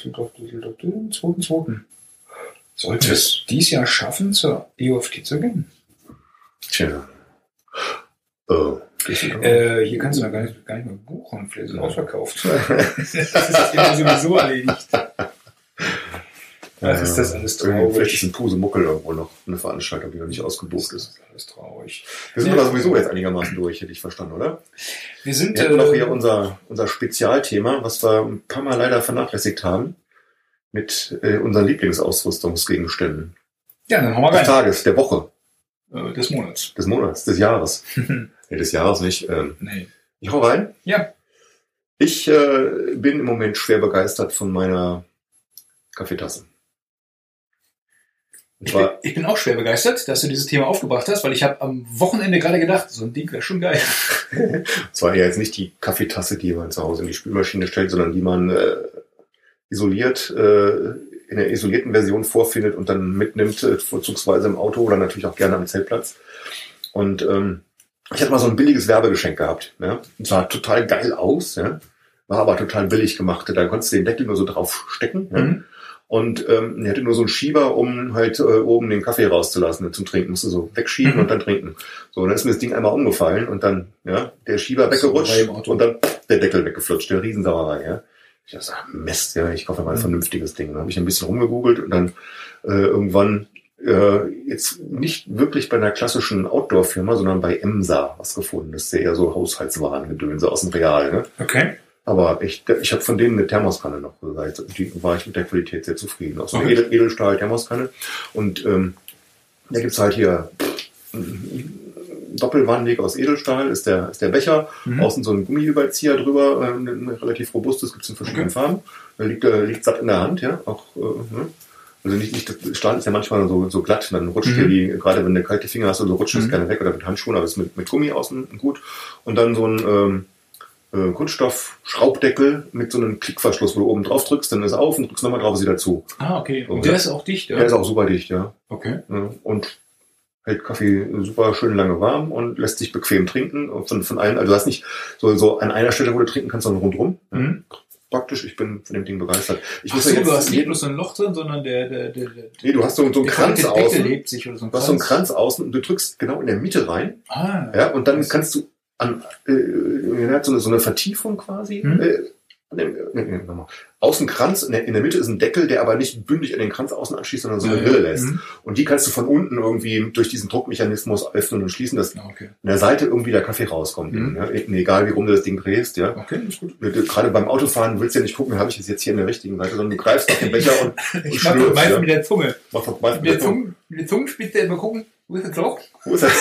2.2. Sollte es dieses Jahr schaffen, zur EOFT zu gehen? Tja. Hier kannst du noch gar nicht mehr buchen. Vielleicht ist es ausverkauft. Das ist ja sowieso erledigt. Ach, ist das alles traurig. Vielleicht ist ein Pusemuckel irgendwo noch eine Veranstaltung, die noch nicht ausgebucht ist. Das ist alles traurig. Wir sind aber sowieso jetzt einigermaßen durch, hätte ich verstanden, oder? Wir hatten noch hier unser Spezialthema, was wir ein paar Mal leider vernachlässigt haben, mit unseren Lieblingsausrüstungsgegenständen. Ja, dann haben wir rein. Des Tages, der Woche. Des Monats. Des Monats, des Jahres. Nee, des Jahres nicht. Nee. Ich hau rein? Ja. Ich bin im Moment schwer begeistert von meiner Kaffeetasse. Ich bin auch schwer begeistert, dass du dieses Thema aufgebracht hast, weil ich habe am Wochenende gerade gedacht, so ein Ding wäre schon geil. Es war ja jetzt nicht die Kaffeetasse, die man zu Hause in die Spülmaschine stellt, sondern die man isoliert, in der isolierten Version vorfindet und dann mitnimmt, vorzugsweise im Auto oder natürlich auch gerne am Zeltplatz. Und ich hatte mal so ein billiges Werbegeschenk gehabt. Ja? Und sah total geil aus, ja? War aber total billig gemacht. Da konntest du den Deckel nur so drauf stecken. Ja? Und er hatte nur so einen Schieber, um halt oben den Kaffee rauszulassen. Zum Trinken musst du so wegschieben und dann trinken. So, und dann ist mir das Ding einmal umgefallen und dann der Schieber weggerutscht und dann der Deckel weggeflutscht. Der Riesensauerei. Ja? Ich dachte, Mist, ja, ich kaufe mal ein vernünftiges Ding. Dann habe ich ein bisschen rumgegoogelt und dann irgendwann jetzt nicht wirklich bei einer klassischen Outdoor-Firma, sondern bei Emsa was gefunden. Das ist ja eher so Haushaltswarengedönse aus dem Real. Ne? Okay. Aber ich habe von denen eine Thermoskanne noch gesagt. Die war ich mit der Qualität sehr zufrieden. Auch so eine Edelstahl-Thermoskanne. Und da gibt's halt hier doppelwandig aus Edelstahl ist der Becher. Außen so ein Gummiüberzieher drüber, ein relativ robustes, gibt's in verschiedenen Farben. Da liegt satt in der Hand, ja. Auch, ne? Also nicht, das Stahl ist ja manchmal so glatt, dann rutscht dir gerade wenn du kalte Finger hast, so rutscht das gerne weg oder mit Handschuhen, aber es ist mit Gummi außen gut. Und dann so ein Kunststoff-Schraubdeckel mit so einem Klickverschluss, wo du oben drauf drückst, dann ist er auf und drückst nochmal drauf, ist wieder zu. Ah, okay. Und der ist auch dicht, ja? Der ist auch super dicht, ja. Okay. Und hält Kaffee super schön lange warm und lässt sich bequem trinken. Von allen, also du hast nicht so an einer Stelle, wo du trinken kannst, sondern rundrum. Praktisch, ich bin von dem Ding begeistert. Du hast nicht bloß so ein Loch drin, sondern nee, du hast so einen Kranz außen. Lebt sich oder so ein du hast so einen Kranz außen und du drückst genau in der Mitte rein. Ah. Ja, und dann kannst du so eine Vertiefung quasi Außenkranz, in der Mitte ist ein Deckel, der aber nicht bündig an den Kranz außen anschließt, sondern so eine Rille lässt. Und die kannst du von unten irgendwie durch diesen Druckmechanismus öffnen und schließen, dass an der Seite irgendwie der Kaffee rauskommt. Ja? Egal wie rum du das Ding drehst. Ja? Okay, ist gut. Gerade beim Autofahren willst du ja nicht gucken, habe ich es jetzt hier in der richtigen Seite, sondern du greifst auf den Becher und ich mache das meistens mit der Zunge. Mit der Zungenspitze immer gucken, wo ist das Loch? Wo ist das?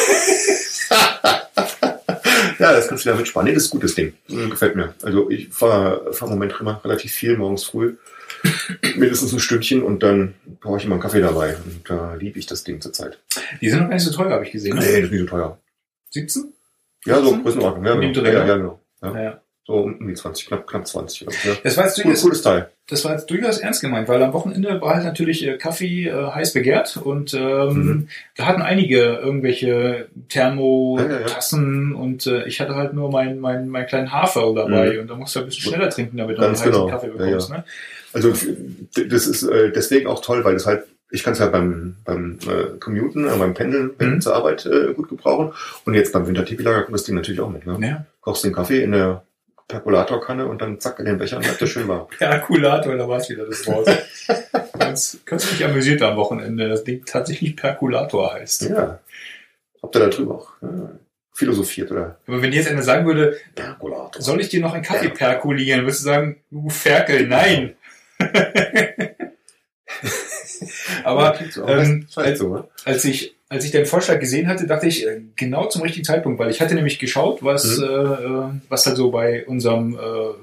Ja, das kannst du ja mitspannen. Nee, das ist ein gutes Ding. Gefällt mir. Also ich fahre im Moment immer relativ viel morgens früh. Mindestens ein Stündchen und dann brauche ich immer einen Kaffee dabei. Und da liebe ich das Ding zurzeit. Die sind noch gar nicht so teuer, habe ich gesehen. Nee, das ist nicht so teuer. 17? Ja, so Größenordnung. Ja, genau. Ja, genau. Ja. So um die 20, knapp 20. Ja. Das war jetzt cooles Teil. Das war jetzt durchaus ernst gemeint, weil am Wochenende war halt natürlich Kaffee heiß begehrt und da hatten einige irgendwelche Thermotassen und ich hatte halt nur meinen kleinen Hafer dabei und da musst du ein bisschen schneller trinken, damit du einen heißen Kaffee bekommst. Ja. Ne? Also das ist deswegen auch toll, weil das halt, ich kann es halt beim Commuten, beim Pendeln zur Arbeit gut gebrauchen und jetzt beim Wintertipi-Lager kommt das Ding natürlich auch mit. Ne? Ja. Kochst den Kaffee in der Perkulatorkanne und dann zack in den Becher und bleibt das schön warm. Perkulator, da war es wieder das Wort. Ganz mich amüsiert am Wochenende, das Ding tatsächlich Perkulator heißt. Ja. Habt ihr da drüber auch philosophiert, oder? Aber wenn dir jetzt einer sagen würde, Perkulator. Soll ich dir noch einen Kaffee perkulieren? Würdest du sagen, du Ferkel, nein. Aber als ich deinen Vorschlag gesehen hatte, dachte ich, genau zum richtigen Zeitpunkt, weil ich hatte nämlich geschaut, was halt so bei unserem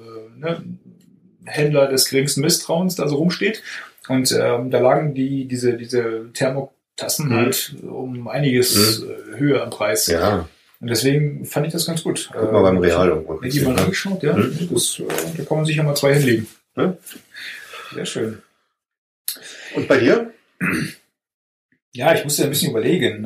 Händler des geringsten Misstrauens da so rumsteht. Und da lagen diese Thermotassen halt um einiges höher am Preis. Ja. Und deswegen fand ich das ganz gut. Guck mal beim Real irgendwo. Wenn die mal angeschaut, ja, da kann man sich ja mal 2 hinlegen. Ja? Sehr schön. Und bei dir? Ja, ich musste ein bisschen überlegen.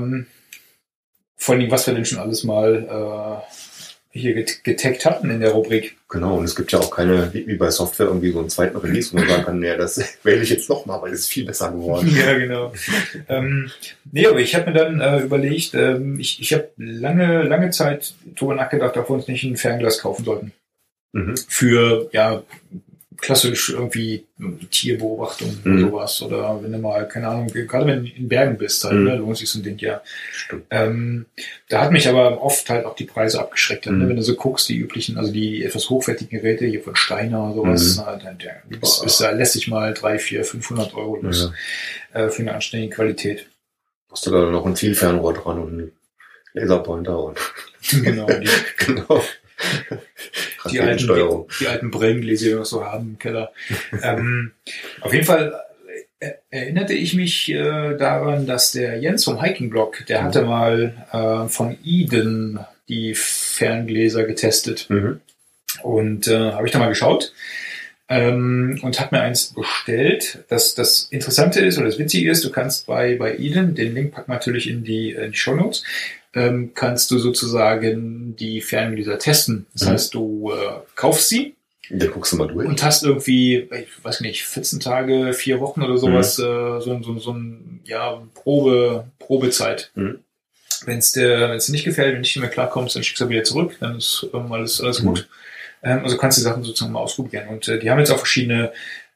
Vor allem, was wir denn schon alles mal hier getaggt hatten in der Rubrik. Genau, und es gibt ja auch keine, wie bei Software, irgendwie so einen zweiten Release, wo man sagen kann, ja, das wähle ich jetzt nochmal, weil es ist viel besser geworden. Ja, genau. Nee, aber ich habe mir dann überlegt, ich habe lange Zeit darüber nachgedacht, ob wir uns nicht ein Fernglas kaufen sollten. Für, ja, klassisch irgendwie Tierbeobachtung oder sowas. Oder wenn du mal, keine Ahnung, gerade wenn du in Bergen bist, halt, ne, lohnt sich so ein Ding ja. Da hat mich aber oft halt auch die Preise abgeschreckt. Ne? Wenn du so guckst, die üblichen, also die etwas hochwertigen Geräte hier von Steiner oder sowas, da lässt sich mal 300, 400, 500 Euro los für eine anständige Qualität. Hast du da noch ein Zielfernrohr dran und einen Laserpointer und genau. Genau. Die alten Brillengläser, die wir noch so haben im Keller. Auf jeden Fall erinnerte ich mich daran, dass der Jens vom Hiking-Blog, der hatte mal von Eden die Ferngläser getestet. Und habe ich da mal geschaut und habe mir eins bestellt. Das Interessante ist, oder das Witzige ist, du kannst bei Eden, den Link packen wir natürlich in die Shownotes, kannst du sozusagen die Ferngläser testen. Das heißt, du kaufst sie. Da guckst du mal durch. Und hast irgendwie, ich weiß nicht, 14 Tage, 4 Wochen oder sowas, so ein Probezeit. Wenn es dir nicht gefällt, wenn du nicht mehr klarkommst, dann schickst du wieder zurück, dann ist alles gut. Also kannst du die Sachen sozusagen mal ausprobieren. Und die haben jetzt auch verschiedene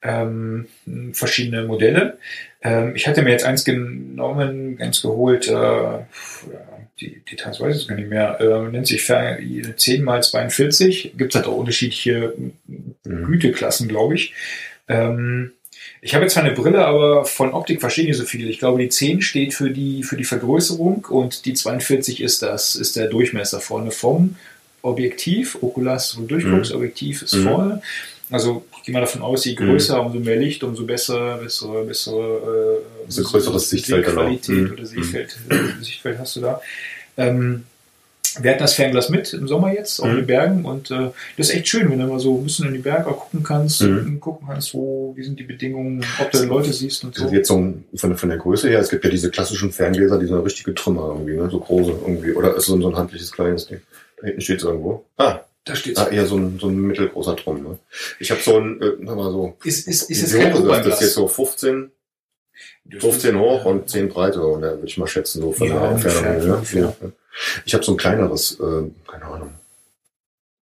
Modelle. Ich hatte mir jetzt eins geholt, die Details weiß ich gar nicht mehr, nennt sich 10x42, gibt halt auch unterschiedliche Güteklassen, glaube ich. Ich habe jetzt zwar eine Brille, aber von Optik verstehe ich nicht so viel. Ich glaube, die 10 steht für die Vergrößerung und die 42 ist der Durchmesser vorne vom Objektiv. Oculas Durchgucksobjektiv ist vorne. Also ich gehe mal davon aus, je größer, umso mehr Licht, umso bessere größeres Sichtfeld Qualität oder Sichtfeld hast du da. Wir hatten das Fernglas mit im Sommer jetzt auf den Bergen und das ist echt schön, wenn du mal so ein bisschen in die Berge auch gucken kannst, wie sind die Bedingungen, ob du Leute siehst und so. Jetzt so von der Größe her, es gibt ja diese klassischen Ferngläser, die so eine richtige Trümmer irgendwie, ne? So große irgendwie, oder ist so ein handliches kleines Ding. Da hinten steht es irgendwo. Da steht's. Eher so ein mittelgroßer Trumm, ne? Ich habe so ein, sag mal so. Ist das kein das ist jetzt so 15 hoch und 10 Breite, und da würde ich mal schätzen, so von der Entfernung. Ja. Ich habe so ein kleineres, keine Ahnung,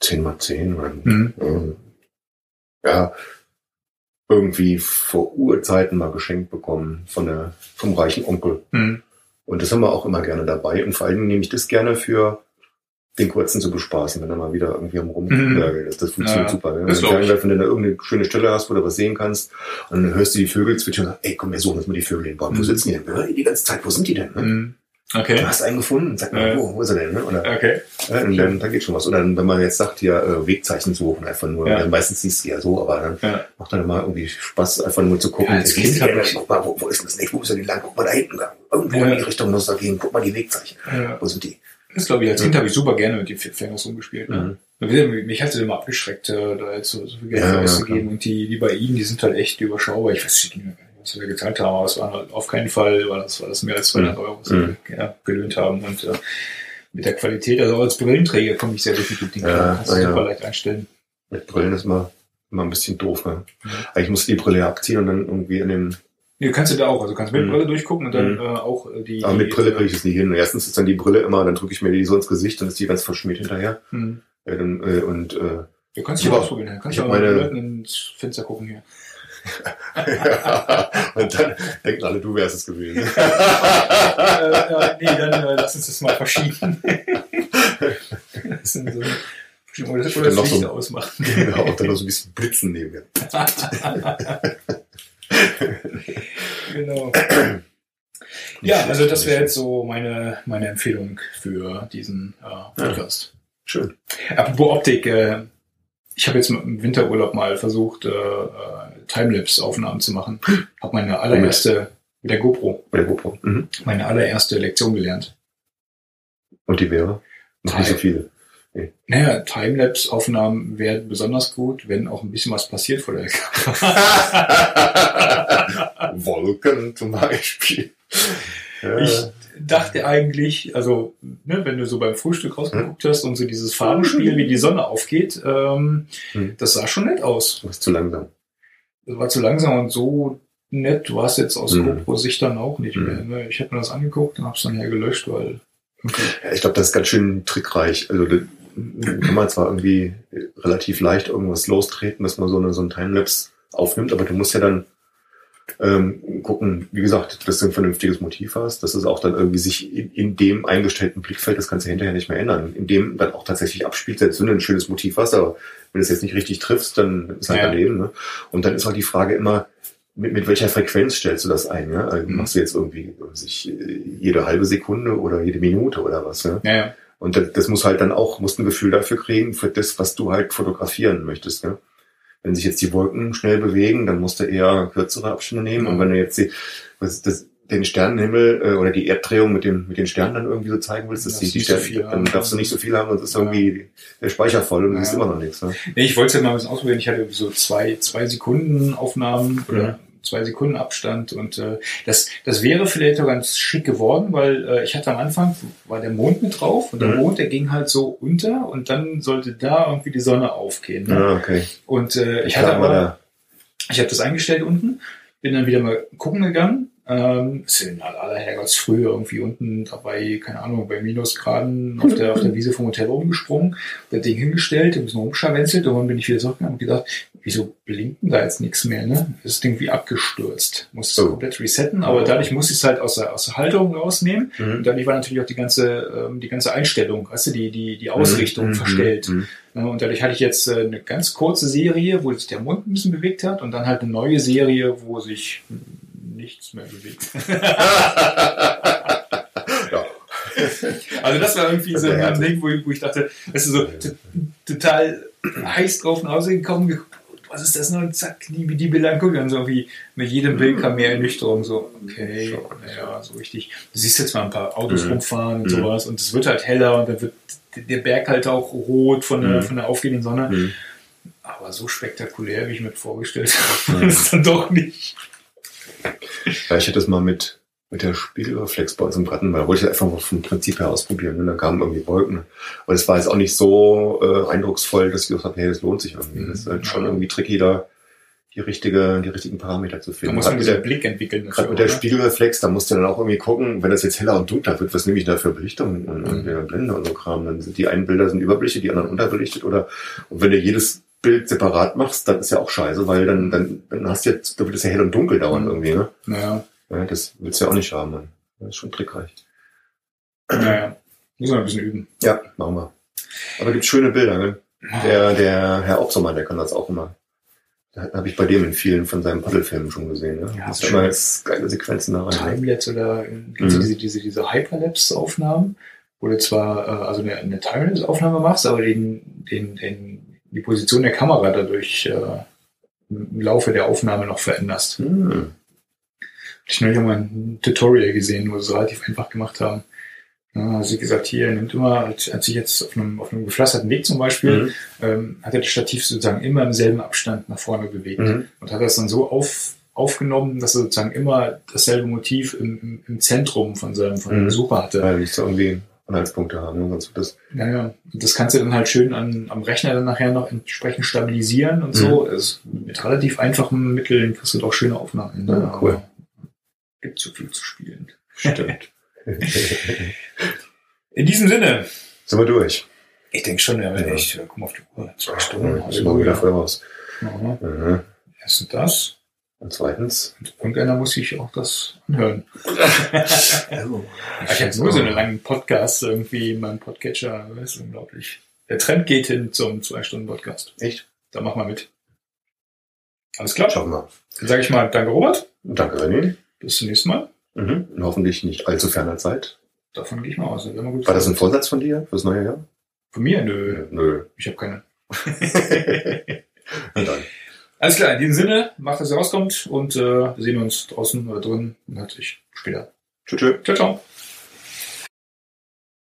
10x10. Ja, irgendwie vor Urzeiten mal geschenkt bekommen vom reichen Onkel. Und das haben wir auch immer gerne dabei. Und vor allem nehme ich das gerne für den Kurzen zu bespaßen, wenn er mal wieder irgendwie am Rumnörgeln ist. Das funktioniert super. Wenn du da irgendeine schöne Stelle hast, wo du was sehen kannst, und dann hörst du die Vögel zwitschern und sagst, ey, komm, wir suchen jetzt mal die Vögel in Baum. Wo sitzen die denn? Ja, die ganze Zeit, wo sind die denn? Ne? Okay. Du hast einen gefunden, sag mal, wo ist er denn? Ne? Oder, okay. Und dann geht schon was. Oder wenn man jetzt sagt, hier Wegzeichen suchen, einfach nur, meistens siehst du ja so, aber dann macht dann mal irgendwie Spaß, einfach nur zu gucken. Als Kind guck mal, wo ist das nicht? Wo ist er denn lang? Guck mal da hinten. Irgendwo in die Richtung muss er gehen. Guck mal die Wegzeichen. Wo sind die? Das glaube ich, als Kind habe ich super gerne mit den Fingers rumgespielt. Ne? Mich hat es immer abgeschreckt, da jetzt so viel Geld auszugeben. Und die bei ihnen, die sind halt echt überschaubar. Ich weiß nicht mehr, was wir gezahlt haben, aber es war halt auf keinen Fall, war das mehr als 200 Euro, was wir gelöhnt haben. Und mit der Qualität, also als Brillenträger komme ich sehr gut mit Dingen klar. Kannst du super leicht einstellen. Mit Brillen ist immer ein bisschen doof. Ne? Ich muss die Brille abziehen und dann irgendwie in den... Nee, kannst du da auch. Also kannst mit Brille durchgucken und dann auch die... Aber mit Brille kriege ich es nicht hin. Erstens ist dann die Brille immer, dann drücke ich mir die so ins Gesicht, dann ist die ganz verschmiert hinterher. Du kannst du ausprobieren. Kannst du mal mit Leuten ins Fenster gucken hier. Und dann denken alle, du wärst es gewesen. Nee, dann lass uns das mal verschieben. Das sind so... Oder das Licht ausmachen. Genau, und dann noch so ein bisschen Blitzen nehmen. Genau. Ja, also das wäre jetzt so meine Empfehlung für diesen Podcast. Schön. Apropos Optik, ich habe jetzt im Winterurlaub mal versucht, Timelapse-Aufnahmen zu machen. Habe meine allererste, mit der GoPro, meine allererste Lektion gelernt. Und die wäre? Noch nicht so viele. Nee. Naja, Timelapse-Aufnahmen werden besonders gut, wenn auch ein bisschen was passiert vor der Kamera. Wolken zum Beispiel. Ja. Ich dachte eigentlich, also wenn du so beim Frühstück rausgeguckt hast und so dieses Farbenspiel, wie die Sonne aufgeht, das sah schon nett aus. Das war zu langsam. Das war zu langsam und so nett war es jetzt aus GoPro-Sicht dann auch nicht mehr. Ne? Ich habe mir das angeguckt und habe es dann ja gelöscht, weil... Ja, ich glaube, das ist ganz schön trickreich. Also kann man zwar irgendwie relativ leicht irgendwas lostreten, dass man so ein Timelapse aufnimmt, aber du musst ja dann gucken, wie gesagt, dass du ein vernünftiges Motiv hast, dass es auch dann irgendwie sich in dem eingestellten Blickfeld, das kannst du hinterher nicht mehr ändern, in dem dann auch tatsächlich abspielt, selbst wenn du ein schönes Motiv hast, aber wenn du es jetzt nicht richtig triffst, dann ist halt daneben. Ne? Und dann ist halt die Frage immer, mit welcher Frequenz stellst du das ein? Ja? Also machst du jetzt irgendwie jede halbe Sekunde oder jede Minute oder was? Ja? Ja. Und das muss halt dann auch, musst ein Gefühl dafür kriegen, für das, was du halt fotografieren möchtest. Ja? Wenn sich jetzt die Wolken schnell bewegen, dann musst du eher kürzere Abstände nehmen. Und wenn du jetzt den Sternenhimmel oder die Erddrehung mit den Sternen dann irgendwie so zeigen willst, dass die Sterne, dann darfst du nicht so viel haben, sonst ist irgendwie der Speicher voll und du siehst immer noch nichts. Ne? Nee, ich wollte es ja mal ein bisschen ausprobieren. Ich hatte so zwei Sekunden Aufnahmen oder 2 Sekunden Abstand und das wäre vielleicht auch ganz schick geworden, weil ich hatte am Anfang, war der Mond mit drauf und der Mond, der ging halt so unter und dann sollte da irgendwie die Sonne aufgehen. Ne? Ah, okay. Und ich habe das eingestellt unten, bin dann wieder mal gucken gegangen. Ist in aller Herrgottsfrühe irgendwie unten dabei, keine Ahnung, bei Minusgraden auf der Wiese vom Hotel rumgesprungen, das Ding hingestellt, ein bisschen rumscharwenzelt und dann bin ich wieder zurückgegangen und gedacht, wieso blinkt denn da jetzt nichts mehr, ne? Das Ding wie abgestürzt. Musste es komplett resetten, aber dadurch musste ich es halt aus der Halterung rausnehmen und dadurch war natürlich auch die ganze Einstellung, weißt du, die Ausrichtung verstellt. Und dadurch hatte ich jetzt eine ganz kurze Serie, wo sich der Mond ein bisschen bewegt hat und dann halt eine neue Serie, wo sich nichts mehr bewegt. Also das war irgendwie so ein Ding, wo ich dachte, weißt du, so total heiß drauf nach Hause gekommen, was ist das noch? Und zack, die Bilder angucken. Und so wie mit jedem Bild kam mehr Ernüchterung. So, okay, naja, so richtig. Du siehst jetzt mal ein paar Autos rumfahren und sowas und es wird halt heller und dann wird der Berg halt auch rot von der aufgehenden Sonne. Aber so spektakulär, wie ich mir vorgestellt habe, ist dann doch nicht. Ja, ich hätte das mal mit der Spiegelreflex bei uns im Garten, weil da wollte ich einfach mal vom Prinzip her ausprobieren. Und dann kamen irgendwie Wolken. Aber es war jetzt auch nicht so eindrucksvoll, dass ich gesagt habe, hey, das lohnt sich irgendwie. Das ist halt schon irgendwie tricky, da die richtigen Parameter zu Da finden. muss man diesen Blick entwickeln. Gerade mit der Spiegelreflex, da musst du dann auch irgendwie gucken, wenn das jetzt heller und dunkler wird, was nehme ich da für Belichtung und Blende und so Kram. Dann sind die einen Bilder sind überbelichtet, die anderen unterbelichtet und wenn du jedes Bild separat machst, dann ist ja auch scheiße, weil dann hast du jetzt, da wird es ja hell und dunkel dauern irgendwie, ne? Naja. Ja, das willst du ja auch nicht haben, Mann. Das ist schon trickreich. Naja. Müssen wir ein bisschen üben. Ja, machen wir. Aber gibt's schöne Bilder, ne? Der Herr Obsermann, der kann das auch immer. Da habe ich bei dem in vielen von seinen Paddelfilmen schon gesehen, ne? Ja, das ist immer jetzt geile Sequenzen da rein. Timelapse oder diese Hyperlapse-Aufnahmen, wo du zwar also eine Timelapse-Aufnahme machst, aber die Position der Kamera dadurch im Laufe der Aufnahme noch veränderst. Ich habe neulich mal ein Tutorial gesehen, wo sie es relativ einfach gemacht haben. Ja, also wie gesagt, hier nimmt immer, als ich jetzt auf einem gepflasterten Weg zum Beispiel, hat er das Stativ sozusagen immer im selben Abstand nach vorne bewegt und hat das dann so aufgenommen, dass er sozusagen immer dasselbe Motiv im Zentrum von dem Besucher hatte. Weil nicht so irgendwie Anhaltspunkte haben, ne? Sonst wird das. Ja. Das kannst du dann halt schön am Rechner dann nachher noch entsprechend stabilisieren und so. Also mit relativ einfachen Mitteln kriegst du doch schöne Aufnahmen. Ne? Ja, cool. Gibt so viel zu spielen. Stimmt. In diesem Sinne. Sind wir durch? Ich denke schon, ja, echt. Guck mal auf die Uhr. 2 Stunden. Ja, sind wir wieder voll raus. Erstens das. Und zweitens. Irgendeiner muss sich auch das anhören. Ich habe nur so einen langen Podcast irgendwie in meinem Podcatcher. Das ist unglaublich. Der Trend geht hin zum 2-Stunden-Podcast. Echt? Da machen wir mit. Alles klar? Schauen wir. Dann sage ich mal, danke Robert. Danke René. Bis zum nächsten Mal. Und hoffentlich nicht allzu ferner Zeit. Davon gehe ich mal aus. War das ein Vorsatz von dir fürs neue Jahr? Von mir? Nö. Nö. Ich habe keine. Und dann. Alles klar, in diesem Sinne, macht, dass ihr rauskommt und wir sehen uns draußen oder drin. Und herzlich später. Tschüss. Ciao, ciao.